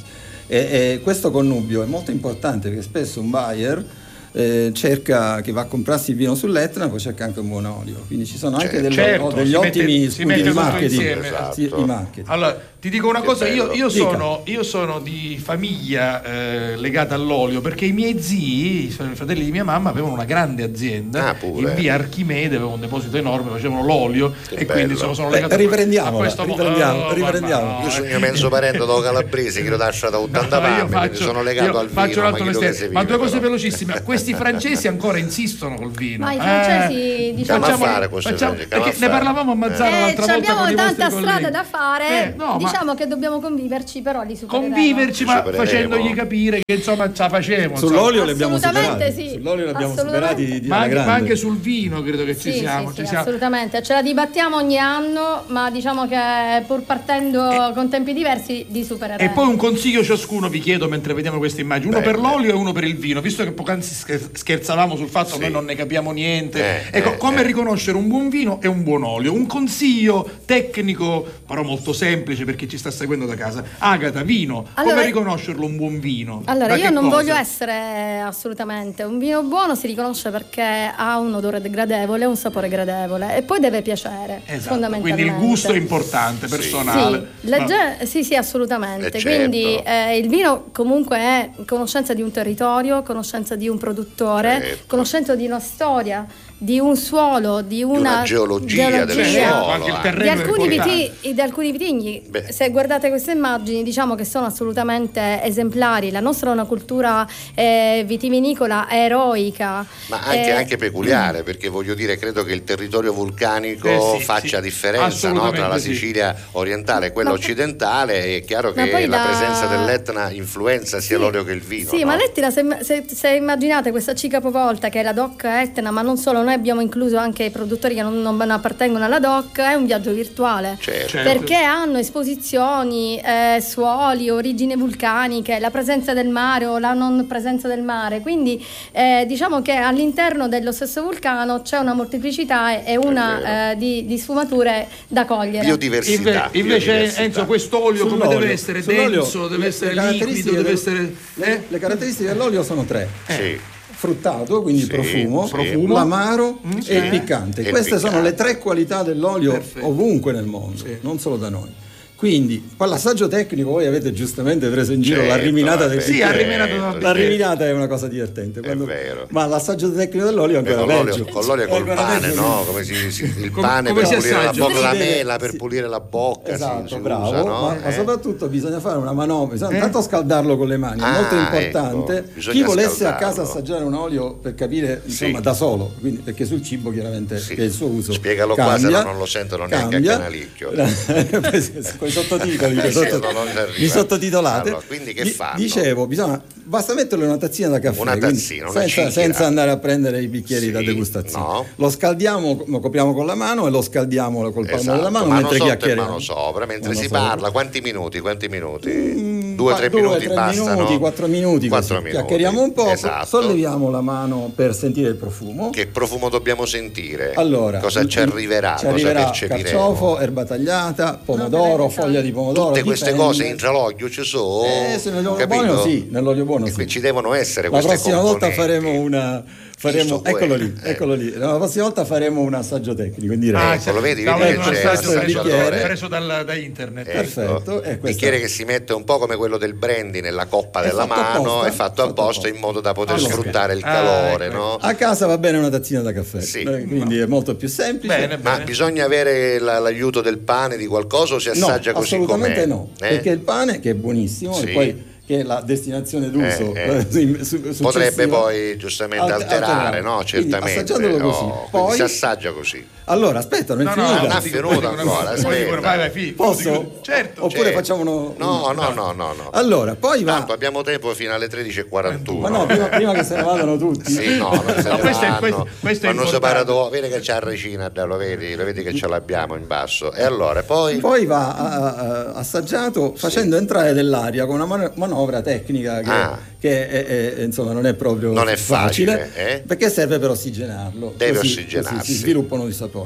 Speaker 14: E, e questo connubio è molto importante perché spesso un buyer Eh, cerca, che va a comprarsi il vino sull'Etna, poi cerca anche un buon olio, quindi ci sono anche delle,
Speaker 3: certo,
Speaker 14: oh, degli ottimi
Speaker 3: mette,
Speaker 14: spunti di marketing,
Speaker 3: esatto.
Speaker 14: sì, di marketing.
Speaker 3: Allora ti dico una
Speaker 14: che
Speaker 3: cosa,
Speaker 14: bello.
Speaker 3: io, io,
Speaker 14: Dica.
Speaker 3: sono, io sono di famiglia eh, legata all'olio, perché i miei zii, i fratelli di mia mamma, avevano una grande azienda
Speaker 2: ah,
Speaker 3: in via Archimede, avevano un deposito enorme, facevano l'olio
Speaker 2: che
Speaker 3: e
Speaker 2: bello.
Speaker 3: quindi sono, sono legato
Speaker 14: Beh, riprendiamo,
Speaker 3: a questo
Speaker 14: riprendiamo,
Speaker 3: oh,
Speaker 14: riprendiamo.
Speaker 3: no,
Speaker 2: io sono mezzo parente da Calabrese che lo lascia da ottanta
Speaker 3: no, io
Speaker 2: anni, sono legato al
Speaker 3: faccio
Speaker 2: vino, ma,
Speaker 3: mestiere. Ma due cose
Speaker 2: però.
Speaker 3: velocissime, questi francesi ancora insistono col vino.
Speaker 12: Ma i francesi
Speaker 3: eh,
Speaker 12: diciamo
Speaker 2: facciamo, fare facciamo,
Speaker 3: perché ne parlavamo a Mazzara
Speaker 12: eh,
Speaker 3: l'altra volta
Speaker 12: abbiamo
Speaker 3: con i
Speaker 12: tanta
Speaker 3: vostri
Speaker 12: strada
Speaker 3: colleghi.
Speaker 12: da fare,
Speaker 3: eh, no,
Speaker 12: diciamo
Speaker 3: ma...
Speaker 12: che dobbiamo conviverci, però li supereremo.
Speaker 3: Conviverci, ma
Speaker 2: supereremo.
Speaker 3: facendogli capire che insomma ce la facevamo.
Speaker 14: Sull'olio li abbiamo
Speaker 12: Assolutamente
Speaker 14: superati.
Speaker 12: sì.
Speaker 14: Sull'olio li abbiamo
Speaker 12: Assolutamente.
Speaker 14: superati di
Speaker 3: ma,
Speaker 14: alla
Speaker 3: anche,
Speaker 14: grande.
Speaker 3: ma anche sul vino credo che ci
Speaker 12: sì,
Speaker 3: siamo,
Speaker 12: sì,
Speaker 3: ci
Speaker 12: sì,
Speaker 3: siamo.
Speaker 12: assolutamente, ce la dibattiamo ogni anno, ma diciamo che pur partendo
Speaker 3: e,
Speaker 12: con tempi diversi li supereremo.
Speaker 3: E poi un consiglio ciascuno vi chiedo mentre vediamo queste immagini, uno
Speaker 2: Beh,
Speaker 3: per l'olio e uno per il vino, visto che poc'anzi scherzavamo sul fatto che
Speaker 2: sì.
Speaker 3: noi non ne capiamo niente.
Speaker 2: Eh,
Speaker 3: ecco,
Speaker 2: eh,
Speaker 3: come
Speaker 2: eh.
Speaker 3: riconoscere un buon vino e un buon olio? Un consiglio tecnico, però molto semplice per chi ci sta seguendo da casa. Agata, vino,
Speaker 12: allora,
Speaker 3: come riconoscerlo un buon vino?
Speaker 12: Allora,
Speaker 3: da
Speaker 12: io
Speaker 3: che
Speaker 12: non
Speaker 3: cosa?
Speaker 12: voglio essere assolutamente un vino buono, si riconosce perché ha un odore gradevole, un sapore gradevole e poi deve piacere,
Speaker 3: esatto,
Speaker 12: fondamentalmente.
Speaker 3: quindi il gusto è importante, personale.
Speaker 12: Sì, la
Speaker 3: Ma...
Speaker 12: ge- sì, sì, assolutamente.
Speaker 2: Eh, certo.
Speaker 12: Quindi eh, il vino comunque è conoscenza di un territorio, conoscenza di un produttore,
Speaker 2: certo.
Speaker 12: conoscenza di una storia, di un suolo, di una,
Speaker 2: di una geologia,
Speaker 12: geologia
Speaker 2: del suolo,
Speaker 3: anche il
Speaker 2: anche.
Speaker 3: terreno
Speaker 12: di alcuni,
Speaker 3: è
Speaker 12: viti, di alcuni vitigni.
Speaker 2: Beh.
Speaker 12: Se guardate queste immagini, diciamo che sono assolutamente esemplari. La nostra è una cultura eh, vitivinicola eroica,
Speaker 2: ma anche,
Speaker 12: eh,
Speaker 2: anche peculiare, perché voglio dire, credo che il territorio vulcanico
Speaker 3: Eh, sì,
Speaker 2: faccia
Speaker 3: sì.
Speaker 2: differenza, no? Tra la
Speaker 3: sì.
Speaker 2: Sicilia orientale e quella
Speaker 12: Ma-
Speaker 2: occidentale. È chiaro
Speaker 12: Ma
Speaker 2: che
Speaker 12: poi
Speaker 2: la
Speaker 12: da-
Speaker 2: presenza dell'Etna influenza sia
Speaker 12: Sì.
Speaker 2: l'olio che il vino.
Speaker 12: Sì,
Speaker 2: no?
Speaker 12: ma l'Etna, se, se, se immaginate questa C capovolta che è la D O C Etna, ma non solo, noi abbiamo incluso anche i produttori che non, non appartengono alla D O C, è un viaggio virtuale.
Speaker 2: Certo.
Speaker 3: Certo.
Speaker 12: Perché hanno esposizioni, eh, suoli, origini vulcaniche, la presenza del mare o la non presenza del mare. Quindi eh, diciamo che all'interno dello stesso vulcano c'è una molteplicità e una eh, di, di sfumature da cogliere.
Speaker 2: Biodiversità.
Speaker 3: Inve- invece
Speaker 2: biodiversità.
Speaker 3: Enzo, quest'olio come
Speaker 14: Sull'olio,
Speaker 3: deve essere?
Speaker 14: sull'olio,
Speaker 3: Denso, deve
Speaker 14: le-
Speaker 3: essere
Speaker 14: le
Speaker 3: liquido,
Speaker 14: caratteristiche
Speaker 3: deve
Speaker 14: del-
Speaker 3: essere...
Speaker 14: le,
Speaker 3: eh?
Speaker 14: le caratteristiche dell'olio sono tre:
Speaker 2: Sì.
Speaker 14: fruttato, quindi
Speaker 2: Sì,
Speaker 14: profumo,
Speaker 2: sì.
Speaker 14: profumo, l'amaro
Speaker 3: Mm,
Speaker 14: e
Speaker 3: sì.
Speaker 14: il piccante.
Speaker 2: E il
Speaker 14: Queste sono
Speaker 2: piccante.
Speaker 14: le tre qualità dell'olio
Speaker 3: Perfetto.
Speaker 14: ovunque nel mondo,
Speaker 3: Sì.
Speaker 14: non solo da noi. Quindi, poi l'assaggio tecnico, voi avete giustamente preso in giro
Speaker 2: Certo,
Speaker 14: la riminata del
Speaker 2: vabbè,
Speaker 3: Sì,
Speaker 14: bicchiere.
Speaker 3: ha riminato da-
Speaker 2: certo,
Speaker 14: La
Speaker 2: certo.
Speaker 14: riminata è una cosa divertente, quando-
Speaker 2: vero.
Speaker 14: ma l'assaggio tecnico dell'olio è
Speaker 2: Beh,
Speaker 14: ancora
Speaker 2: con l'olio,
Speaker 14: peggio.
Speaker 2: con l'olio e
Speaker 14: È
Speaker 2: col
Speaker 14: ancora
Speaker 2: pane,
Speaker 14: peggio.
Speaker 2: no? Come si, si- il
Speaker 3: Come-
Speaker 2: pane
Speaker 3: come
Speaker 2: per
Speaker 3: si
Speaker 2: pulire la
Speaker 3: assaggia?
Speaker 2: bocca, la
Speaker 14: Si deve-
Speaker 2: mela per
Speaker 14: si-
Speaker 2: pulire la bocca,
Speaker 14: Esatto,
Speaker 2: si, si
Speaker 14: bravo,
Speaker 2: usa, no?
Speaker 14: ma, ma
Speaker 2: Eh.
Speaker 14: soprattutto bisogna fare una manovra, bisogna
Speaker 3: Eh?
Speaker 14: intanto scaldarlo con le mani, è
Speaker 2: Ah,
Speaker 14: molto importante.
Speaker 2: ecco, bisogna
Speaker 14: Chi volesse a
Speaker 2: scaldarlo.
Speaker 14: casa assaggiare un olio per capire, insomma,
Speaker 2: Sì.
Speaker 14: da solo, quindi, perché sul cibo chiaramente
Speaker 2: Sì.
Speaker 14: che il suo uso
Speaker 2: Spiegalo qua,
Speaker 14: cambia,
Speaker 2: se no non lo sentono neanche a
Speaker 14: cambia.
Speaker 2: Canalicchio.
Speaker 14: Con i sottotitoli, coi
Speaker 2: Sì,
Speaker 14: sotto-
Speaker 2: no, non ci arriva.
Speaker 14: mi sottotitolate.
Speaker 2: Allora, quindi che
Speaker 14: Di-
Speaker 2: fanno?
Speaker 14: Dicevo, bisogna, basta metterlo in una tazzina da caffè,
Speaker 2: Una
Speaker 14: quindi
Speaker 2: tazzina, una
Speaker 14: senza,
Speaker 2: cinghia.
Speaker 14: senza andare a prendere i bicchieri
Speaker 2: Sì,
Speaker 14: da degustazione.
Speaker 2: no.
Speaker 14: Lo scaldiamo, lo copriamo con la mano e lo scaldiamo col palmo
Speaker 2: Esatto,
Speaker 14: della mano,
Speaker 2: mano
Speaker 14: mentre
Speaker 2: sotto e
Speaker 14: chiacchieriamo.
Speaker 2: mano sopra, mentre
Speaker 14: Mano
Speaker 2: si
Speaker 14: sopra.
Speaker 2: parla. Quanti minuti? Quanti minuti?
Speaker 14: Mm,
Speaker 2: Due o tre
Speaker 14: due,
Speaker 2: minuti
Speaker 14: tre
Speaker 2: bastano?
Speaker 14: minuti, quattro minuti,
Speaker 2: Quattro
Speaker 14: così.
Speaker 2: minuti.
Speaker 14: Chiacchieriamo un po',
Speaker 2: Esatto.
Speaker 14: solleviamo la mano per sentire il profumo.
Speaker 2: Che profumo dobbiamo sentire?
Speaker 14: Allora,
Speaker 2: cosa ci
Speaker 14: in-
Speaker 2: arriverà?
Speaker 14: Ci
Speaker 2: cosa
Speaker 14: arriverà
Speaker 2: percepiremo?
Speaker 14: carciofo, erba tagliata, pomodoro, foglia di pomodoro.
Speaker 2: Tutte queste
Speaker 14: dipende.
Speaker 2: cose in l'olio ci sono?
Speaker 14: Eh, se nell'olio
Speaker 2: capito?
Speaker 14: buono sì, nell'olio buono
Speaker 2: E
Speaker 14: sì.
Speaker 2: qui ci devono essere
Speaker 14: La
Speaker 2: queste
Speaker 14: prossima volta
Speaker 2: componenti.
Speaker 14: faremo una faremo,
Speaker 2: Giusto
Speaker 14: eccolo
Speaker 2: quello,
Speaker 14: lì,
Speaker 2: eh.
Speaker 14: eccolo lì. La prossima volta faremo un assaggio tecnico in diretta.
Speaker 3: Ah,
Speaker 2: Ecco, lo vedi,
Speaker 3: stavo
Speaker 2: vedi
Speaker 3: vedendo
Speaker 2: che
Speaker 3: un
Speaker 2: c'è
Speaker 3: assaggio
Speaker 2: l'assaggiatore.
Speaker 3: preso, preso dal- da internet.
Speaker 2: Ecco.
Speaker 14: Perfetto, e
Speaker 2: Il
Speaker 14: questa-
Speaker 2: bicchiere che si mette un po' come quello del brandy nella coppa
Speaker 14: È
Speaker 2: della
Speaker 14: fatto
Speaker 2: mano,
Speaker 14: apposta,
Speaker 2: è fatto
Speaker 14: fatto
Speaker 2: apposta
Speaker 14: apposta.
Speaker 2: in modo da poter
Speaker 14: Allora,
Speaker 2: sfruttare il
Speaker 3: ah,
Speaker 2: calore,
Speaker 3: ecco.
Speaker 2: no?
Speaker 14: A casa va bene una tazzina da caffè,
Speaker 2: Sì.
Speaker 14: eh, quindi è molto più semplice.
Speaker 3: Bene,
Speaker 2: Ma
Speaker 3: bene.
Speaker 2: bisogna avere la- l'aiuto del pane, di qualcosa, o si
Speaker 14: No,
Speaker 2: assaggia così com'è?
Speaker 14: assolutamente no,
Speaker 2: Eh?
Speaker 14: perché il pane, che è buonissimo,
Speaker 2: Sì.
Speaker 14: e poi che è la destinazione d'uso
Speaker 2: Eh, eh.
Speaker 14: su- su-
Speaker 2: Potrebbe
Speaker 14: successiva,
Speaker 2: poi giustamente
Speaker 14: alt-
Speaker 2: alterare, no?
Speaker 14: Quindi,
Speaker 2: Certamente.
Speaker 14: assaggiandolo così.
Speaker 2: Oh, quindi
Speaker 14: Poi,
Speaker 2: si assaggia così.
Speaker 14: allora, aspetta, non è
Speaker 3: No, no,
Speaker 14: finita.
Speaker 2: non ha
Speaker 3: dico,
Speaker 2: finito
Speaker 3: dico,
Speaker 2: ancora,
Speaker 3: no,
Speaker 2: aspetta.
Speaker 3: dico, vai, vai, fi-
Speaker 14: Posso?
Speaker 3: dico, certo.
Speaker 14: Oppure
Speaker 2: certo.
Speaker 14: facciamo uno,
Speaker 2: No,
Speaker 14: un-
Speaker 2: no, no, no, no.
Speaker 14: Allora, poi va.
Speaker 2: Tanto abbiamo tempo fino alle tredici e quarantuno.
Speaker 14: Ma no, prima, prima che se ne vadano tutti.
Speaker 2: Sì, no, non se
Speaker 3: No,
Speaker 2: ne
Speaker 3: questo è-
Speaker 2: vanno.
Speaker 3: questo- questo è
Speaker 2: Quando si
Speaker 3: importante.
Speaker 2: parla do- vedi che c'è la regina, lo vedi, lo vedi che ce l'abbiamo in basso. E allora, poi
Speaker 14: Poi va a- a- assaggiato facendo entrare dell'aria con una man- manovra tecnica che,
Speaker 2: Ah.
Speaker 14: che è- è- è- insomma non è proprio
Speaker 2: Non è facile, eh?
Speaker 14: perché serve per ossigenarlo.
Speaker 2: Deve
Speaker 14: Così-
Speaker 2: ossigenarsi.
Speaker 14: così si sviluppano i sapori.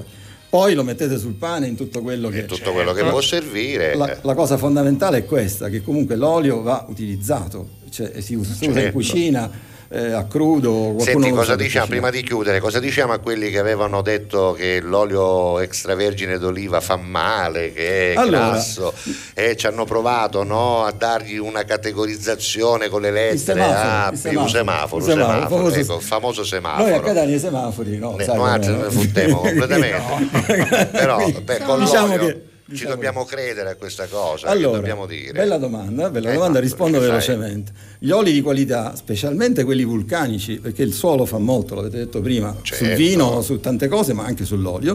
Speaker 14: poi lo mettete sul pane in tutto quello che,
Speaker 2: tutto certo. quello che può servire.
Speaker 14: La, la cosa fondamentale è questa, che comunque l'olio va utilizzato, cioè si usa, certo. in cucina. Eh, a crudo.
Speaker 2: Senti, cosa diciamo prima di chiudere? Cosa diciamo a quelli che avevano detto che l'olio extravergine d'oliva fa male, che è allora, grasso, e ci hanno provato, no, a dargli una categorizzazione con le lettere A, B, un semaforo, il semaforo, semaforo, ecco, il famoso semaforo.
Speaker 14: Noi a Catania i semafori, no?
Speaker 2: Ne, noi ce ne fottiamo completamente. no. Però beh, con
Speaker 14: diciamo
Speaker 2: l'olio
Speaker 14: che
Speaker 2: ci diciamo dobbiamo credere a questa cosa,
Speaker 14: allora,
Speaker 2: che dobbiamo dire.
Speaker 14: Bella domanda, bella eh, domanda, rispondo velocemente. Fai? Gli oli di qualità, specialmente quelli vulcanici, perché il suolo fa molto, l'avete detto prima, certo. sul vino, su tante cose, ma anche sull'olio.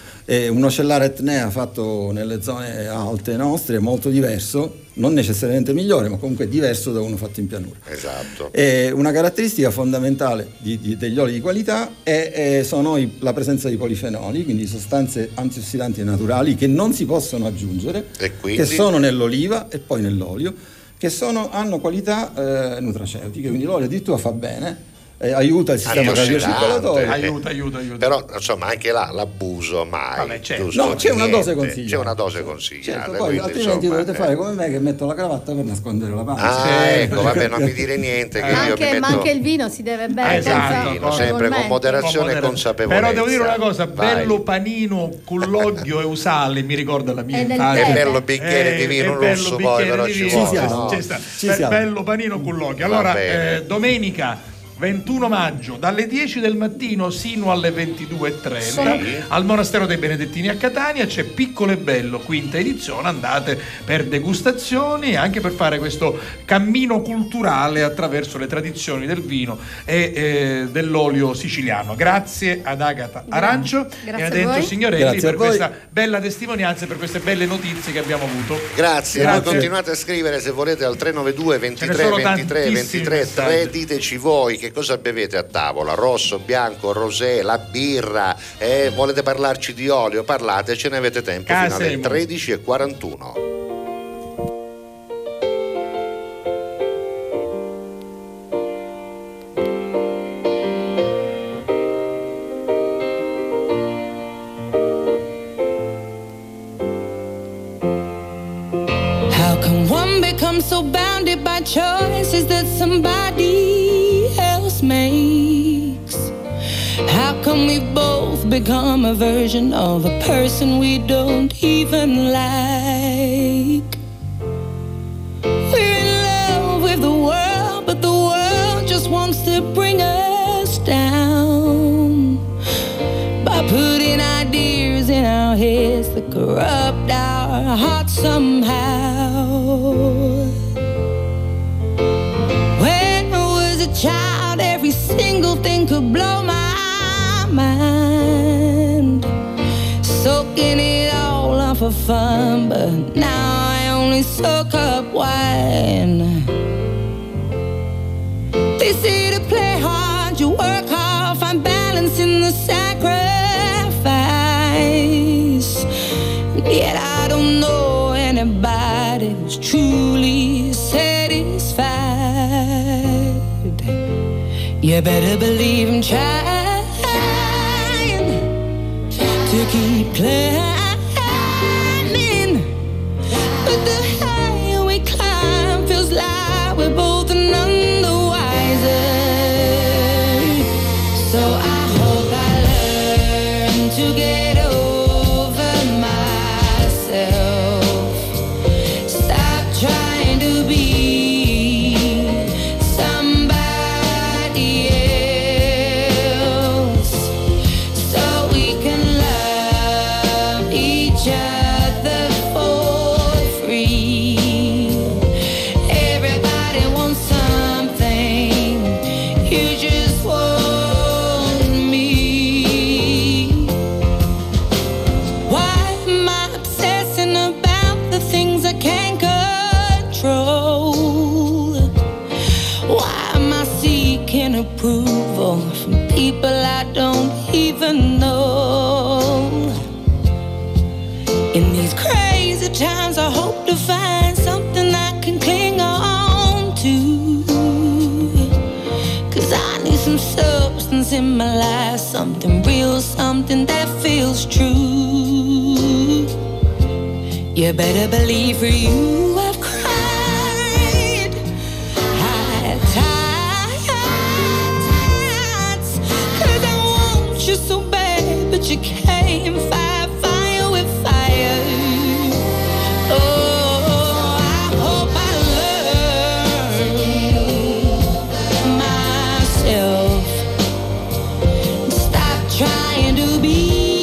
Speaker 14: E un Nocellare etnea fatto nelle zone alte nostre è molto diverso, non necessariamente migliore, ma comunque diverso da uno fatto in pianura.
Speaker 2: Esatto.
Speaker 14: E una caratteristica fondamentale di, di, degli oli di qualità è, è, sono i, la presenza di polifenoli, quindi sostanze antiossidanti naturali che non si possono aggiungere,
Speaker 2: e quindi?
Speaker 14: che sono nell'oliva e poi nell'olio, che sono, hanno qualità eh, nutraceutiche, quindi l'olio addirittura fa bene. Eh, aiuta il sistema cardiocircolatorio,
Speaker 3: aiuta, aiuta, aiuta.
Speaker 2: Però insomma anche là l'abuso mai.
Speaker 3: Vabbè, certo.
Speaker 14: No, c'è una dose consigliata.
Speaker 2: C'è una dose consigliata.
Speaker 14: Certo, poi altrimenti insomma, dovete eh. fare come me che metto la cravatta per nascondere la pancia.
Speaker 2: Ah, sì. ecco, vabbè, non mi dire niente. Che
Speaker 12: anche,
Speaker 2: io mi metto...
Speaker 12: Ma anche il vino si deve bere.
Speaker 2: Esatto, vino, sempre con moderazione e consapevolezza.
Speaker 3: Però devo dire una cosa, Vai. bello panino con l'olio e usale, mi ricorda la mia
Speaker 2: infanzia. È bello bicchiere di vino rosso, poi però ci vuole.
Speaker 3: Bello panino con l'olio. Allora, domenica ventuno maggio dalle dieci del mattino sino alle ventidue e trenta sì. al Monastero dei Benedettini a Catania c'è Piccolo e Bello, quinta edizione. Andate per degustazioni e anche per fare questo cammino culturale attraverso le tradizioni del vino e eh, dell'olio siciliano. Grazie ad Agata Arancio
Speaker 12: Grazie
Speaker 3: e ad Enzo Signorelli
Speaker 14: Grazie
Speaker 3: per questa bella testimonianza e per queste belle notizie che abbiamo avuto.
Speaker 2: Grazie, Grazie. Voi continuate a scrivere se volete al tre nove due ventitré ventitré ventitré tre, diteci voi che cosa bevete a tavola, rosso, bianco, rosé, la birra, eh, volete parlarci di olio, parlate, ce ne avete tempo ah, fino alle tredici e quarantuno.
Speaker 15: How can one become so bounded by choices that somebody makes? How come we both become a version of a person we don't even like? We're in love with the world, but the world just wants to bring us down by putting ideas in our heads that corrupt our hearts somehow. When I was a child, every single thing could blow my mind, soaking it all up for fun, but now I only soak up wine. They say to play hard, you work hard, find balance in the sacrifice, and yet I don't know anybody who's truly satisfied. You better believe I'm trying to keep climbing, but the higher we climb feels like we're both none the wiser. So I hope I learn to get over myself, stop trying to be approval from people I don't even know. In these crazy times I hope to find something I can cling on to, 'cause I need some substance in my life, something real, something that feels true. You better believe for you I've cried high tides, 'cause I want you so bad, but you can't fight fire with fire. Oh, I hope I learn myself, stop trying to be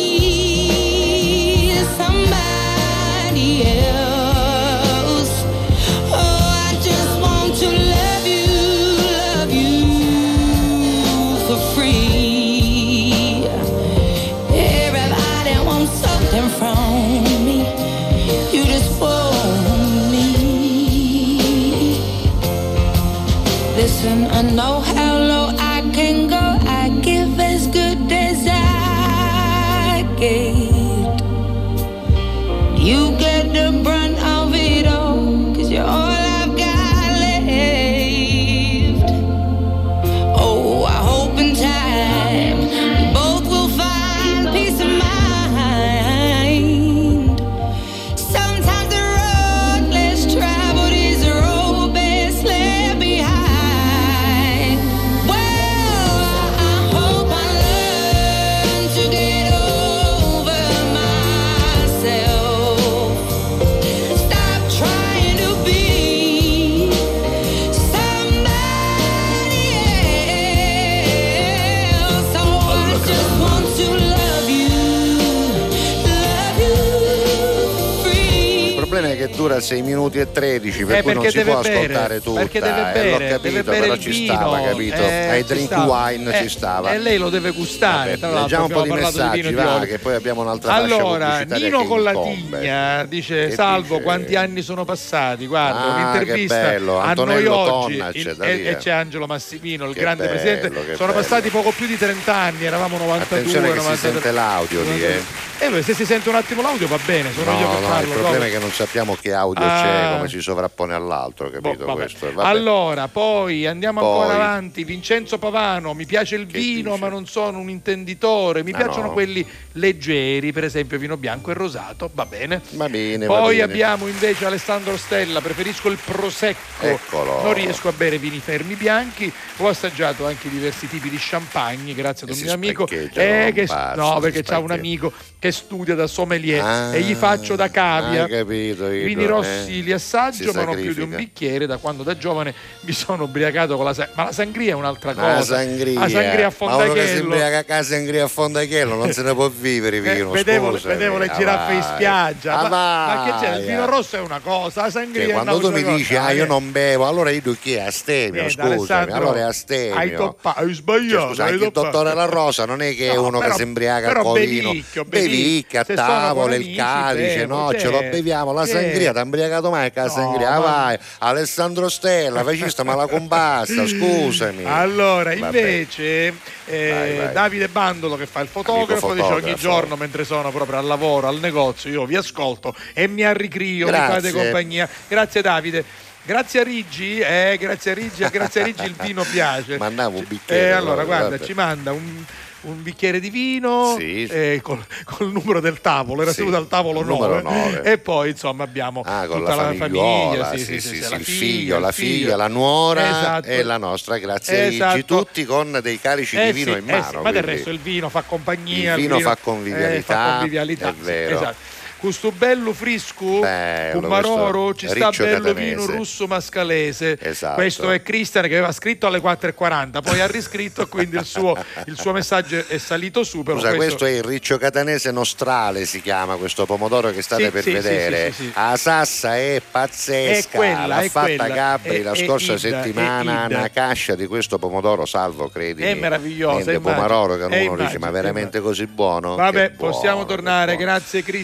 Speaker 15: somebody else. Oh, I just want to love you, love you for free. Everybody wants something from me, you just want me. Listen, I know how low I can go, I give as good as I get. You get the brunt of it all, 'cause you're all I've got left. Oh, I hope in time we both will find peace of mind. Sometimes the road less traveled is the road best left behind. Well, I hope I learn to get over myself, stop trying to be somebody else. Oh, I just want to love you, love you free.
Speaker 2: Il problema è che dura sei minuti e tredici, per
Speaker 3: Eh,
Speaker 2: cui non
Speaker 3: perché
Speaker 2: si può
Speaker 3: deve bere,
Speaker 2: ascoltare tutta.
Speaker 3: perché deve
Speaker 2: eh,
Speaker 3: bere,
Speaker 2: l'ho
Speaker 3: deve
Speaker 2: capito,
Speaker 3: bere
Speaker 2: però
Speaker 3: il
Speaker 2: ci
Speaker 3: vino,
Speaker 2: stava, capito?
Speaker 3: eh,
Speaker 2: Ai
Speaker 3: ci
Speaker 2: drink
Speaker 3: stava.
Speaker 2: wine
Speaker 3: Eh,
Speaker 2: ci stava.
Speaker 3: E lei lo deve gustare.
Speaker 2: Vabbè,
Speaker 3: tra l'altro
Speaker 2: leggiamo un po' di
Speaker 3: abbiamo parlato
Speaker 2: messaggi,
Speaker 3: vino e
Speaker 2: va,
Speaker 3: oli.
Speaker 2: che poi abbiamo un'altra fascia
Speaker 3: Allora,
Speaker 2: pubblicitaria
Speaker 3: Nino
Speaker 2: che
Speaker 3: con la
Speaker 2: incombe.
Speaker 3: tigna dice:
Speaker 2: Che
Speaker 3: Salvo,
Speaker 2: dice?
Speaker 3: quanti anni sono passati? Guarda,
Speaker 2: Ah,
Speaker 3: un'intervista
Speaker 2: che bello,
Speaker 3: a
Speaker 2: Antonello
Speaker 3: noi oggi
Speaker 2: Tonna c'è
Speaker 3: il-
Speaker 2: da
Speaker 3: e,
Speaker 2: dire.
Speaker 3: e c'è Angelo Massimino, il
Speaker 2: Che
Speaker 3: grande
Speaker 2: bello,
Speaker 3: presidente.
Speaker 2: che
Speaker 3: Sono
Speaker 2: bello.
Speaker 3: passati poco più di trenta anni, eravamo novantadue,
Speaker 2: Attenzione che si
Speaker 3: novantatré.
Speaker 2: sente l'audio lì, eh.
Speaker 3: Eh, se si sente un attimo l'audio va bene, sono
Speaker 2: No,
Speaker 3: io che
Speaker 2: no,
Speaker 3: parlo.
Speaker 2: il problema
Speaker 3: dopo.
Speaker 2: è che non sappiamo che audio
Speaker 3: Ah.
Speaker 2: c'è, come si sovrappone all'altro, capito
Speaker 3: Boh, vabbè.
Speaker 2: questo? Vabbè.
Speaker 3: Allora, poi andiamo
Speaker 2: Poi.
Speaker 3: ancora avanti. Vincenzo Pavano, mi piace il
Speaker 2: Che
Speaker 3: vino,
Speaker 2: dice?
Speaker 3: ma non sono un intenditore. Mi
Speaker 2: Ah,
Speaker 3: piacciono
Speaker 2: no.
Speaker 3: quelli leggeri, per esempio vino bianco e rosato, va bene.
Speaker 2: Va bene, va
Speaker 3: Poi
Speaker 2: bene.
Speaker 3: abbiamo invece Alessandro Stella, preferisco il prosecco.
Speaker 2: Eccolo.
Speaker 3: Non riesco a bere vini fermi bianchi. Ho assaggiato anche diversi tipi di champagne, grazie ad
Speaker 2: E
Speaker 3: un
Speaker 2: si
Speaker 3: mio amico.
Speaker 2: spaccheggiano,
Speaker 3: Eh, che,
Speaker 2: basta,
Speaker 3: no,
Speaker 2: si
Speaker 3: perché c'ha un
Speaker 2: spaccheggia.
Speaker 3: amico che studia da sommelier
Speaker 2: Ah,
Speaker 3: e gli faccio da cavia.
Speaker 2: hai capito,
Speaker 3: I
Speaker 2: Ido,
Speaker 3: vini rossi
Speaker 2: eh?
Speaker 3: li assaggio,
Speaker 2: Si
Speaker 3: ma non più di un
Speaker 2: sacrifica.
Speaker 3: bicchiere, da quando da giovane mi sono ubriacato con la sangria. Ma la sangria è un'altra
Speaker 2: Ma la
Speaker 3: cosa.
Speaker 2: sangria,
Speaker 3: La sangria a
Speaker 2: ma uno che si
Speaker 3: fondachello.
Speaker 2: imbriaca a casa sangria a fondachello non se ne può vivere
Speaker 3: Eh,
Speaker 2: vino,
Speaker 3: vedevo,
Speaker 2: scusami.
Speaker 3: vedevo le
Speaker 2: Ah,
Speaker 3: giraffe in
Speaker 2: vai.
Speaker 3: spiaggia.
Speaker 2: Ah,
Speaker 3: ma, ma
Speaker 2: vai,
Speaker 3: che c'è? Il vino
Speaker 2: eh.
Speaker 3: rosso è una cosa, la sangria
Speaker 2: Che
Speaker 3: è
Speaker 2: quando tu
Speaker 3: un'altra
Speaker 2: mi
Speaker 3: cosa.
Speaker 2: dici ah io non bevo, allora io dico chi è astemio,
Speaker 3: Niente,
Speaker 2: scusami,
Speaker 3: Alessandro,
Speaker 2: allora è astemio.
Speaker 3: Hai, toppa- hai sbagliato.
Speaker 2: Cioè, scusa,
Speaker 3: hai
Speaker 2: anche il
Speaker 3: toppato.
Speaker 2: dottore La Rosa non è che è
Speaker 3: No,
Speaker 2: uno
Speaker 3: però-
Speaker 2: che si imbriaca
Speaker 3: però
Speaker 2: con vino,
Speaker 3: bevicchio,
Speaker 2: bevicchia a
Speaker 3: se sono
Speaker 2: tavola,
Speaker 3: con
Speaker 2: il
Speaker 3: amici,
Speaker 2: calice,
Speaker 3: bevo,
Speaker 2: no, ce lo
Speaker 3: certo,
Speaker 2: beviamo, la
Speaker 3: certo.
Speaker 2: sangria, ti ha imbriacato mai a casa
Speaker 3: No,
Speaker 2: sangria,
Speaker 3: ma-
Speaker 2: vai, Alessandro Stella, facista ma la combasta, scusami.
Speaker 3: Allora,
Speaker 2: Vabbè.
Speaker 3: invece eh,
Speaker 2: Vai, vai.
Speaker 3: Davide Bandolo che fa il fotografo,
Speaker 2: Amico
Speaker 3: dice ogni
Speaker 2: fotografo.
Speaker 3: giorno mentre sono proprio al lavoro, al negozio, io vi ascolto e mi arricchio, mi
Speaker 2: Grazie.
Speaker 3: fate compagnia. Grazie Davide. Grazie a Riggi, eh, grazie a Riggi, grazie a Riggi il vino piace.
Speaker 2: Mandavo un
Speaker 3: Eh,
Speaker 2: bicchiere.
Speaker 3: allora,
Speaker 2: però,
Speaker 3: guarda,
Speaker 2: vabbè.
Speaker 3: ci manda un, un bicchiere di vino
Speaker 2: Sì.
Speaker 3: eh, col, col numero del tavolo, era
Speaker 2: Sì,
Speaker 3: seduto al tavolo
Speaker 2: il numero
Speaker 3: nove,
Speaker 2: nove.
Speaker 3: e poi insomma abbiamo
Speaker 2: Ah, con
Speaker 3: tutta
Speaker 2: la
Speaker 3: la
Speaker 2: famigliuola,
Speaker 3: famiglia,
Speaker 2: sì,
Speaker 3: sì,
Speaker 2: sì,
Speaker 3: sì,
Speaker 2: sì,
Speaker 3: sì,
Speaker 2: sì,
Speaker 3: la
Speaker 2: il
Speaker 3: figlia,
Speaker 2: figlio, la
Speaker 3: il figlio.
Speaker 2: figlia, la nuora
Speaker 3: Esatto.
Speaker 2: e la nostra Grazia
Speaker 3: Esatto.
Speaker 2: Riggi, tutti con dei calici
Speaker 3: Eh
Speaker 2: di vino
Speaker 3: sì,
Speaker 2: in
Speaker 3: eh
Speaker 2: mano.
Speaker 3: sì, ma del
Speaker 2: quindi
Speaker 3: resto il vino fa compagnia,
Speaker 2: il vino fa convivialità,
Speaker 3: eh, fa convivialità,
Speaker 2: è
Speaker 3: sì,
Speaker 2: vero.
Speaker 3: esatto. Questo bello frisco,
Speaker 2: Bello,
Speaker 3: Cumaroro,
Speaker 2: questo
Speaker 3: ci sta
Speaker 2: riccio
Speaker 3: bello
Speaker 2: catanese.
Speaker 3: vino russo mascalese.
Speaker 2: Esatto.
Speaker 3: Questo è Cristian che aveva scritto alle quattro e quaranta, poi ha riscritto, quindi il suo, il suo messaggio è salito su. Però
Speaker 2: Scusa,
Speaker 3: questo,
Speaker 2: questo è il riccio catanese nostrale, si chiama questo pomodoro che state
Speaker 3: Sì,
Speaker 2: per
Speaker 3: sì,
Speaker 2: vedere.
Speaker 3: sì, sì, sì, sì.
Speaker 2: La sassa è pazzesca,
Speaker 3: È quella,
Speaker 2: l'ha
Speaker 3: è
Speaker 2: fatta
Speaker 3: quella.
Speaker 2: Gabri
Speaker 3: È-
Speaker 2: la
Speaker 3: è
Speaker 2: scorsa
Speaker 3: id,
Speaker 2: settimana,
Speaker 3: è id.
Speaker 2: una cascia di questo pomodoro, Salvo, credimi.
Speaker 3: È meraviglioso,
Speaker 2: Niente,
Speaker 3: immagino.
Speaker 2: pomaroro che
Speaker 3: È
Speaker 2: uno dice,
Speaker 3: immagino,
Speaker 2: ma veramente così buono?
Speaker 3: Vabbè,
Speaker 2: Che buono,
Speaker 3: possiamo
Speaker 2: che
Speaker 3: tornare,
Speaker 2: buono.
Speaker 3: grazie Cristian.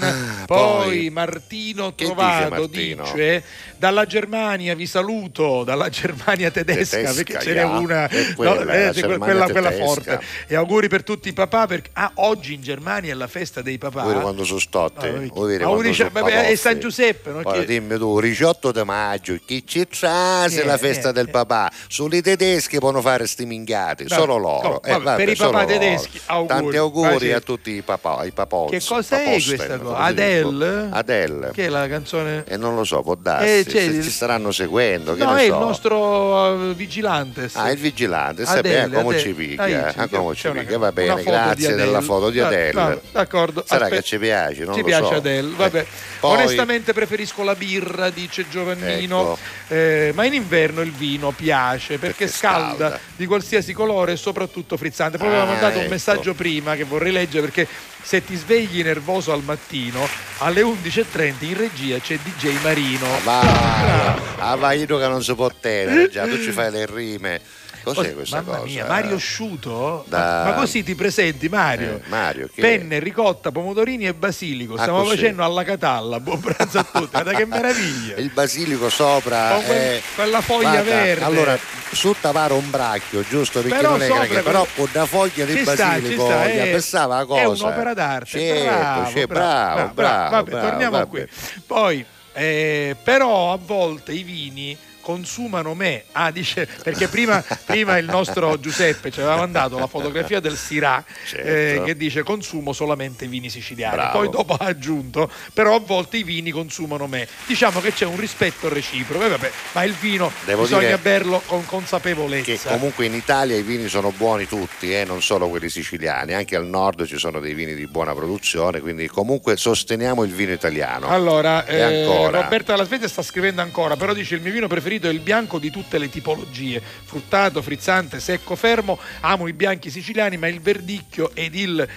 Speaker 2: Ah,
Speaker 3: poi,
Speaker 2: poi
Speaker 3: Martino
Speaker 2: Che
Speaker 3: Trovato
Speaker 2: dice Martino?
Speaker 3: dice: dalla Germania vi saluto, dalla Germania tedesca,
Speaker 2: Tedesca,
Speaker 3: perché ce n'è
Speaker 2: ja.
Speaker 3: una,
Speaker 2: È quella,
Speaker 3: no,
Speaker 2: la
Speaker 3: eh,
Speaker 2: Germania
Speaker 3: quella, quella
Speaker 2: tedesca.
Speaker 3: forte. E auguri per tutti i papà, perché ah, oggi in Germania è la festa dei papà.
Speaker 2: Vuoi quando sono stotte?
Speaker 3: Ah,
Speaker 2: Vuoi vedere
Speaker 3: ma uno
Speaker 2: quando
Speaker 3: dice,
Speaker 2: sono
Speaker 3: vabbè, è
Speaker 2: papoffi?
Speaker 3: San Giuseppe, no?
Speaker 2: Ora
Speaker 3: Chi-
Speaker 2: dimmi tu, diciotto di maggio, chi ci trase
Speaker 3: Eh,
Speaker 2: la festa
Speaker 3: eh,
Speaker 2: del papà? Solo i tedeschi possono fare sti minchiati,
Speaker 3: Vabbè,
Speaker 2: solo loro.
Speaker 3: no,
Speaker 2: Eh,
Speaker 3: vabbè,
Speaker 2: vabbè,
Speaker 3: per i
Speaker 2: solo
Speaker 3: papà
Speaker 2: loro.
Speaker 3: tedeschi, auguri.
Speaker 2: Tanti auguri
Speaker 3: Quasi-
Speaker 2: a tutti i papà, i papozzi.
Speaker 3: Che cosa è
Speaker 2: paposten,
Speaker 3: questa cosa?
Speaker 2: come si dice?
Speaker 3: Adele?
Speaker 2: Adele.
Speaker 3: Che è la canzone?
Speaker 2: E non lo so, può darsi,
Speaker 3: Eh, c'è
Speaker 2: se
Speaker 3: il-
Speaker 2: ci staranno seguendo, che
Speaker 3: No,
Speaker 2: ne
Speaker 3: è
Speaker 2: so.
Speaker 3: il nostro uh, vigilante.
Speaker 2: Ah, il vigilante,
Speaker 3: Adele,
Speaker 2: sapete come
Speaker 3: Adele.
Speaker 2: ci
Speaker 3: Ah,
Speaker 2: picchia,
Speaker 3: io
Speaker 2: eh,
Speaker 3: ci-
Speaker 2: ah, come ci
Speaker 3: c'è una-
Speaker 2: picchia, va
Speaker 3: una
Speaker 2: bene,
Speaker 3: foto di
Speaker 2: grazie
Speaker 3: Adele.
Speaker 2: della foto di
Speaker 3: Va-
Speaker 2: Adele.
Speaker 3: va- d'accordo.
Speaker 2: Sarà
Speaker 3: Aspetta.
Speaker 2: che ci piace, non
Speaker 3: Ci
Speaker 2: lo
Speaker 3: piace
Speaker 2: so.
Speaker 3: Adele, vabbè.
Speaker 2: Eh, poi-
Speaker 3: Onestamente preferisco la birra, dice Giovannino,
Speaker 2: Ecco.
Speaker 3: eh, ma in inverno il vino piace perché,
Speaker 2: Perché
Speaker 3: scalda,
Speaker 2: scalda.
Speaker 3: di qualsiasi colore e soprattutto frizzante. Poi
Speaker 2: Ah,
Speaker 3: aveva mandato un
Speaker 2: ecco.
Speaker 3: messaggio prima che vorrei leggere, perché se ti svegli nervoso al mattino alle undici e trenta in regia c'è D J Marino.
Speaker 2: Vai, ah, vai io che non si può tenere, già tu ci fai le rime. Cos'è
Speaker 3: Oh,
Speaker 2: questa
Speaker 3: mamma
Speaker 2: cosa?
Speaker 3: mia, Mario Sciuto?
Speaker 2: Da-
Speaker 3: Ma, ma così ti presenti, Mario?
Speaker 2: Eh, Mario, che
Speaker 3: Penne, ricotta, pomodorini e basilico.
Speaker 2: Ah,
Speaker 3: Stiamo
Speaker 2: così.
Speaker 3: facendo alla Catalla. Buon pranzo a tutti. Guarda che meraviglia.
Speaker 2: il basilico sopra
Speaker 3: Con quel-
Speaker 2: è-
Speaker 3: quella foglia
Speaker 2: guarda,
Speaker 3: verde.
Speaker 2: allora su tapare un bracchio, giusto, perché
Speaker 3: Però
Speaker 2: non è
Speaker 3: sopra
Speaker 2: granché,
Speaker 3: quel-
Speaker 2: però con una foglia di
Speaker 3: Ci sta,
Speaker 2: basilico
Speaker 3: ci sta,
Speaker 2: gli
Speaker 3: è-
Speaker 2: pensava la cosa,
Speaker 3: è un'opera d'arte.
Speaker 2: certo,
Speaker 3: bravo,
Speaker 2: certo,
Speaker 3: bravo,
Speaker 2: bravo, bravo,
Speaker 3: Vabbè,
Speaker 2: bravo,
Speaker 3: torniamo
Speaker 2: vabbè.
Speaker 3: qui. Poi, eh, però a volte i vini consumano me. Ah, dice, perché prima, prima il nostro Giuseppe ci aveva mandato la fotografia del Syrah,
Speaker 2: Certo.
Speaker 3: eh, che dice consumo solamente vini siciliani.
Speaker 2: Bravo.
Speaker 3: Poi dopo ha aggiunto, però a volte i vini consumano me. Diciamo che c'è un rispetto reciproco. Eh, vabbè, ma il vino
Speaker 2: Devo
Speaker 3: bisogna
Speaker 2: dire
Speaker 3: berlo con
Speaker 2: che
Speaker 3: consapevolezza.
Speaker 2: comunque in Italia i vini sono buoni tutti, eh, non solo quelli siciliani, anche al nord ci sono dei vini di buona produzione, quindi comunque sosteniamo il vino italiano.
Speaker 3: Allora,
Speaker 2: E
Speaker 3: eh,
Speaker 2: ancora?
Speaker 3: Roberta della Svezia sta scrivendo ancora, però dice il mio vino preferito è il bianco di tutte le tipologie, fruttato, frizzante, secco, fermo. Amo i bianchi siciliani, ma il verdicchio ed il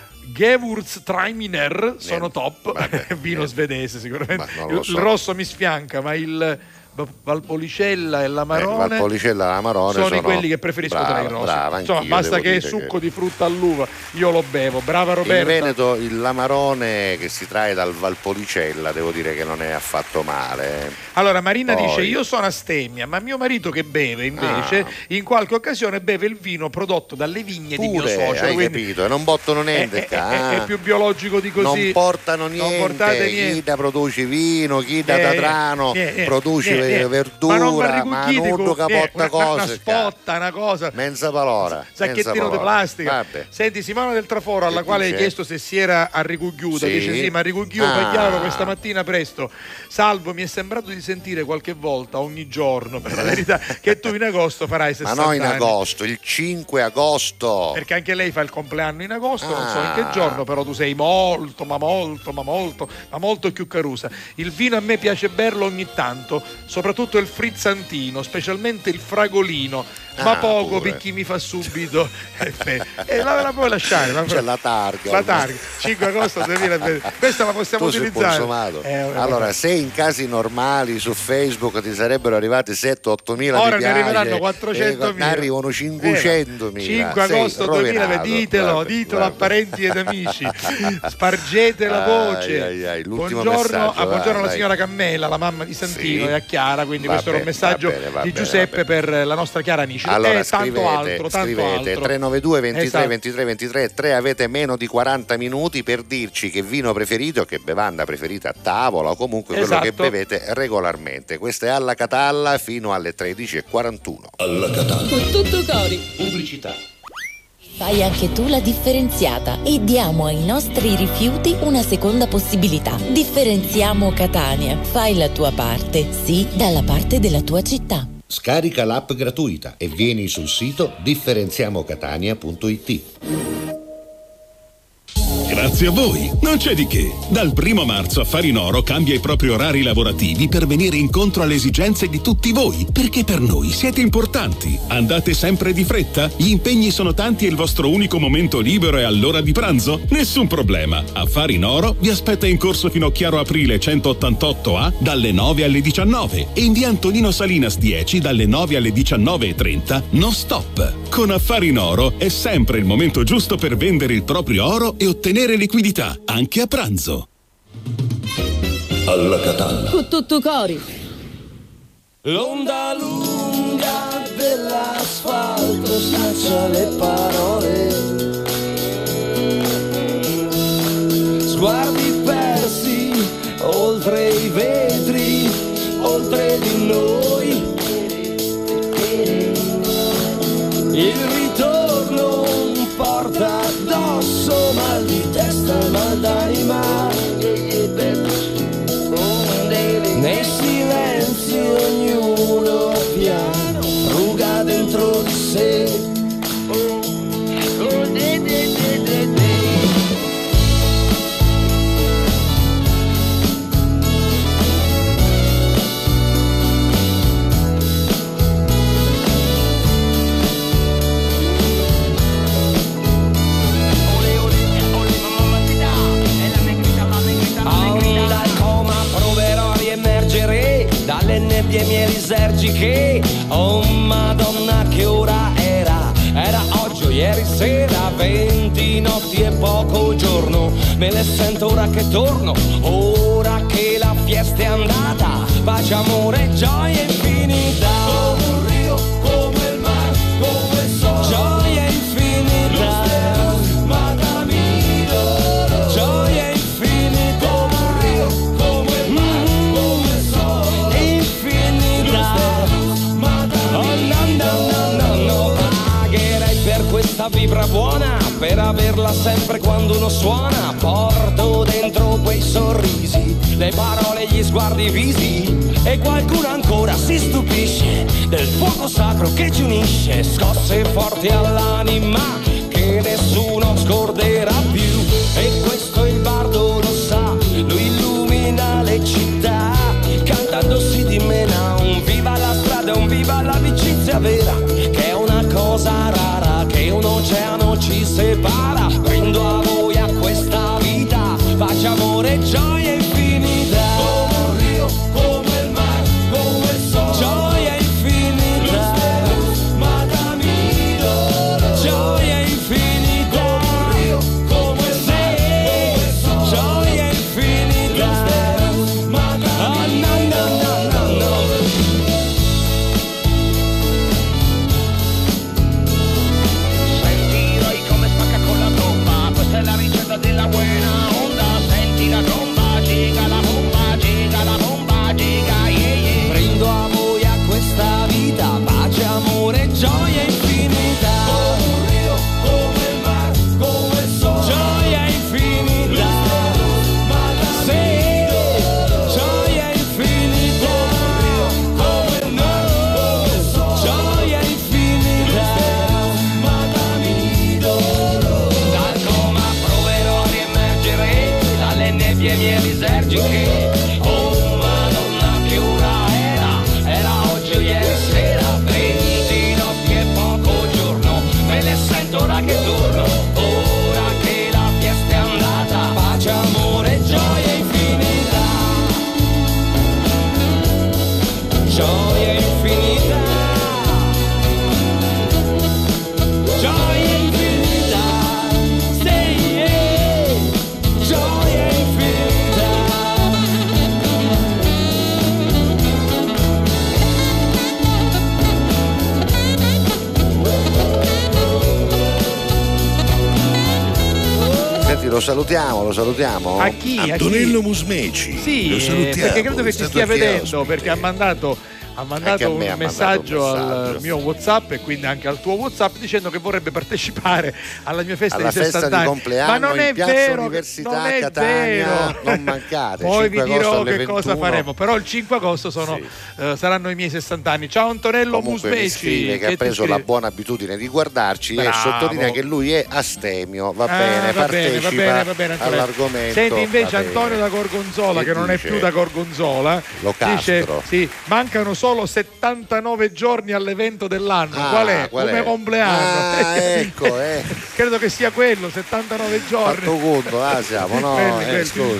Speaker 3: Gewürztraminer sono top.
Speaker 2: Vabbè,
Speaker 3: vino
Speaker 2: eh.
Speaker 3: svedese sicuramente.
Speaker 2: Ma non
Speaker 3: Il,
Speaker 2: lo so.
Speaker 3: il rosso mi sfianca, ma il Valpolicella e l'Amarone,
Speaker 2: Eh, Valpolicella e l'Amarone
Speaker 3: sono,
Speaker 2: sono-
Speaker 3: i quelli che preferisco
Speaker 2: brava,
Speaker 3: tra i rossi.
Speaker 2: brava,
Speaker 3: Insomma,
Speaker 2: anch'io
Speaker 3: basta
Speaker 2: devo
Speaker 3: che è
Speaker 2: dire
Speaker 3: succo
Speaker 2: che-
Speaker 3: di frutta all'uva, io lo bevo. Brava
Speaker 2: In
Speaker 3: Roberta.
Speaker 2: Veneto il Lamarone che si trae dal Valpolicella devo dire che non è affatto male.
Speaker 3: Allora Marina
Speaker 2: Poi-
Speaker 3: dice io sono astemia, ma mio marito che beve invece
Speaker 2: Ah.
Speaker 3: in qualche occasione beve il vino prodotto dalle vigne di mio
Speaker 2: Pure,
Speaker 3: socio,
Speaker 2: hai
Speaker 3: quindi
Speaker 2: capito, e non bottano
Speaker 3: è,
Speaker 2: niente
Speaker 3: è-
Speaker 2: qua,
Speaker 3: è- è
Speaker 2: ah.
Speaker 3: più biologico di così.
Speaker 2: Non portano
Speaker 3: Non
Speaker 2: niente,
Speaker 3: portate
Speaker 2: chi
Speaker 3: niente.
Speaker 2: da produce vino, chi da
Speaker 3: Eh,
Speaker 2: Tatrano
Speaker 3: eh, eh,
Speaker 2: produce
Speaker 3: eh, eh.
Speaker 2: verdura,
Speaker 3: Ma non
Speaker 2: ma
Speaker 3: barricucchiti
Speaker 2: nudo
Speaker 3: con-
Speaker 2: che
Speaker 3: eh,
Speaker 2: porta
Speaker 3: una, una
Speaker 2: cose.
Speaker 3: spotta, una cosa.
Speaker 2: Menza palora.
Speaker 3: Sacchettino
Speaker 2: menza
Speaker 3: di
Speaker 2: palora.
Speaker 3: plastica.
Speaker 2: Vabbè.
Speaker 3: Senti, Simona del Traforo, alla
Speaker 2: Che
Speaker 3: quale hai
Speaker 2: dice?
Speaker 3: chiesto se si era a Ricughiuta,
Speaker 2: Sì.
Speaker 3: dice sì, ma a Ricughiuta
Speaker 2: Ah.
Speaker 3: è chiaro questa mattina presto. Salvo, mi è sembrato di sentire qualche volta, ogni giorno, per la verità, che tu in agosto farai
Speaker 2: Ma
Speaker 3: sessanta
Speaker 2: no in
Speaker 3: anni.
Speaker 2: agosto, il cinque agosto.
Speaker 3: Perché anche lei fa il compleanno in agosto, non so in che
Speaker 2: Ah.
Speaker 3: giorno, però tu sei molto, ma molto, ma molto, ma molto più carusa. Il vino a me piace berlo ogni tanto, soprattutto il frizzantino, specialmente il fragolino, ma
Speaker 2: Ah,
Speaker 3: poco
Speaker 2: pure.
Speaker 3: perché mi fa subito effetto. E la, la puoi lasciare, la,
Speaker 2: C'è la targa.
Speaker 3: la targa, cinque agosto duemilaventi. Questa la possiamo
Speaker 2: Tu sei
Speaker 3: utilizzare.
Speaker 2: consumato.
Speaker 3: Eh,
Speaker 2: allora,
Speaker 3: vabbè.
Speaker 2: se in casi normali su Facebook ti sarebbero arrivati sette otto mila
Speaker 3: Ora
Speaker 2: mi
Speaker 3: ne
Speaker 2: piace,
Speaker 3: arriveranno quattrocentomila.
Speaker 2: eh, ne arrivano cinquecentomila.
Speaker 3: cinque agosto
Speaker 2: Sei
Speaker 3: duemila,
Speaker 2: rovinato.
Speaker 3: ditelo,
Speaker 2: Vabbè,
Speaker 3: ditelo
Speaker 2: vabbè.
Speaker 3: a parenti ed amici. Spargete la voce.
Speaker 2: Ai, ai, ai, l'ultimo
Speaker 3: buongiorno,
Speaker 2: messaggio,
Speaker 3: ah, buongiorno
Speaker 2: vai,
Speaker 3: alla
Speaker 2: vai.
Speaker 3: signora Cammella, la mamma di Santino,
Speaker 2: Sì.
Speaker 3: e a Chiara, quindi
Speaker 2: Va
Speaker 3: questo era un
Speaker 2: bene,
Speaker 3: messaggio
Speaker 2: va bene, va
Speaker 3: di
Speaker 2: bene,
Speaker 3: Giuseppe
Speaker 2: va bene.
Speaker 3: per la nostra Chiara Anici.
Speaker 2: Allora
Speaker 3: e tanto
Speaker 2: scrivete,
Speaker 3: altro, tanto
Speaker 2: scrivete
Speaker 3: altro.
Speaker 2: tre nove due ventitré
Speaker 3: Esatto.
Speaker 2: ventitré ventitré tre, avete meno di quaranta minuti per dirci che vino preferito, che bevanda preferita a tavola o comunque quello
Speaker 3: Esatto.
Speaker 2: che bevete regolarmente. Questa è Alla Catalla fino alle tredici e quarantuno.
Speaker 11: Alla Catalla.
Speaker 1: Con tutto cori.
Speaker 11: Pubblicità.
Speaker 1: Fai anche tu la differenziata e diamo ai nostri rifiuti una seconda possibilità. Differenziamo Catania. Fai la tua parte, sì, dalla parte della tua città.
Speaker 11: Scarica l'app gratuita e vieni sul sito differenziamocatania punto it.
Speaker 8: Grazie a voi, non c'è di che. Dal primo marzo Affari in Oro cambia i propri orari lavorativi per venire incontro alle esigenze di tutti voi, perché per noi siete importanti. Andate sempre di fretta? Gli impegni sono tanti e il vostro unico momento libero è all'ora di pranzo? Nessun problema. Affari in Oro vi aspetta in corso Finocchiaro Aprile centottantotto A dalle nove alle diciannove e in via Antonino Salinas dieci dalle nove alle diciannove e trenta non stop. Con Affari in Oro è sempre il momento giusto per vendere il proprio oro e ottenere liquidità, anche a pranzo.
Speaker 16: Alla Catalla.
Speaker 17: Con tutto cori.
Speaker 5: L'onda lunga dell'asfalto snaccia le parole, sguardi persi oltre i vetri, oltre di noi. Il ritorno porta addosso mal di testa, mal d'anima. Nei silenzi ognuno piano ruga dentro di sé. Dalle nebbie mie lisergiche, oh Madonna che ora era, era oggi o ieri sera, venti notti e poco giorno, me le sento ora che torno, ora che la fiesta è andata, pace, amore, gioia infinita, come un rio, come il mare, come il sole, gioia infinita, ma dammi loro, gioia infinita, come un rio, come il mare, come il sole. Oh no no no no no, pagherei per questa vibra buona, per averla sempre quando uno suona. Porto dentro quei sorrisi, le parole, gli sguardi, i visi, e qualcuno ancora si stupisce del fuoco sacro che ci unisce. Scosse forti all'anima che nessuno scorderà più, e questo il bardo lo sa, lui illumina le città, cantando si dimena un viva la strada, un viva l'amicizia vera, che è una cosa rara, che un oceano ci separa. Brindo a voi, a questa vita, pace, amore, gioia infinita, come un rio, come il mare, come il sole, gioia infinita, ma dammi loro, gioia infinita, come un rio, come il mare, come il sole, gioia infinita, ma dammi loro. La ricetta della buena onda, senti la tromba, giga la bomba, giga la bomba, giga, yeah, yeah. Brindo a voi, a questa vita, pace, amore, gioia infinita, come un rio, come il mare, come il sole, gioia infinita, sì, gioia infinita, come un rio, come il mare, come il sole, gioia infinita, ma dammi loro. Dal coma proverò a riemergere, dalle nebbie mie lisergiche, oh Madonna che ora era, era oggi o ieri sera, venti notti e poco giorno, me le sento ora che torno, ora che la fiesta è andata, pace, amore, gioia infinita, gioia infinita, gioia infinita, sì, yeah. Gioia infinita.
Speaker 2: Senti, lo salutiamo, lo salutiamo.
Speaker 3: A chi?
Speaker 2: Antonello
Speaker 3: A chi?
Speaker 2: Musmeci.
Speaker 3: Sì,
Speaker 2: lo salutiamo.
Speaker 3: perché credo che ci stia vedendo,
Speaker 2: ospite.
Speaker 3: perché ha mandato ha mandato un
Speaker 2: ha
Speaker 3: messaggio,
Speaker 2: mandato un
Speaker 3: al
Speaker 2: messaggio.
Speaker 3: mio WhatsApp e quindi anche al tuo WhatsApp dicendo che vorrebbe partecipare alla mia festa
Speaker 2: alla
Speaker 3: di sessanta
Speaker 2: festa
Speaker 3: anni.
Speaker 2: di compleanno
Speaker 3: Ma non
Speaker 2: in
Speaker 3: è
Speaker 2: Piazza
Speaker 3: vero,
Speaker 2: Università
Speaker 3: non è
Speaker 2: Catania,
Speaker 3: vero.
Speaker 2: non mancate.
Speaker 3: Poi vi
Speaker 2: cinque
Speaker 3: dirò
Speaker 2: agosto alle
Speaker 3: che cosa
Speaker 2: ventuno.
Speaker 3: faremo, però il cinque agosto sono,
Speaker 2: Sì.
Speaker 3: eh, saranno i miei sessanta anni. Ciao Antonello
Speaker 2: Comunque mi
Speaker 3: Musmeci,
Speaker 2: scrive che ha
Speaker 3: ti
Speaker 2: preso la
Speaker 3: scrive?
Speaker 2: buona abitudine di guardarci
Speaker 3: Bravo.
Speaker 2: e sottolinea che lui è astemio. Va
Speaker 3: Ah,
Speaker 2: bene,
Speaker 3: va bene,
Speaker 2: partecipa
Speaker 3: va bene, va bene, Antonello.
Speaker 2: all'argomento.
Speaker 3: Senti invece
Speaker 2: Va bene.
Speaker 3: Antonio da Gorgonzola,
Speaker 2: Che
Speaker 3: che non è
Speaker 2: dice?
Speaker 3: più da Gorgonzola,
Speaker 2: Locastro.
Speaker 3: dice sì, mancano solo settantanove giorni all'evento dell'anno.
Speaker 2: Ah,
Speaker 3: qual è?
Speaker 2: qual
Speaker 3: Come
Speaker 2: è?
Speaker 3: compleanno.
Speaker 2: Ah, ecco, eh.
Speaker 3: Credo che sia quello, settantanove giorni.
Speaker 2: Fatto conto, ah, siamo, no,
Speaker 3: Quelli,
Speaker 2: eh,
Speaker 3: quelli.
Speaker 2: scusa.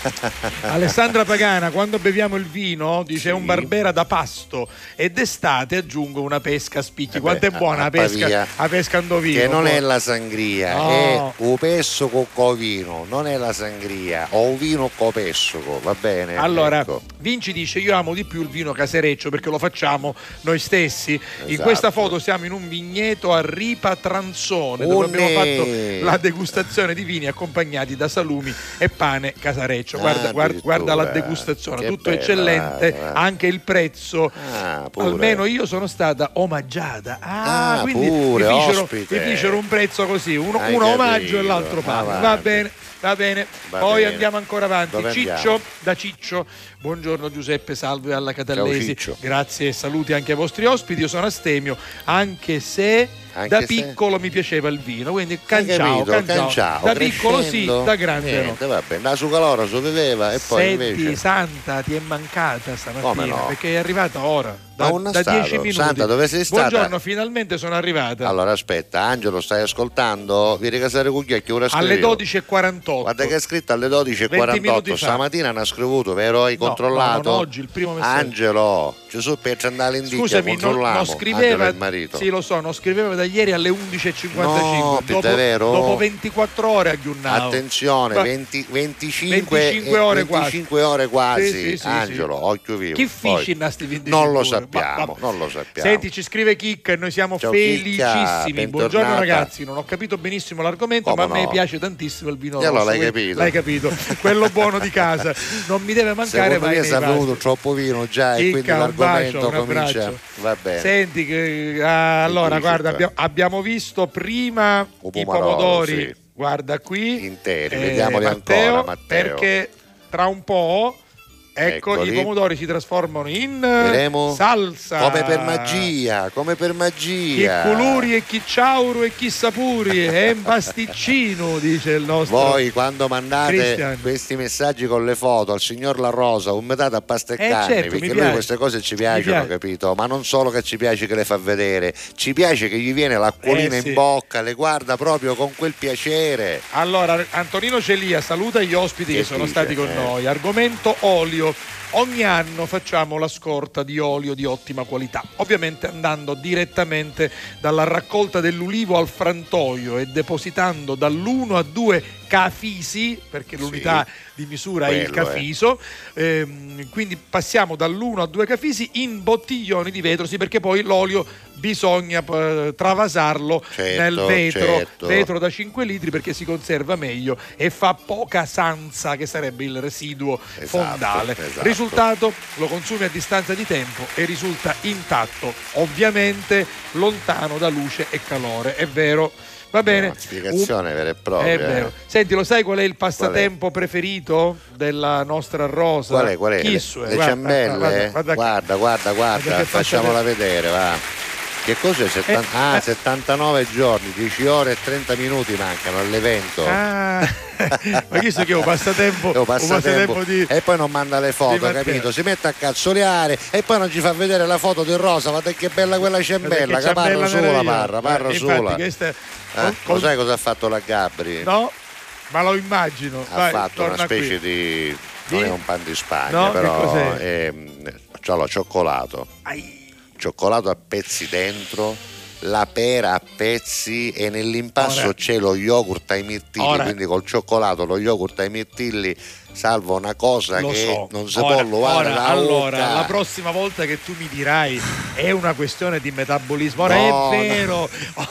Speaker 3: Alessandra Pagana, quando beviamo il vino, dice sì. È un Barbera da pasto, e d'estate aggiungo una pesca a spicchi. Eh Quanto beh, è buona la pesca, la pesca andovino.
Speaker 2: Che non poi. È la sangria, no. È un pesco con vino, non è la sangria, o un vino con pesco, va bene?
Speaker 3: Allora,
Speaker 2: ecco.
Speaker 3: Vinci dice io amo di più il vino casereccio perché lo facciamo noi stessi. Esatto. In questa foto siamo in un vigneto a Ripa Transone, dove abbiamo fatto la degustazione di vini accompagnati da salumi e pane casareccio. Guarda, ah, guarda, guarda la degustazione, che tutto bella, eccellente, va, va. Anche il prezzo. Ah, almeno io sono stata omaggiata. Ah, ah quindi
Speaker 2: pure,
Speaker 3: mi fecero, mi fecero un prezzo così, uno, uno omaggio e l'altro pane. Va bene. Va bene, va poi bene. Andiamo ancora avanti. Dove Ciccio andiamo? Da Ciccio. Buongiorno Giuseppe, salve alla Catallesi. Grazie e saluti anche ai vostri ospiti. Io sono astemio, anche se anche da se... piccolo mi piaceva il vino, quindi canciao, canciao. canciao. Da piccolo sì, da grande niente,
Speaker 2: no. Vabbè, da su calore so beveva e poi
Speaker 3: Senti,
Speaker 2: invece
Speaker 3: Santa, ti è mancata stamattina no? Perché è arrivata ora. Da,
Speaker 2: da dieci minuti. Santa, dove sei stata?
Speaker 3: Buongiorno, finalmente sono arrivata.
Speaker 2: Allora aspetta, Angelo, stai ascoltando? Vieni a casare Cugliacchi, ora scrivo.
Speaker 3: Alle dodici e quarantotto.
Speaker 2: Guarda che è scritto alle dodici e quarantotto. Stamattina hanno scritto, vero? Hai
Speaker 3: no,
Speaker 2: controllato?
Speaker 3: No, oggi il primo messaggio.
Speaker 2: Angelo, Gesù per andare in
Speaker 3: Scusami, non, non scriveva.
Speaker 2: Il marito.
Speaker 3: Sì, lo so, non scriveva da ieri alle undici e cinquantacinque.
Speaker 2: No,
Speaker 3: dopo,
Speaker 2: vero?
Speaker 3: dopo ventiquattro ore a Ghiunnao.
Speaker 2: Attenzione, venti, venticinque, venticinque ore
Speaker 3: venticinque
Speaker 2: quasi. Ore quasi.
Speaker 3: Sì, sì, sì,
Speaker 2: Angelo,
Speaker 3: sì.
Speaker 2: occhio vivo.
Speaker 3: Chi fici in sti venticinque
Speaker 2: Non lo sappiamo, ma, non lo sappiamo.
Speaker 3: Senti, ci scrive Chicca e noi siamo
Speaker 2: Ciao,
Speaker 3: felicissimi.
Speaker 2: Chicca,
Speaker 3: buongiorno ragazzi, non ho capito benissimo l'argomento,
Speaker 2: Come
Speaker 3: ma a me
Speaker 2: no?
Speaker 3: piace tantissimo il vino
Speaker 2: e allora
Speaker 3: rosso.
Speaker 2: l'hai capito.
Speaker 3: L'hai capito. Quello buono di casa. Non mi deve mancare mai.
Speaker 2: Secondo me si è bevuto troppo vino già Chicca, e quindi l'argomento
Speaker 3: bacio,
Speaker 2: comincia. Va bene.
Speaker 3: Senti, che, ah, allora guarda, abbiamo, abbiamo visto prima
Speaker 2: o
Speaker 3: i pomodori.
Speaker 2: Sì.
Speaker 3: Guarda qui.
Speaker 2: Interi,
Speaker 3: eh,
Speaker 2: vediamoli
Speaker 3: Matteo,
Speaker 2: ancora, Matteo.
Speaker 3: Perché tra un po'. Ecco, Eccoli. I pomodori si trasformano in
Speaker 2: Vedremo.
Speaker 3: Salsa.
Speaker 2: Come per magia, come per magia.
Speaker 3: Chi culuri e chi ciauru e chi sapuri è un pasticcino, dice il nostro.
Speaker 2: Voi quando mandate
Speaker 3: Christian.
Speaker 2: Questi messaggi con le foto al signor La Rosa, un metà a pasta e
Speaker 3: eh
Speaker 2: carne,
Speaker 3: certo,
Speaker 2: perché
Speaker 3: lui
Speaker 2: piace. Queste cose ci piacciono,
Speaker 3: piace.
Speaker 2: capito? Ma non solo che ci piace che le fa vedere, ci piace che gli viene l'acquolina
Speaker 3: eh, sì.
Speaker 2: in bocca, le guarda proprio con quel piacere.
Speaker 3: Allora, Antonino Celia saluta gli ospiti che, che sono
Speaker 2: dice?
Speaker 3: stati con
Speaker 2: eh.
Speaker 3: noi. Argomento olio. Ogni anno facciamo la scorta di olio di ottima qualità, ovviamente andando direttamente dalla raccolta dell'ulivo al frantoio e depositando dall'uno a due cafisi, perché l'unità sì, di misura è il cafiso, ehm, quindi passiamo dall'uno a due cafisi in bottiglioni di vetro, sì, perché poi l'olio bisogna eh, travasarlo
Speaker 2: certo,
Speaker 3: nel vetro,
Speaker 2: certo.
Speaker 3: vetro da cinque litri perché si conserva meglio e fa poca sanza, che sarebbe il residuo
Speaker 2: esatto,
Speaker 3: fondale.
Speaker 2: Esatto.
Speaker 3: Risultato, lo consumi a distanza di tempo e risulta intatto, ovviamente lontano da luce e calore, è vero. Va bene.
Speaker 2: Una spiegazione
Speaker 3: Un...
Speaker 2: vera e propria.
Speaker 3: È vero.
Speaker 2: Eh.
Speaker 3: Senti, lo sai qual è il passatempo preferito della nostra Rosa?
Speaker 2: Qual è? Qual è?
Speaker 3: Chi
Speaker 2: Le,
Speaker 3: è?
Speaker 2: le
Speaker 3: guarda,
Speaker 2: ciambelle?
Speaker 3: Guarda, guarda,
Speaker 2: guarda, guarda, guarda facciamola vedere, va. Che cos'è? settanta Eh, ah, eh. settantanove giorni, dieci ore e trenta minuti mancano all'evento.
Speaker 3: Ah, ma chi so che è un passatempo,
Speaker 2: un passatempo,
Speaker 3: un passatempo di...
Speaker 2: E poi non manda le foto, capito? Si mette a cazzoleare e poi non ci fa vedere la foto di Rosa. Guarda che bella quella ciambella, che parla sola, parla, parla
Speaker 3: eh,
Speaker 2: sola.
Speaker 3: Questa è...
Speaker 2: eh,
Speaker 3: con...
Speaker 2: Lo sai cosa ha fatto la Gabri?
Speaker 3: No, ma lo immagino.
Speaker 2: Ha
Speaker 3: Vai,
Speaker 2: fatto una specie
Speaker 3: qui.
Speaker 2: di... non
Speaker 3: di...
Speaker 2: è un pan di Spagna,
Speaker 3: no,
Speaker 2: però è... c'ha lo cioccolato.
Speaker 3: Ai.
Speaker 2: Cioccolato a pezzi dentro, la pera a pezzi e nell'impasto
Speaker 3: Ora.
Speaker 2: c'è lo yogurt ai mirtilli,
Speaker 3: Ora.
Speaker 2: quindi col cioccolato lo yogurt ai mirtilli salva una cosa
Speaker 3: Lo
Speaker 2: che
Speaker 3: so.
Speaker 2: non si
Speaker 3: ora,
Speaker 2: può luvare
Speaker 3: ora,
Speaker 2: la
Speaker 3: allora
Speaker 2: bocca.
Speaker 3: la prossima volta che tu mi dirai è una questione di metabolismo, ora
Speaker 2: no,
Speaker 3: è vero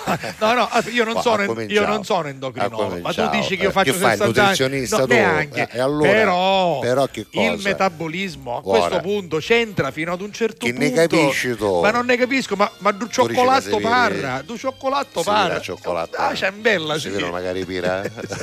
Speaker 3: no no, io non sono io non sono
Speaker 2: Ha
Speaker 3: endocrinologo, ma tu
Speaker 2: cominciato.
Speaker 3: dici che io
Speaker 2: Eh,
Speaker 3: faccio
Speaker 2: che fai,
Speaker 3: sessanta anni,
Speaker 2: nutrizionista
Speaker 3: no,
Speaker 2: tu?
Speaker 3: neanche
Speaker 2: Eh, allora,
Speaker 3: però,
Speaker 2: però che cosa?
Speaker 3: il metabolismo a
Speaker 2: Ora.
Speaker 3: questo punto c'entra fino ad un certo
Speaker 2: Che
Speaker 3: punto,
Speaker 2: ne capisci tu?
Speaker 3: ma non ne capisco, ma, ma du cioccolato
Speaker 2: dici che
Speaker 3: parra du cioccolato
Speaker 2: Sì,
Speaker 3: parra
Speaker 2: la cioccolato.
Speaker 3: ah, c'è bella
Speaker 2: si
Speaker 3: sì.
Speaker 2: vedono magari pira.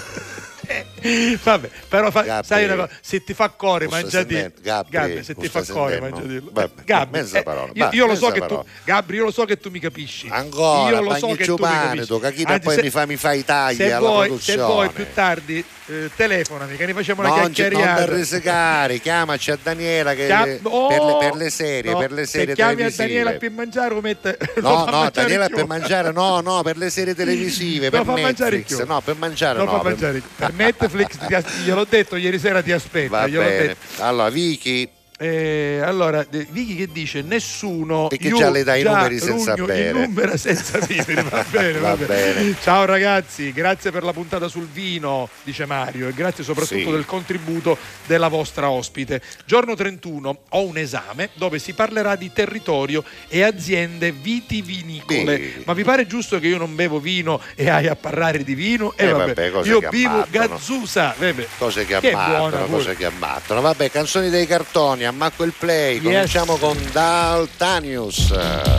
Speaker 3: Vabbè, però fa,
Speaker 2: Gabri,
Speaker 3: sai una cosa, se ti fa cuore
Speaker 2: Lo stai
Speaker 3: mangiati
Speaker 2: sentendo? Gabri,
Speaker 3: Gabri, se
Speaker 2: lo
Speaker 3: ti fa
Speaker 2: stai
Speaker 3: cuore
Speaker 2: sentendo?
Speaker 3: mangiati
Speaker 2: Vabbè,
Speaker 3: Gabri,
Speaker 2: mezza
Speaker 3: eh,
Speaker 2: parola,
Speaker 3: io,
Speaker 2: va,
Speaker 3: io lo so
Speaker 2: mezza
Speaker 3: che
Speaker 2: parola.
Speaker 3: tu Gabri, io lo so che tu mi capisci
Speaker 2: Ancora,
Speaker 3: io lo so che tu mi capisci
Speaker 2: tu, che
Speaker 3: Anzi,
Speaker 2: poi
Speaker 3: se,
Speaker 2: mi fa, mi fa i tagli
Speaker 3: se
Speaker 2: alla
Speaker 3: vuoi,
Speaker 2: produzione.
Speaker 3: se vuoi più tardi eh, telefonami che ne facciamo una
Speaker 2: non,
Speaker 3: chiacchierata.
Speaker 2: Non per risicare, chiamaci a Daniela che
Speaker 3: Chiam-
Speaker 2: le,
Speaker 3: oh,
Speaker 2: per, le, per le serie,
Speaker 3: no,
Speaker 2: per le serie
Speaker 3: se chiami
Speaker 2: televisive.
Speaker 3: a Daniela per mangiare o mette
Speaker 2: No, no, Daniela per mangiare, no, no, per le serie televisive, per
Speaker 3: fa mangiare
Speaker 2: Netflix,
Speaker 3: più.
Speaker 2: no, per mangiare
Speaker 3: non
Speaker 2: no.
Speaker 3: fa
Speaker 2: Per,
Speaker 3: mangiare. Per, mette Netflix, ti, gliel'ho detto ieri sera, ti aspetta.
Speaker 2: Va
Speaker 3: gliel'ho
Speaker 2: bene.
Speaker 3: detto.
Speaker 2: Allora, Vicky.
Speaker 3: Eh, allora, Vicky che dice nessuno,
Speaker 2: perché
Speaker 3: io
Speaker 2: già le dai i
Speaker 3: già
Speaker 2: numeri senza
Speaker 3: rugno
Speaker 2: bere,
Speaker 3: i numeri senza vivere. Va bene,
Speaker 2: va,
Speaker 3: va
Speaker 2: bene.
Speaker 3: bene. Ciao ragazzi, grazie per la puntata sul vino, dice Mario, e grazie soprattutto
Speaker 2: sì.
Speaker 3: del contributo della vostra ospite. Giorno trentuno ho un esame dove si parlerà di territorio e aziende vitivinicole. Beh. Ma vi pare giusto che io non bevo vino e hai a parlare di vino? E eh, vabbè, vabbè io bevo Gazzusa.
Speaker 2: Cose che ammattano, cose che ammattano. Vabbè, canzoni dei cartoni, ammacco il play. Cominciamo yes. con Daltanius.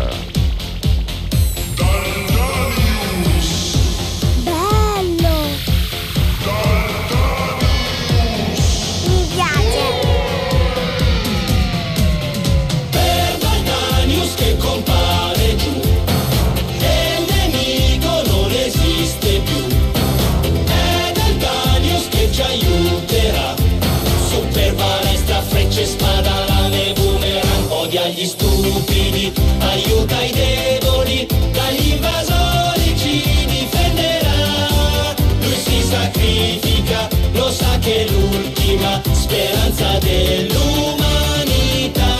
Speaker 16: Agli stupidi, aiuta i deboli, dagli invasori ci difenderà. Lui si sacrifica, lo sa che è l'ultima speranza dell'umanità.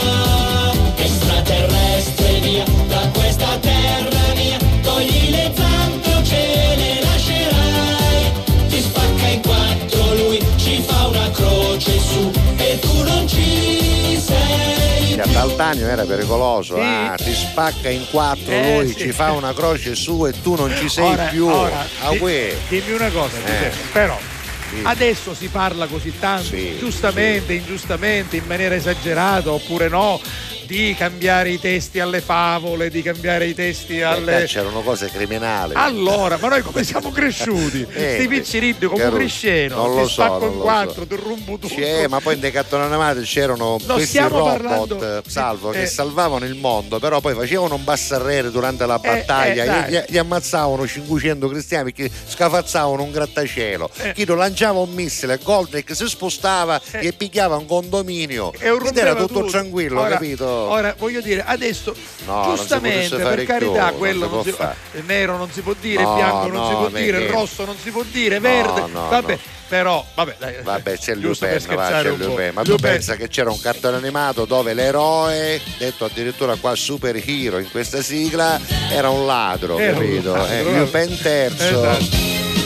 Speaker 16: Extraterrestre via, da questa terra mia, togli le zampe o ce le lascerai. Ti spacca in quattro lui, ci fa una croce su e tu non ci sei.
Speaker 2: Daltanio era pericoloso, sì. ah, ti spacca in quattro eh, lui, sì. ci fa una croce su e tu non ci sei
Speaker 3: ora,
Speaker 2: più.
Speaker 3: Ora,
Speaker 2: ah,
Speaker 3: di, dimmi una cosa, eh. però sì. adesso si parla così tanto, sì, giustamente, sì. ingiustamente, in maniera esagerata oppure no, di cambiare i testi alle favole, di cambiare i testi alle...
Speaker 2: Eh, c'erano cose criminali.
Speaker 3: Allora, ma noi come siamo cresciuti? Eh, Sti picciriddi come un cresceno,
Speaker 2: non lo
Speaker 3: ti spacco
Speaker 2: so,
Speaker 3: in quattro, ti rompo tutto.
Speaker 2: C'è, ma poi nei cartoni animati c'erano no, questi robot, parlando... salvo, eh. che salvavano il mondo, però poi facevano un bassarrere durante la battaglia, eh, eh, gli, gli ammazzavano cinquecento cristiani perché scafazzavano un grattacielo. Eh. Chi lo lanciava un missile, Goldrick si spostava eh. e picchiava un condominio ed era tutto, tutto. tranquillo,
Speaker 3: ora,
Speaker 2: capito?
Speaker 3: Ora voglio dire, adesso
Speaker 2: no,
Speaker 3: giustamente per carità
Speaker 2: più,
Speaker 3: quello non si, non si, nero non si può dire, no, bianco non no, si può dire, che... rosso non si può dire, verde, no, no, vabbè, no. però vabbè, dai,
Speaker 2: vabbè c'è Lupin, va, c'è Lupin. Ma tu pensa che c'era un cartone animato dove l'eroe, detto addirittura qua super hero in questa sigla, era un ladro, era capito? Un ladro, eh, Lupin terzo. Esatto.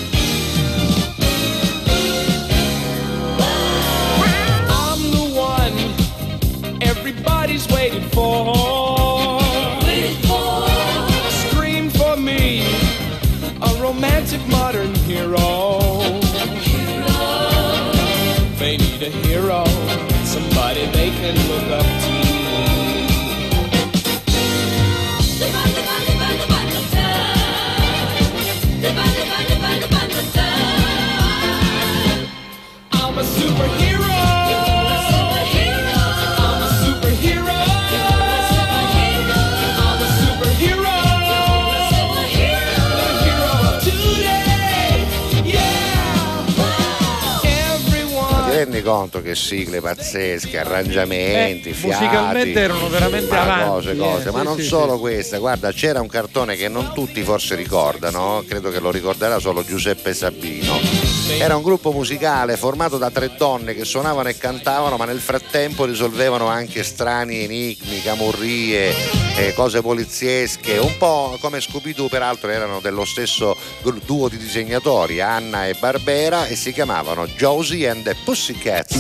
Speaker 17: Everybody's waiting for, waiting for. Scream for me, a romantic modern hero. hero. They need a hero, somebody they can look up to. I'm a superhero.
Speaker 2: Rendi conto che sigle pazzesche, arrangiamenti,
Speaker 3: eh,
Speaker 2: fiati,
Speaker 3: musicalmente erano veramente
Speaker 2: ma
Speaker 3: avanti,
Speaker 2: cose, cose.
Speaker 3: Eh,
Speaker 2: ma
Speaker 3: sì,
Speaker 2: non
Speaker 3: sì,
Speaker 2: solo
Speaker 3: sì.
Speaker 2: questa, guarda, c'era un cartone che non tutti forse ricordano, credo che lo ricorderà solo Giuseppe Sabino. Era un gruppo musicale formato da tre donne che suonavano e cantavano, ma nel frattempo risolvevano anche strani enigmi, camurrie, eh, cose poliziesche, un po' come Scooby-Doo, peraltro erano dello stesso duo di disegnatori, Anna e Barbera, e si chiamavano Josie and the Pussycats.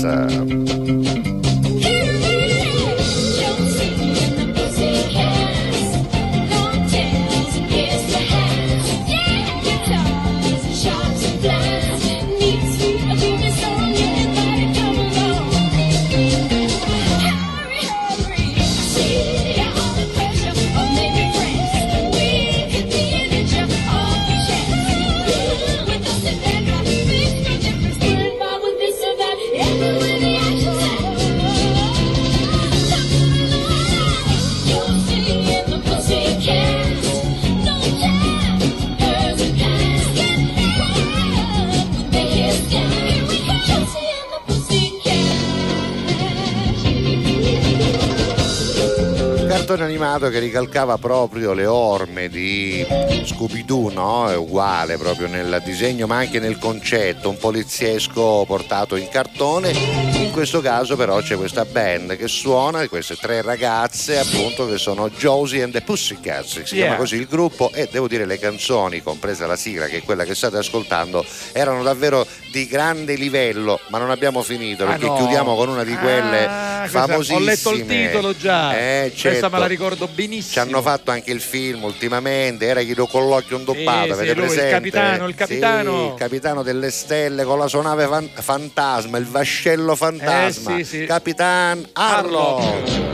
Speaker 2: cartone animato che ricalcava proprio le orme di Scooby-Doo, no? È uguale proprio nel disegno ma anche nel concetto, un poliziesco portato in cartone. In questo caso però c'è questa band che suona, queste tre ragazze appunto che sono Josie and the Pussycats, si
Speaker 3: Yeah.
Speaker 2: chiama così il gruppo, e devo dire le canzoni, compresa la sigla che è quella che state ascoltando, erano davvero di grande livello, ma non abbiamo finito
Speaker 3: Ah,
Speaker 2: perché
Speaker 3: no.
Speaker 2: chiudiamo con una di quelle
Speaker 3: Ah, questa-
Speaker 2: famosissime.
Speaker 3: ho letto il titolo già.
Speaker 2: Eh,
Speaker 3: Questa
Speaker 2: certo.
Speaker 3: me la ricordo benissimo.
Speaker 2: Ci hanno fatto anche il film ultimamente, era Guido Collocchio Ondoppato,
Speaker 3: Sì,
Speaker 2: avete
Speaker 3: sì, lui, il
Speaker 2: presente?
Speaker 3: capitano, il capitano.
Speaker 2: Sì, il capitano delle stelle con la sua nave fan- fantasma, il vascello fantasma,
Speaker 3: Eh, sì, sì.
Speaker 2: Capitan Harlock.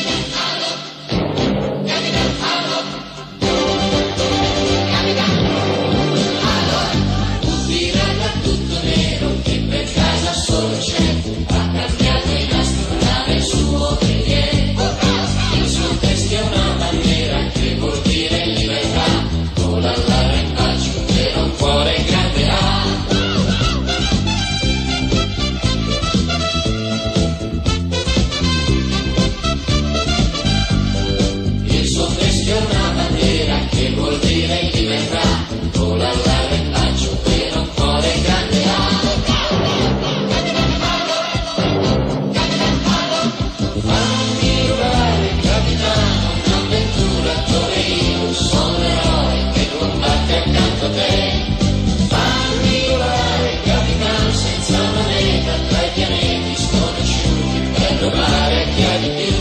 Speaker 16: Tutto nero che per casa solo c'è, ha cambiato il nastro nave il suo briglie, il suo testo è una bandiera che vuol dire libertà, con la lava in bacio però un cuore grande ha. Il suo testo è una bandiera che vuol dire libertà, con la lava in bacio però un cuore grande ha. Fammi volare, capitano, un'avventura dove io sono l'eroe che combatte accanto a te. Fammi volare, capitano, senza moneta tra i pianeti sconosciuti per trovare chi ha di più.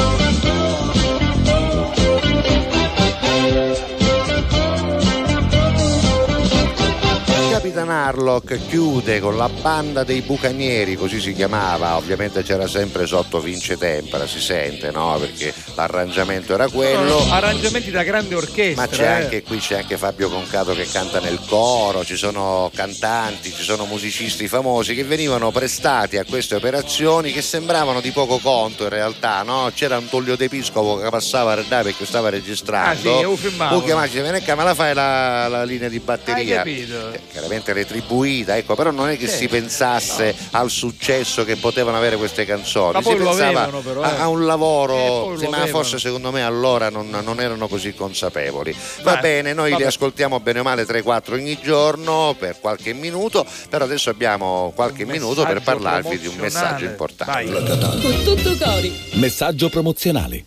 Speaker 2: Capitan Harlock chiude con la banda dei bucanieri, così si chiamava, ovviamente c'era sempre sotto Vince Tempera, si sente, no? Perché l'arrangiamento era quello.
Speaker 3: Sono arrangiamenti da grande orchestra.
Speaker 2: Ma c'è
Speaker 3: eh.
Speaker 2: anche qui c'è anche Fabio Concato che canta nel coro, ci sono cantanti, ci sono musicisti famosi che venivano prestati a queste operazioni che sembravano di poco conto in realtà, no? C'era un Tullio d'Episcopo che passava a redare perché stava registrando.
Speaker 3: Ah, sì, io filmavo.
Speaker 2: Tu chiamavi, dice, vieni qua, me la fai la, la linea di
Speaker 3: Hai
Speaker 2: batteria?
Speaker 3: capito?
Speaker 2: Eh, Chiaramente retribuita, ecco, però non è che
Speaker 3: Sì.
Speaker 2: si pensasse al successo che potevano avere queste canzoni,
Speaker 3: Ma
Speaker 2: si
Speaker 3: poi lo
Speaker 2: pensava
Speaker 3: avevano però, eh.
Speaker 2: a, a un lavoro,
Speaker 3: Eh, poi lo
Speaker 2: sì, ma
Speaker 3: avevano.
Speaker 2: forse secondo me allora non, non erano così consapevoli. Va
Speaker 3: Beh,
Speaker 2: bene, noi
Speaker 3: vabbè.
Speaker 2: li ascoltiamo bene o male tre quattro ogni giorno per qualche minuto, però adesso abbiamo qualche
Speaker 3: Un
Speaker 2: minuto per
Speaker 3: messaggio
Speaker 2: parlarvi di un messaggio
Speaker 3: promozionale.
Speaker 2: importante.
Speaker 15: Con tutto cori.
Speaker 4: Messaggio promozionale.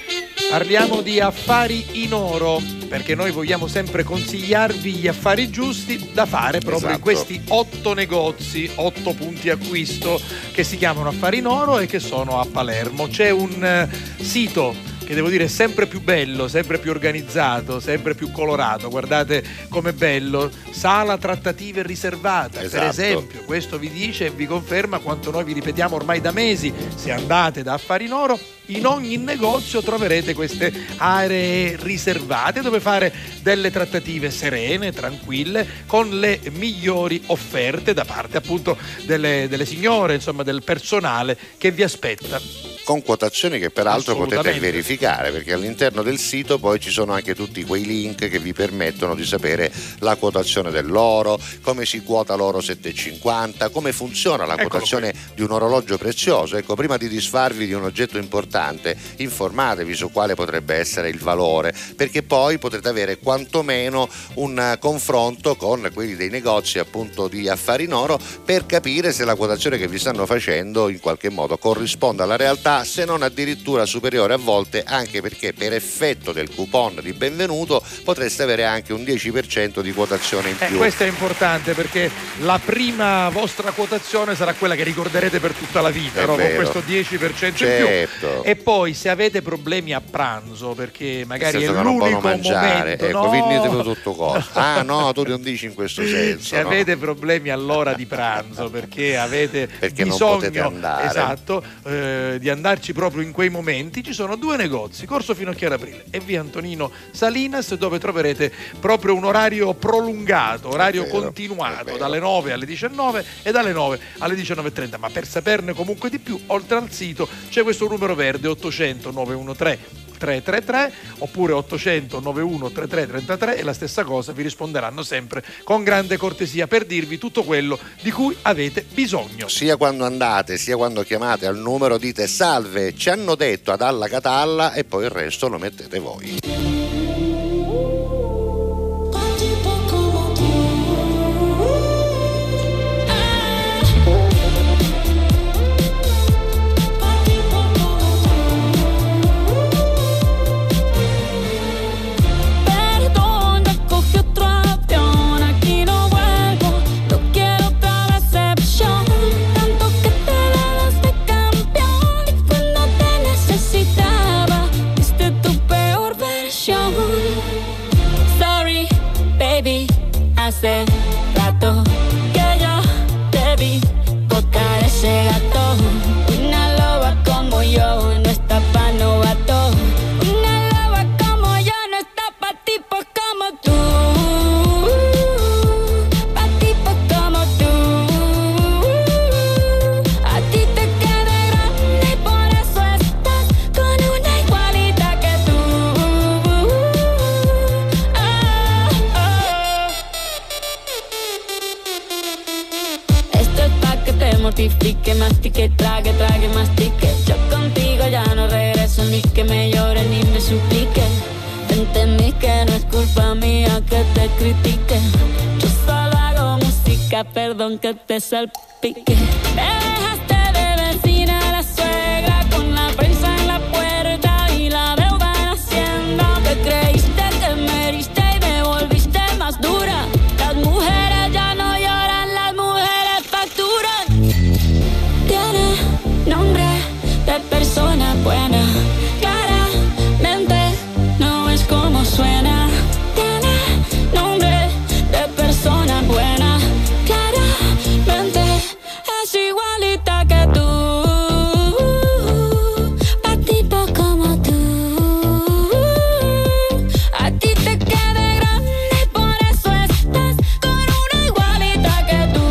Speaker 3: Parliamo di affari in oro, perché noi vogliamo sempre consigliarvi gli affari giusti da fare proprio in
Speaker 2: Esatto.
Speaker 3: questi otto negozi, otto punti acquisto che si chiamano Affari in Oro e che sono a Palermo. C'è un eh, sito che devo dire è sempre più bello, sempre più organizzato, sempre più colorato. Guardate com'è bello, sala trattative riservata,
Speaker 2: Esatto.
Speaker 3: per esempio. Questo vi dice e vi conferma quanto noi vi ripetiamo ormai da mesi. Se andate da Affari in Oro, in ogni negozio troverete queste aree riservate dove fare delle trattative serene, tranquille, con le migliori offerte da parte appunto delle, delle signore, insomma del personale che vi aspetta.
Speaker 2: Con quotazioni che peraltro potete
Speaker 3: Assolutamente.
Speaker 2: verificare, perché all'interno del sito poi ci sono anche tutti quei link che vi permettono di sapere la quotazione dell'oro, come si quota l'oro sette e cinquanta, come funziona la
Speaker 3: Eccolo
Speaker 2: quotazione di un orologio prezioso. Ecco, prima di disfarvi di un oggetto importante, informatevi su quale potrebbe essere il valore, perché poi potrete avere quantomeno un confronto con quelli dei negozi appunto di Affari in Oro per capire se la quotazione che vi stanno facendo in qualche modo corrisponde alla realtà, se non addirittura superiore a volte, anche perché per effetto del coupon di benvenuto potreste avere anche un dieci per cento di quotazione in
Speaker 3: Eh,
Speaker 2: più.
Speaker 3: questo è importante perché la prima vostra quotazione sarà quella che ricorderete per tutta la vita,
Speaker 2: È
Speaker 3: no? Con
Speaker 2: vero.
Speaker 3: questo dieci per cento in
Speaker 2: Certo.
Speaker 3: più. E poi se avete problemi a pranzo, perché magari
Speaker 2: Nel
Speaker 3: è
Speaker 2: senso che non
Speaker 3: l'unico
Speaker 2: possono mangiare,
Speaker 3: momento,
Speaker 2: ecco,
Speaker 3: no?
Speaker 2: venite tutto costo. Ah no, tu non dici in questo senso.
Speaker 3: Se
Speaker 2: no?
Speaker 3: avete problemi all'ora di pranzo perché avete
Speaker 2: Perché non
Speaker 3: bisogno
Speaker 2: potete andare.
Speaker 3: esatto, eh, di andarci proprio in quei momenti, ci sono due negozi, Corso Finocchiaro Aprile e via Antonino Salinas, dove troverete proprio un orario prolungato, orario
Speaker 2: vero, è
Speaker 3: continuato,
Speaker 2: vero.
Speaker 3: dalle nove alle diciannove e dalle nove alle diciannove e trenta. Ma per saperne comunque di più, oltre al sito c'è questo numero verde ottocento nove uno tre tre tre tre oppure ottocento novantuno trentatré trentatré e la stessa cosa vi risponderanno sempre con grande cortesia per dirvi tutto quello di cui avete bisogno.
Speaker 2: Sia quando andate sia quando chiamate al numero dite salve, ci hanno detto ad alla Catalla e poi il resto lo mettete voi.
Speaker 15: Hace rato que yo te vi tocar ese gato. Una loba como yo no está pa' novato. Una loba como yo no está pa' tipos como tú. Pa' tipos como tú. A ti te queda grande y por eso estás con una igualita que tú. Mortifique, mastique, trague, trague, mastique. Yo contigo ya no regreso, ni que me llore ni me suplique. Entendí que no es culpa mía que te critique. Yo solo hago música, perdón que te salpique. Me dejaste de vecina a la suegra con la prensa en la puerta y la deuda en Hacienda. Te creíste que me heriste y me volviste más dura. Las mujeres ya no lloran, las mujeres facturan. Tiene nombre de persona buena, claramente no es como suena. Tiene nombre de persona buena, claramente es igualita que tú. Pa' tipo como tú, a ti te queda grande, por eso estás con una igualita que tú.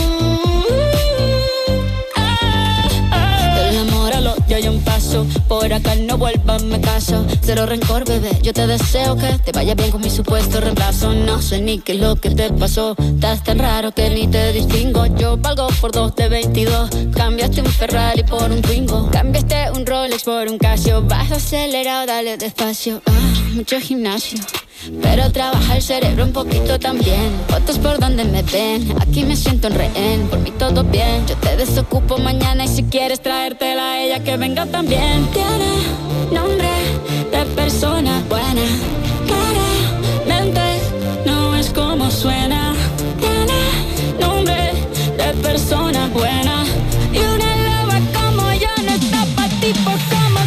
Speaker 15: Del amor al odio hay un paso, por acá no vuelvas, me caso. Cero rencor, bebé, yo te deseo que te vaya bien con mi supuesto reemplazo. No sé ni qué es lo que te pasó, estás tan raro que ni te distingo. Yo valgo por dos de veintidós, cambiaste un Ferrari por un Twingo. Cambiaste un Rolex por un Casio, vas acelerado, dale despacio. Ah, mucho gimnasio, pero trabaja el cerebro un poquito también. Fotos por donde me ven, aquí me siento en rehén. Por mí todo bien, yo te desocupo mañana y si quieres traértela a ella que venga también. Tiene nombre de persona buena, claramente no es como suena. Tiene nombre de persona buena y una loba como yo no está pa' tipo como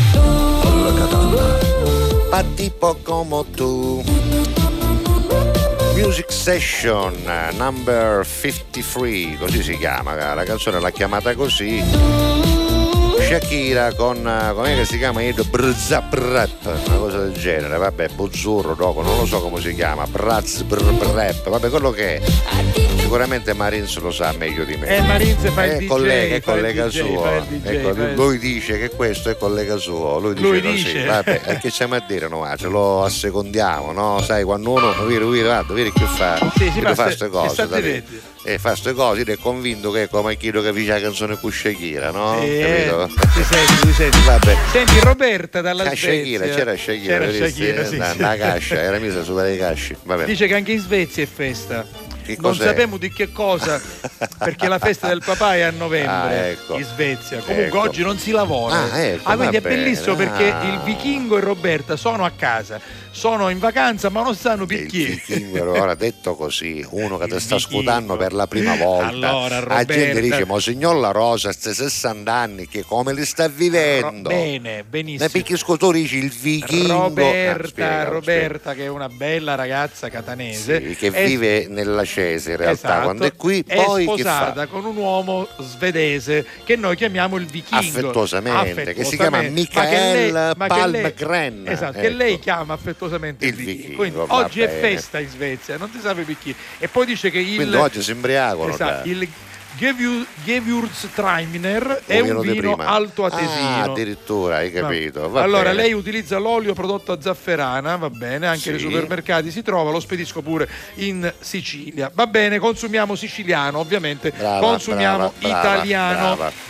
Speaker 15: tú.
Speaker 2: Pa' tipo como tú. Music Session number cinquantatré, così si chiama, la canzone l'ha chiamata così. Shakira con, com'è che si chiama? Il Brzap Rap, una cosa del genere, vabbè, Buzzurro, dopo, non lo so come si chiama, Braz Rap, vabbè, quello che è. Sicuramente Marins lo sa meglio di me.
Speaker 3: Eh, Marins fa il D J,
Speaker 2: collega, è
Speaker 3: fa
Speaker 2: collega
Speaker 3: il D J,
Speaker 2: suo.
Speaker 3: fa il D J,
Speaker 2: ecco,
Speaker 3: fa il...
Speaker 2: lui dice che questo è collega suo, lui dice
Speaker 3: lui
Speaker 2: così,
Speaker 3: dice.
Speaker 2: vabbè, e che stiamo a dire, no? Ce lo assecondiamo, no? Sai, quando uno, vedi, vedi, guarda, vedi che fa,
Speaker 3: sì, sì,
Speaker 2: che fa
Speaker 3: se,
Speaker 2: queste cose, e fa queste cose, ed è convinto che è come chi che dice la canzone con Shakira, no?
Speaker 3: Sì,
Speaker 2: capito?
Speaker 3: Ti senti, ti senti.
Speaker 2: Vabbè.
Speaker 3: Senti, Roberta dalla
Speaker 2: Svezia. Shakira, c'era Shakira,
Speaker 3: c'era Shakira, sì,
Speaker 2: una,
Speaker 3: sì.
Speaker 2: una cascia, era misa su dei casci. Vabbè.
Speaker 3: Dice che anche in Svezia è festa.
Speaker 2: Che
Speaker 3: non
Speaker 2: cos'è?
Speaker 3: sappiamo di che cosa, perché la festa del papà è a novembre,
Speaker 2: ah, ecco.
Speaker 3: in Svezia. Comunque
Speaker 2: ecco.
Speaker 3: oggi non si lavora.
Speaker 2: Ah, ecco,
Speaker 3: ah quindi è
Speaker 2: bene.
Speaker 3: bellissimo perché
Speaker 2: ah.
Speaker 3: il vichingo e Roberta sono a casa, sono in vacanza ma non sanno picchiere.
Speaker 2: Il vichingo, ora detto così, uno che ti sta scudando per la prima volta,
Speaker 3: allora,
Speaker 2: la gente dice ma signor La Rosa sta sessanta anni che come li sta vivendo?
Speaker 3: Ro- bene, benissimo.
Speaker 2: Ma perché scuotore dici il vichingo?
Speaker 3: Roberta,
Speaker 2: ah, spiega,
Speaker 3: Roberta
Speaker 2: spiega.
Speaker 3: che è una bella ragazza catanese,
Speaker 2: sì, che
Speaker 3: è...
Speaker 2: vive nella Cese in realtà.
Speaker 3: Esatto,
Speaker 2: quando è qui
Speaker 3: è
Speaker 2: poi
Speaker 3: sposata
Speaker 2: che fa?
Speaker 3: con un uomo svedese che noi chiamiamo il vichingo
Speaker 2: affettuosamente,
Speaker 3: affettuosamente.
Speaker 2: che si chiama Michael Palmgren,
Speaker 3: esatto,
Speaker 2: ecco.
Speaker 3: che lei chiama affettuosamente il, il vichingo, vichingo. Quindi, oggi
Speaker 2: bene.
Speaker 3: È festa in Svezia, non ti sa perché, e poi dice che il
Speaker 2: quindi oggi si imbriacano,
Speaker 3: esatto, il Gewürztraminer è un vino altoatesino.
Speaker 2: Ah, addirittura, hai capito. Va
Speaker 3: allora,
Speaker 2: bene.
Speaker 3: lei utilizza l'olio prodotto a zafferana, va bene, anche
Speaker 2: Sì.
Speaker 3: nei supermercati si trova, lo spedisco pure in Sicilia. Va bene, consumiamo siciliano, ovviamente,
Speaker 2: Brava,
Speaker 3: consumiamo
Speaker 2: brava, brava,
Speaker 3: italiano.
Speaker 2: brava.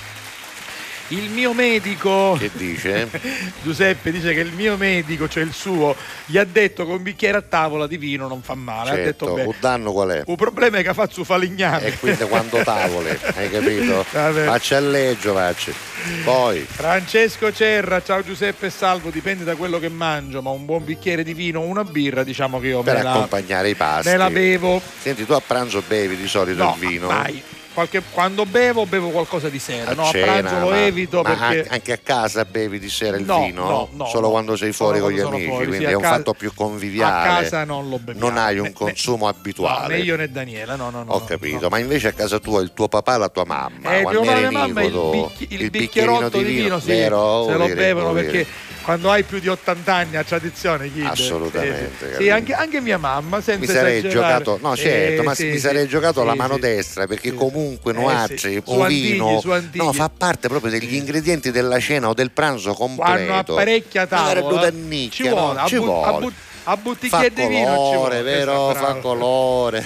Speaker 3: Il mio medico,
Speaker 2: che dice?
Speaker 3: Giuseppe dice che il mio medico, cioè il suo, gli ha detto che un bicchiere a tavola di vino non fa male.
Speaker 2: Certo,
Speaker 3: ha detto beh.
Speaker 2: un danno qual è?
Speaker 3: Il problema è che fa su faligname.
Speaker 2: E quindi quando tavole, hai capito?
Speaker 3: Vabbè.
Speaker 2: Faccia il leggio, faccia. Poi
Speaker 3: Francesco Cerra, ciao Giuseppe e Salvo, dipende da quello che mangio, ma un buon bicchiere di vino o una birra, diciamo che io
Speaker 2: per
Speaker 3: me la,
Speaker 2: accompagnare i pasti.
Speaker 3: me la bevo.
Speaker 2: Senti, tu a pranzo bevi di solito
Speaker 3: No,
Speaker 2: il vino?
Speaker 3: mai. Qualche, quando bevo bevo qualcosa di sera,
Speaker 2: A
Speaker 3: no?
Speaker 2: cena,
Speaker 3: a pranzo lo
Speaker 2: ma,
Speaker 3: evito
Speaker 2: ma
Speaker 3: perché
Speaker 2: anche a casa bevi di sera il
Speaker 3: No,
Speaker 2: vino?
Speaker 3: no, no,
Speaker 2: solo
Speaker 3: no.
Speaker 2: quando sei fuori
Speaker 3: Solo
Speaker 2: con gli
Speaker 3: quando sono
Speaker 2: amici,
Speaker 3: fuori,
Speaker 2: quindi
Speaker 3: sì,
Speaker 2: è
Speaker 3: a
Speaker 2: un
Speaker 3: casa-
Speaker 2: fatto più conviviale.
Speaker 3: a casa non lo beviamo.
Speaker 2: Non hai un
Speaker 3: Ne-
Speaker 2: consumo
Speaker 3: no,
Speaker 2: abituale.
Speaker 3: né io né Daniela, no, no, no.
Speaker 2: Ho capito, ma invece a casa tua il tuo papà e la tua mamma,
Speaker 3: Eh,
Speaker 2: quando
Speaker 3: mio
Speaker 2: eri
Speaker 3: papà e mia mamma il,
Speaker 2: nipote,
Speaker 3: bicchi- il
Speaker 2: il
Speaker 3: bicchierotto
Speaker 2: bicchierino
Speaker 3: di vino, sì,
Speaker 2: vero?
Speaker 3: se lo
Speaker 2: Vuol dire,
Speaker 3: bevono
Speaker 2: vuol
Speaker 3: perché
Speaker 2: dire.
Speaker 3: quando hai più di ottanta anni a tradizione Kid.
Speaker 2: Assolutamente,
Speaker 3: Sì, sì.
Speaker 2: capito.
Speaker 3: Sì, anche, anche mia mamma senza
Speaker 2: mi sarei
Speaker 3: esagerare.
Speaker 2: giocato, no certo,
Speaker 3: Eh,
Speaker 2: ma
Speaker 3: sì,
Speaker 2: mi
Speaker 3: sì,
Speaker 2: sarei giocato
Speaker 3: sì,
Speaker 2: la mano
Speaker 3: sì.
Speaker 2: destra perché comunque
Speaker 3: Eh,
Speaker 2: noacci
Speaker 3: sì. Su
Speaker 2: o
Speaker 3: Antigli,
Speaker 2: vino
Speaker 3: su Antigli.
Speaker 2: no, fa parte proprio degli ingredienti della cena o del pranzo completo.
Speaker 3: Quando apparecchia
Speaker 2: Magari
Speaker 3: tavola
Speaker 2: butannicchia,
Speaker 3: ci vuole,
Speaker 2: no?
Speaker 3: a,
Speaker 2: ci
Speaker 3: bu- a,
Speaker 2: vuole.
Speaker 3: bu- a
Speaker 2: Fa
Speaker 3: bottigliere di vino ci
Speaker 2: colore,
Speaker 3: vuole.
Speaker 2: vero?
Speaker 3: Questo è
Speaker 2: Fa
Speaker 3: bravo.
Speaker 2: colore.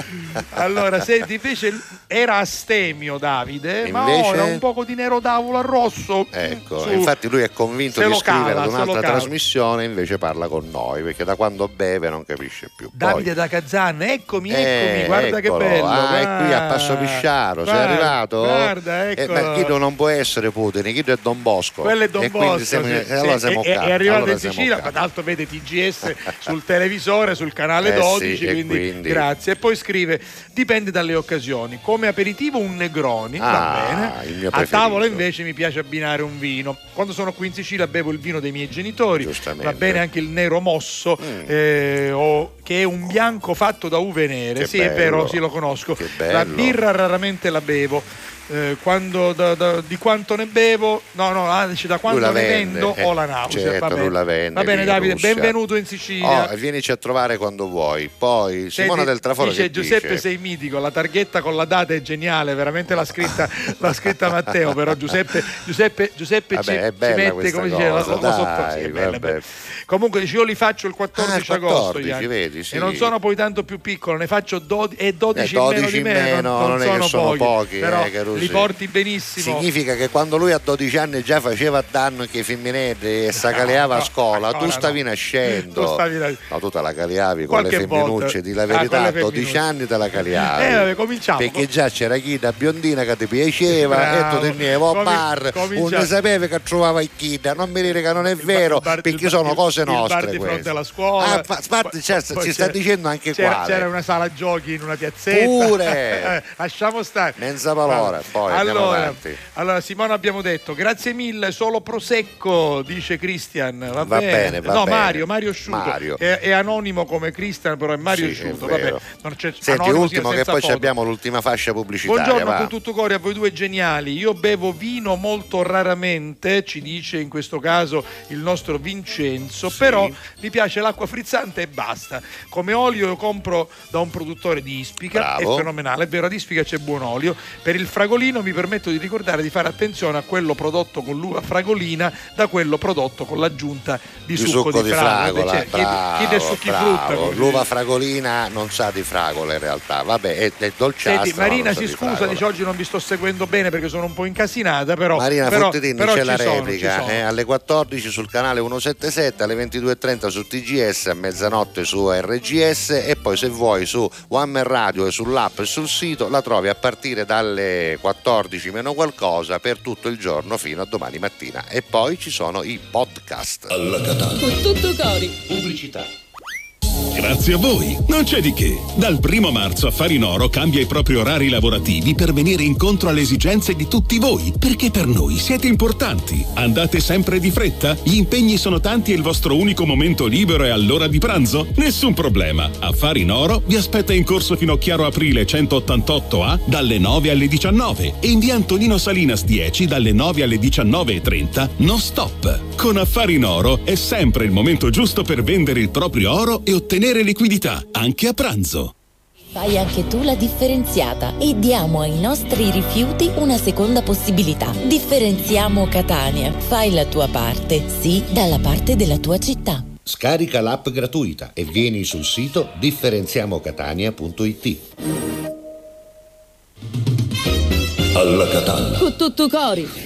Speaker 3: Allora, senti, invece era astemio Davide, ma
Speaker 2: Invece?
Speaker 3: ora un poco di nero d'avola al rosso.
Speaker 2: Ecco,
Speaker 3: Su-
Speaker 2: infatti lui è convinto
Speaker 3: se
Speaker 2: di
Speaker 3: lo
Speaker 2: scrivere
Speaker 3: cava,
Speaker 2: ad
Speaker 3: se lo
Speaker 2: un'altra
Speaker 3: cava.
Speaker 2: trasmissione, invece parla con noi, perché da quando beve non capisce più. Poi-
Speaker 3: Davide da Kazan, eccomi, eccomi,
Speaker 2: Eh,
Speaker 3: guarda
Speaker 2: eccolo.
Speaker 3: che bello.
Speaker 2: Ah, è qui a
Speaker 3: Ah,
Speaker 2: Passo Pisciaro, sei
Speaker 3: guarda,
Speaker 2: arrivato?
Speaker 3: Guarda,
Speaker 2: Eh,
Speaker 3: eccolo.
Speaker 2: ma Chido non può essere Putin, Chido è Don Bosco.
Speaker 3: Quello è Don
Speaker 2: e quindi
Speaker 3: Bosco,
Speaker 2: siamo-
Speaker 3: sì,
Speaker 2: e
Speaker 3: sì.
Speaker 2: allora siamo
Speaker 3: è, è
Speaker 2: cazzo,
Speaker 3: arrivato
Speaker 2: allora
Speaker 3: in
Speaker 2: siamo
Speaker 3: Sicilia,
Speaker 2: cazzo.
Speaker 3: ma tanto vede T G S sul televisore, sul canale
Speaker 2: Eh sì,
Speaker 3: dodici,
Speaker 2: e
Speaker 3: quindi,
Speaker 2: quindi?
Speaker 3: grazie. E poi scrive, dipende dalle occasioni, come aperitivo un Negroni,
Speaker 2: Ah,
Speaker 3: va bene,
Speaker 2: il mio
Speaker 3: a
Speaker 2: preferito.
Speaker 3: tavola invece mi piace abbinare un vino. Quando sono qui in Sicilia bevo il vino dei miei genitori, va bene anche il nero mosso, eh, o- che è un bianco fatto da uve nere,
Speaker 2: Che
Speaker 3: sì è
Speaker 2: bello.
Speaker 3: vero, sì lo conosco.
Speaker 2: Che bello.
Speaker 3: La birra raramente la bevo. Eh, quando da- da- di quanto ne bevo, no, no, ah, dice da quando
Speaker 2: Lui la
Speaker 3: ne
Speaker 2: vende,
Speaker 3: vendo
Speaker 2: eh,
Speaker 3: ho la nausea.
Speaker 2: certo,
Speaker 3: va bene.
Speaker 2: lui la vende
Speaker 3: Va bene,
Speaker 2: lì in
Speaker 3: Davide,
Speaker 2: Russia.
Speaker 3: benvenuto in Sicilia.
Speaker 2: Oh, e vienici a trovare quando vuoi. Poi Simona
Speaker 3: Senti,
Speaker 2: del Traforo
Speaker 3: dice
Speaker 2: che
Speaker 3: Giuseppe
Speaker 2: dice?
Speaker 3: sei mitico, la targhetta con la data è geniale, veramente l'ha scritta, l'ha scritta Matteo, però Giuseppe, Giuseppe, Giuseppe
Speaker 2: Vabbè,
Speaker 3: ci,
Speaker 2: è
Speaker 3: ci
Speaker 2: bella
Speaker 3: mette
Speaker 2: questa
Speaker 3: come dice, la, la,
Speaker 2: cosa,
Speaker 3: la sotto-
Speaker 2: dai,
Speaker 3: sì, è bella, è
Speaker 2: vabbè.
Speaker 3: bella. Comunque dice, io li faccio il quattordici
Speaker 2: Ah, il
Speaker 3: agosto
Speaker 2: quattordici,
Speaker 3: Ian,
Speaker 2: vedi, sì.
Speaker 3: e non sono poi tanto più piccolo, ne faccio dodici e dodici,
Speaker 2: Eh, dodici
Speaker 3: in meno di me,
Speaker 2: in meno,
Speaker 3: non,
Speaker 2: non è che
Speaker 3: sono,
Speaker 2: sono
Speaker 3: pochi,
Speaker 2: pochi,
Speaker 3: però
Speaker 2: eh, Carusi.
Speaker 3: li porti benissimo.
Speaker 2: Significa che quando lui a dodici anni già faceva danno che i femminetti e s'acaleava
Speaker 3: no,
Speaker 2: a scuola,
Speaker 3: ancora
Speaker 2: tu stavi
Speaker 3: no.
Speaker 2: nascendo.
Speaker 3: Tu stavi na-
Speaker 2: No, tu te la caliavi con
Speaker 3: Qualche
Speaker 2: le femminucce,
Speaker 3: volta.
Speaker 2: di la
Speaker 3: Ah,
Speaker 2: verità,
Speaker 3: con
Speaker 2: a
Speaker 3: le
Speaker 2: dodici
Speaker 3: femminucce.
Speaker 2: anni te la caliavi.
Speaker 3: Eh, vabbè, cominciamo.
Speaker 2: Perché già c'era chi da biondina che ti piaceva
Speaker 3: Bravo.
Speaker 2: e tu tenevo a
Speaker 3: Comi-
Speaker 2: bar,
Speaker 3: cominciamo.
Speaker 2: non ne sapevi che trovava il kid, non mi dire che non è vero,
Speaker 3: bar-
Speaker 2: perché
Speaker 3: il-
Speaker 2: sono
Speaker 3: il-
Speaker 2: cose
Speaker 3: il bar
Speaker 2: nostre
Speaker 3: di fronte
Speaker 2: queste.
Speaker 3: alla scuola.
Speaker 2: Ah, fa- spatti, cioè,
Speaker 3: Poi
Speaker 2: ci sta
Speaker 3: c'era-
Speaker 2: dicendo anche
Speaker 3: c'era,
Speaker 2: quale.
Speaker 3: c'era una sala giochi in una piazzetta.
Speaker 2: Pure.
Speaker 3: Eh, lasciamo stare.
Speaker 2: Menza valore, poi andiamo
Speaker 3: allora,
Speaker 2: avanti.
Speaker 3: allora, Simona abbiamo detto grazie mille, solo prosecco, dice Christian. Va,
Speaker 2: Va bene, va
Speaker 3: no,
Speaker 2: bene.
Speaker 3: Mario, Mario Asciutto.
Speaker 2: Mario.
Speaker 3: È, è anonimo come Christian, però è Mario
Speaker 2: Sì, è
Speaker 3: Asciutto.
Speaker 2: vero.
Speaker 3: Vabbè, non c'è,
Speaker 2: Senti,
Speaker 3: anonimo
Speaker 2: ultimo
Speaker 3: sia
Speaker 2: che
Speaker 3: senza
Speaker 2: poi ci
Speaker 3: foto.
Speaker 2: abbiamo l'ultima fascia pubblicitaria.
Speaker 3: Buongiorno
Speaker 2: va.
Speaker 3: con tutto cuore a voi due geniali. Io bevo vino molto raramente, ci dice in questo caso il nostro Vincenzo,
Speaker 2: Sì.
Speaker 3: però mi piace l'acqua frizzante e basta. Come olio io compro da un produttore di Ispica,
Speaker 2: Bravo.
Speaker 3: è fenomenale, è vero, ad Ispica c'è buon olio. Per il fragolino mi permetto di ricordare di fare attenzione a quello prodotto con l'uva fragolina da quello prodotto con l'aggiunta di,
Speaker 2: Di
Speaker 3: succo, di fragola. Cioè, chi-
Speaker 2: bravo,
Speaker 3: chi, dei succhi
Speaker 2: bravo.
Speaker 3: frutta. come si
Speaker 2: L'uva
Speaker 3: dice.
Speaker 2: fragolina non sa di fragola in realtà, vabbè, è, è dolciastra.
Speaker 3: Senti,
Speaker 2: ma
Speaker 3: Marina
Speaker 2: non sa
Speaker 3: si
Speaker 2: di
Speaker 3: scusa,
Speaker 2: fragola.
Speaker 3: dice oggi non vi sto seguendo bene perché sono un po' incasinata, però
Speaker 2: Marina
Speaker 3: però,
Speaker 2: Fortitini
Speaker 3: però
Speaker 2: c'è
Speaker 3: ci
Speaker 2: la
Speaker 3: sono, ci
Speaker 2: replica
Speaker 3: sono.
Speaker 2: eh, alle quattordici sul canale centosettantasette, alle ventidue e trenta su T G S, a mezzanotte su R G S e poi se vuoi su One Man Radio e sull'app e sul sito la trovi a partire dalle quattordici meno qualcosa per tutto il giorno fino a domani mattina e poi ci sono i podcast.
Speaker 8: Alla Catalla.
Speaker 15: Con tutto cori.
Speaker 8: Pubblicità. Grazie a voi, non c'è di che. Dal primo marzo Affari in Oro cambia i propri orari lavorativi per venire incontro alle esigenze di tutti voi, perché per noi siete importanti. Andate sempre di fretta? Gli impegni sono tanti e il vostro unico momento libero è all'ora di pranzo? Nessun problema. Affari in Oro vi aspetta in corso Finocchiaro Aprile centottantotto A dalle nove alle diciannove e in via Antonino Salinas dieci dalle nove alle diciannove e trenta non stop. Con Affari in Oro è sempre il momento giusto per vendere il proprio oro e ottenere liquidità, anche a pranzo.
Speaker 1: Fai anche tu la differenziata e diamo ai nostri rifiuti una seconda possibilità. Differenziamo Catania. Fai la tua parte, sì, dalla parte della tua città.
Speaker 11: Scarica l'app gratuita e vieni sul sito differenziamo catania punto it.
Speaker 18: Alla Catalla.
Speaker 19: Con tutto cori.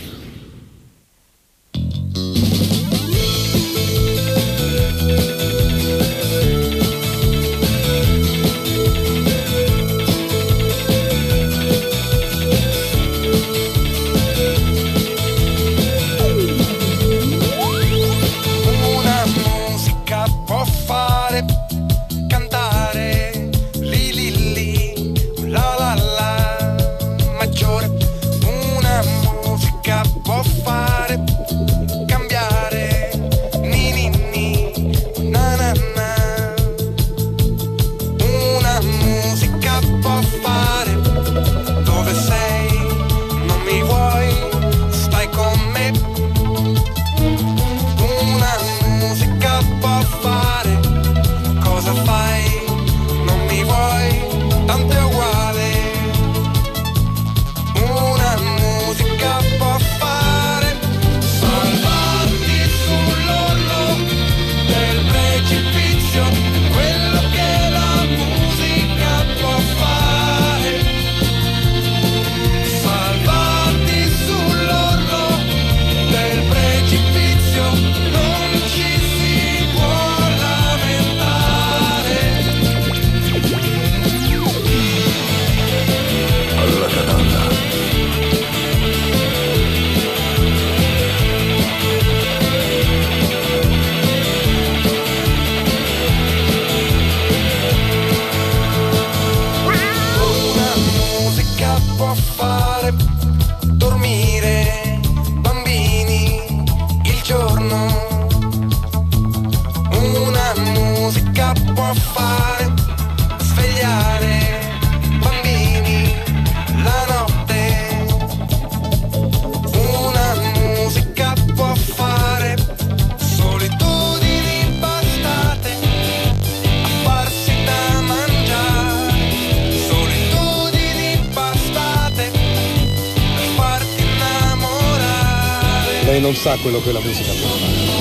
Speaker 20: Non sa quello che la musica può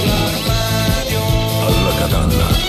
Speaker 20: fare.
Speaker 18: Alla Catalla.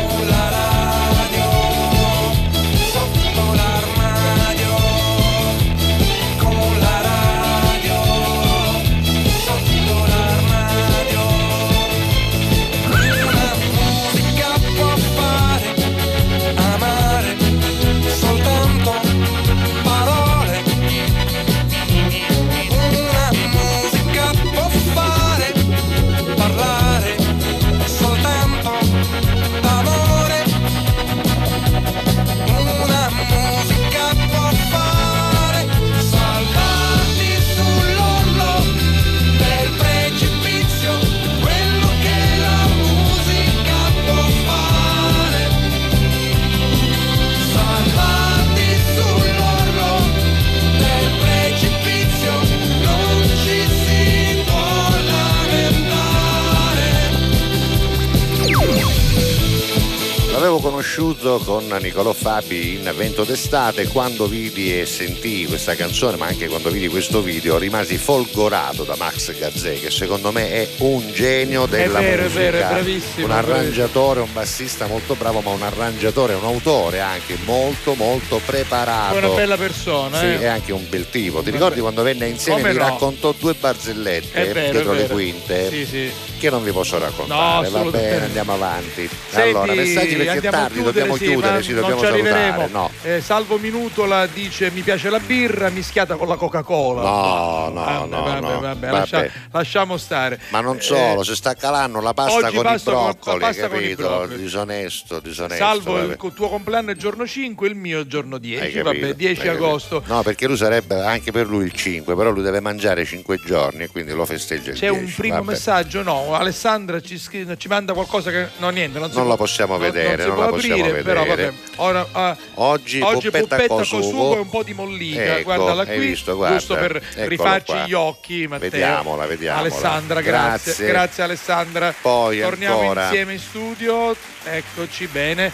Speaker 2: Conosciuto con Nicolò Fabi in Vento d'estate. Quando vidi e sentii questa canzone, ma anche quando vidi questo video, rimasi folgorato da Max Gazzè, che secondo me è un genio della
Speaker 3: è vero,
Speaker 2: musica,
Speaker 3: è vero, è bravissimo,
Speaker 2: un arrangiatore, un bassista molto bravo, ma un arrangiatore, un autore anche molto molto preparato.
Speaker 3: È una bella persona,
Speaker 2: sì,
Speaker 3: eh?
Speaker 2: è anche un bel tipo. Ti ricordi quando venne insieme e mi
Speaker 3: no?
Speaker 2: raccontò due barzellette
Speaker 3: vero,
Speaker 2: dietro le
Speaker 3: vero.
Speaker 2: quinte?
Speaker 3: Sì, sì.
Speaker 2: Che non vi posso raccontare.
Speaker 3: No,
Speaker 2: va bene, andiamo avanti.
Speaker 3: Senti,
Speaker 2: allora, messaggi perché è tardi, dobbiamo
Speaker 3: sì,
Speaker 2: chiudere, sì, dobbiamo
Speaker 3: non ci
Speaker 2: salutare.
Speaker 3: arriveremo.
Speaker 2: No.
Speaker 3: Eh, Salvo Minutola dice: mi piace la birra mischiata con la Coca-Cola.
Speaker 2: No, no,
Speaker 3: vabbè,
Speaker 2: no,
Speaker 3: vabbè,
Speaker 2: no.
Speaker 3: vabbè,
Speaker 2: Vabbè.
Speaker 3: Lascia, lasciamo stare.
Speaker 2: Ma non solo,
Speaker 3: eh,
Speaker 2: si sta calando la pasta con i broccoli,
Speaker 3: pasta con i
Speaker 2: capito?
Speaker 3: broccoli.
Speaker 2: Disonesto, disonesto.
Speaker 3: Salvo
Speaker 2: vabbè.
Speaker 3: il tuo compleanno è il giorno cinque, il mio è il giorno dieci.
Speaker 2: Hai
Speaker 3: Vabbè,
Speaker 2: capito,
Speaker 3: dieci
Speaker 2: hai capito.
Speaker 3: agosto.
Speaker 2: No, perché lui sarebbe anche per lui il cinque, però lui deve mangiare cinque giorni e quindi lo festeggia il
Speaker 3: C'è
Speaker 2: dieci.
Speaker 3: un primo
Speaker 2: vabbè.
Speaker 3: messaggio? No, Alessandra ci, scri- ci manda qualcosa che no, niente, non, si
Speaker 2: Non
Speaker 3: può,
Speaker 2: la possiamo
Speaker 3: non-
Speaker 2: vedere,
Speaker 3: non, si
Speaker 2: non
Speaker 3: può
Speaker 2: la possiamo
Speaker 3: aprire,
Speaker 2: vedere.
Speaker 3: però vabbè. Ora, ah,
Speaker 2: Oggi,
Speaker 3: oggi
Speaker 2: puppetta,
Speaker 3: puppetta
Speaker 2: con
Speaker 3: con
Speaker 2: sugo.
Speaker 3: sugo e un po' di mollica.
Speaker 2: Ecco,
Speaker 3: Guardala
Speaker 2: hai
Speaker 3: qui,
Speaker 2: visto, guarda,
Speaker 3: giusto per
Speaker 2: eccolo
Speaker 3: rifarci
Speaker 2: qua.
Speaker 3: gli occhi, Matteo.
Speaker 2: Vediamola, vediamola.
Speaker 3: Alessandra, grazie.
Speaker 2: Grazie.
Speaker 3: Grazie Alessandra.
Speaker 2: Poi
Speaker 3: torniamo
Speaker 2: ancora.
Speaker 3: insieme in studio. Eccoci bene.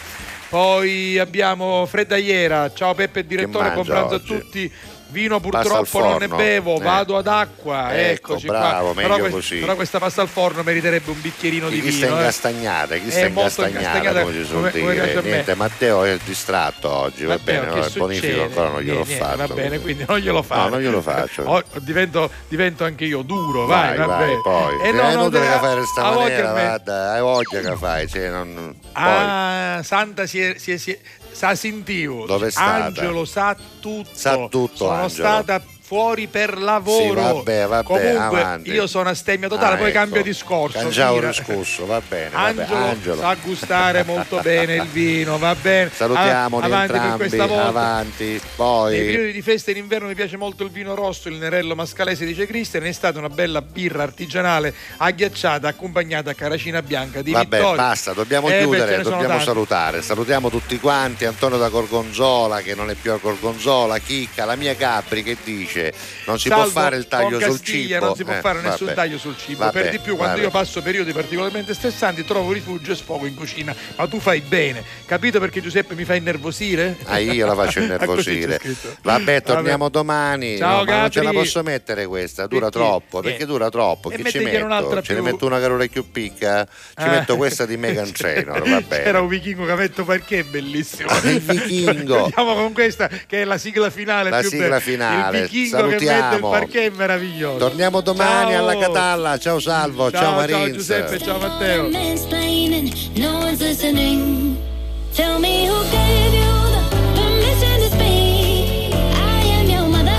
Speaker 3: Poi abbiamo Freddaiera, ciao Peppe e direttore, buon pranzo a tutti. Vino purtroppo non ne bevo, eh. vado ad acqua.
Speaker 2: Ecco,
Speaker 3: Eccoci
Speaker 2: bravo,
Speaker 3: qua.
Speaker 2: meglio
Speaker 3: Però,
Speaker 2: così.
Speaker 3: però questa pasta al forno meriterebbe un bicchierino
Speaker 2: chi
Speaker 3: di
Speaker 2: chi
Speaker 3: vino.
Speaker 2: sta
Speaker 3: eh.
Speaker 2: incastagnata, chi sta
Speaker 3: È molto
Speaker 2: incastagnata,
Speaker 3: incastagnata,
Speaker 2: come si suol
Speaker 3: come- come
Speaker 2: dire.
Speaker 3: piace a me.
Speaker 2: Niente, Matteo è distratto oggi, va
Speaker 3: Matteo,
Speaker 2: bene,
Speaker 3: che
Speaker 2: no, il bonifico
Speaker 3: succede?
Speaker 2: ancora non gliel'ho
Speaker 3: Niente,
Speaker 2: fatto.
Speaker 3: va bene, quindi non glielo faccio.
Speaker 2: No, non glielo faccio.
Speaker 3: Oh, divento, divento anche io duro, vai,
Speaker 2: vai,
Speaker 3: va
Speaker 2: vai,
Speaker 3: bene.
Speaker 2: poi.
Speaker 3: E
Speaker 2: Eh,
Speaker 3: no,
Speaker 2: è
Speaker 3: no,
Speaker 2: inutile
Speaker 3: te-
Speaker 2: che fai questa
Speaker 3: a voglia
Speaker 2: maniera,
Speaker 3: a me.
Speaker 2: guarda, hai voglia che fai, cioè, non...
Speaker 3: Ah, Santa si è, si è, si è- sa sentiu.
Speaker 2: Dove è stata?
Speaker 3: Angelo sa tutto.
Speaker 2: Sa tutto,
Speaker 3: Sono
Speaker 2: Angelo.
Speaker 3: stata fuori per lavoro.
Speaker 2: Sì, vabbè, vabbè,
Speaker 3: Comunque
Speaker 2: avanti.
Speaker 3: io sono astemio totale,
Speaker 2: Ah,
Speaker 3: poi
Speaker 2: ecco.
Speaker 3: cambio discorso.
Speaker 2: Cangiavo
Speaker 3: Mira.
Speaker 2: il discorso, va bene, vabbè.
Speaker 3: Angelo,
Speaker 2: Angelo.
Speaker 3: sa gustare molto bene il vino, va bene.
Speaker 2: Salutiamoli
Speaker 3: Ah, avanti per
Speaker 2: entrambi,
Speaker 3: questa volta.
Speaker 2: avanti,
Speaker 3: Nei
Speaker 2: poi...
Speaker 3: periodi di festa in inverno mi piace molto il vino rosso, il Nerello Mascalese, dice Cristian. È stata una bella birra artigianale agghiacciata accompagnata a caracina bianca di
Speaker 2: Vabbè,
Speaker 3: Vittorio.
Speaker 2: basta, dobbiamo
Speaker 3: Eh, beh,
Speaker 2: chiudere,
Speaker 3: ce ne sono
Speaker 2: dobbiamo
Speaker 3: tanti.
Speaker 2: salutare. Salutiamo tutti quanti, Antonio da Gorgonzola che non è più a Gorgonzola, Chicca, la mia Capri che dice non si
Speaker 3: Salvo,
Speaker 2: può fare il taglio
Speaker 3: con
Speaker 2: sul
Speaker 3: Castiglia
Speaker 2: cibo.
Speaker 3: non si può
Speaker 2: Eh,
Speaker 3: fare nessun
Speaker 2: vabbè.
Speaker 3: taglio sul cibo.
Speaker 2: Vabbè,
Speaker 3: Per di più, quando
Speaker 2: vabbè.
Speaker 3: io passo periodi particolarmente stressanti, trovo rifugio e sfogo in cucina. Ma tu fai bene, capito perché Giuseppe mi fa innervosire?
Speaker 2: Ah, io la faccio
Speaker 3: Così c'è
Speaker 2: innervosire.
Speaker 3: scritto.
Speaker 2: Vabbè, torniamo
Speaker 3: Vabbè.
Speaker 2: domani.
Speaker 3: Ciao,
Speaker 2: No, ma non ce la
Speaker 3: Gabri.
Speaker 2: posso mettere questa, dura
Speaker 3: Perché?
Speaker 2: troppo.
Speaker 3: Niente.
Speaker 2: Perché dura troppo?
Speaker 3: E
Speaker 2: Che ci
Speaker 3: mettigliene un'altra
Speaker 2: metto? Ce ne
Speaker 3: più.
Speaker 2: metto una carole più picca? Ci
Speaker 3: Ah.
Speaker 2: metto questa di Meghan Trainor, va bene.
Speaker 3: C'era un vichingo che ha detto perché è bellissimo.
Speaker 2: Il vichingo.
Speaker 3: Andiamo con questa che è la sigla finale.
Speaker 2: La
Speaker 3: più
Speaker 2: sigla
Speaker 3: bella.
Speaker 2: finale.
Speaker 3: Il vichingo che mette il
Speaker 2: Salutiamo.
Speaker 3: perché è meraviglioso.
Speaker 2: Torniamo domani
Speaker 3: Ciao.
Speaker 2: alla Catalla. Ciao Salvo, ciao,
Speaker 3: Ciao,
Speaker 2: Marins.
Speaker 3: ciao Giuseppe, ciao Matteo.
Speaker 15: Mansplaining, no one's listening. Tell me who gave you the permission to speak. I am your mother.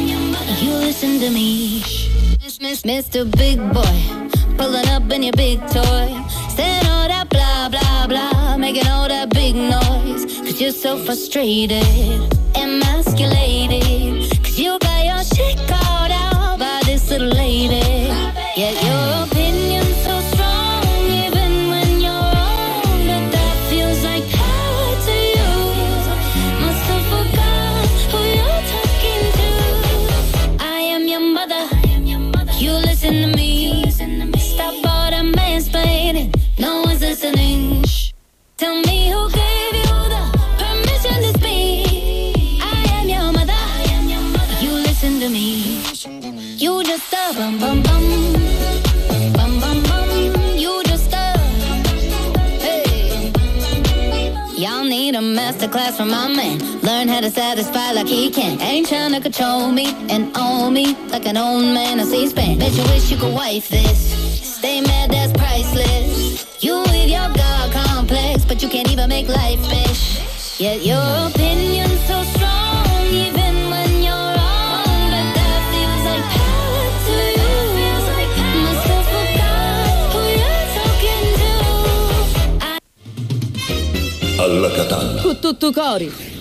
Speaker 15: You listen to me. Miss, miss, Mister Big Boy, pulling up in your big toy, saying all that blah blah blah, making all that big noise. Cause you're so frustrated, emasculated. Cause you got your shit called out by this little lady. Yet your opinion's so strong, even when you're wrong. But that feels like power to you. Must have forgot who you're talking to. I am your mother. You listen to me. Stop all the mansplaining. No one's listening. Shh. Tell me who gave you the permission to speak. I am your mother. You listen to me. You just a bum bum bum. Bum bum bum. You just a. Hey. Y'all need a masterclass from my man. Learn how to satisfy like he can. Ain't trying to control me and own me like an old man on C-SPAN. Bet you wish you could wife this. Stay mad, that's priceless. You with your God complex, but you can't even make life, bitch. Yet your opinion's so strong, even when you're wrong. But that feels like power to you. Must have forgot who you're talking to. I-
Speaker 18: Alla Catalla.
Speaker 1: Cu tutto cori.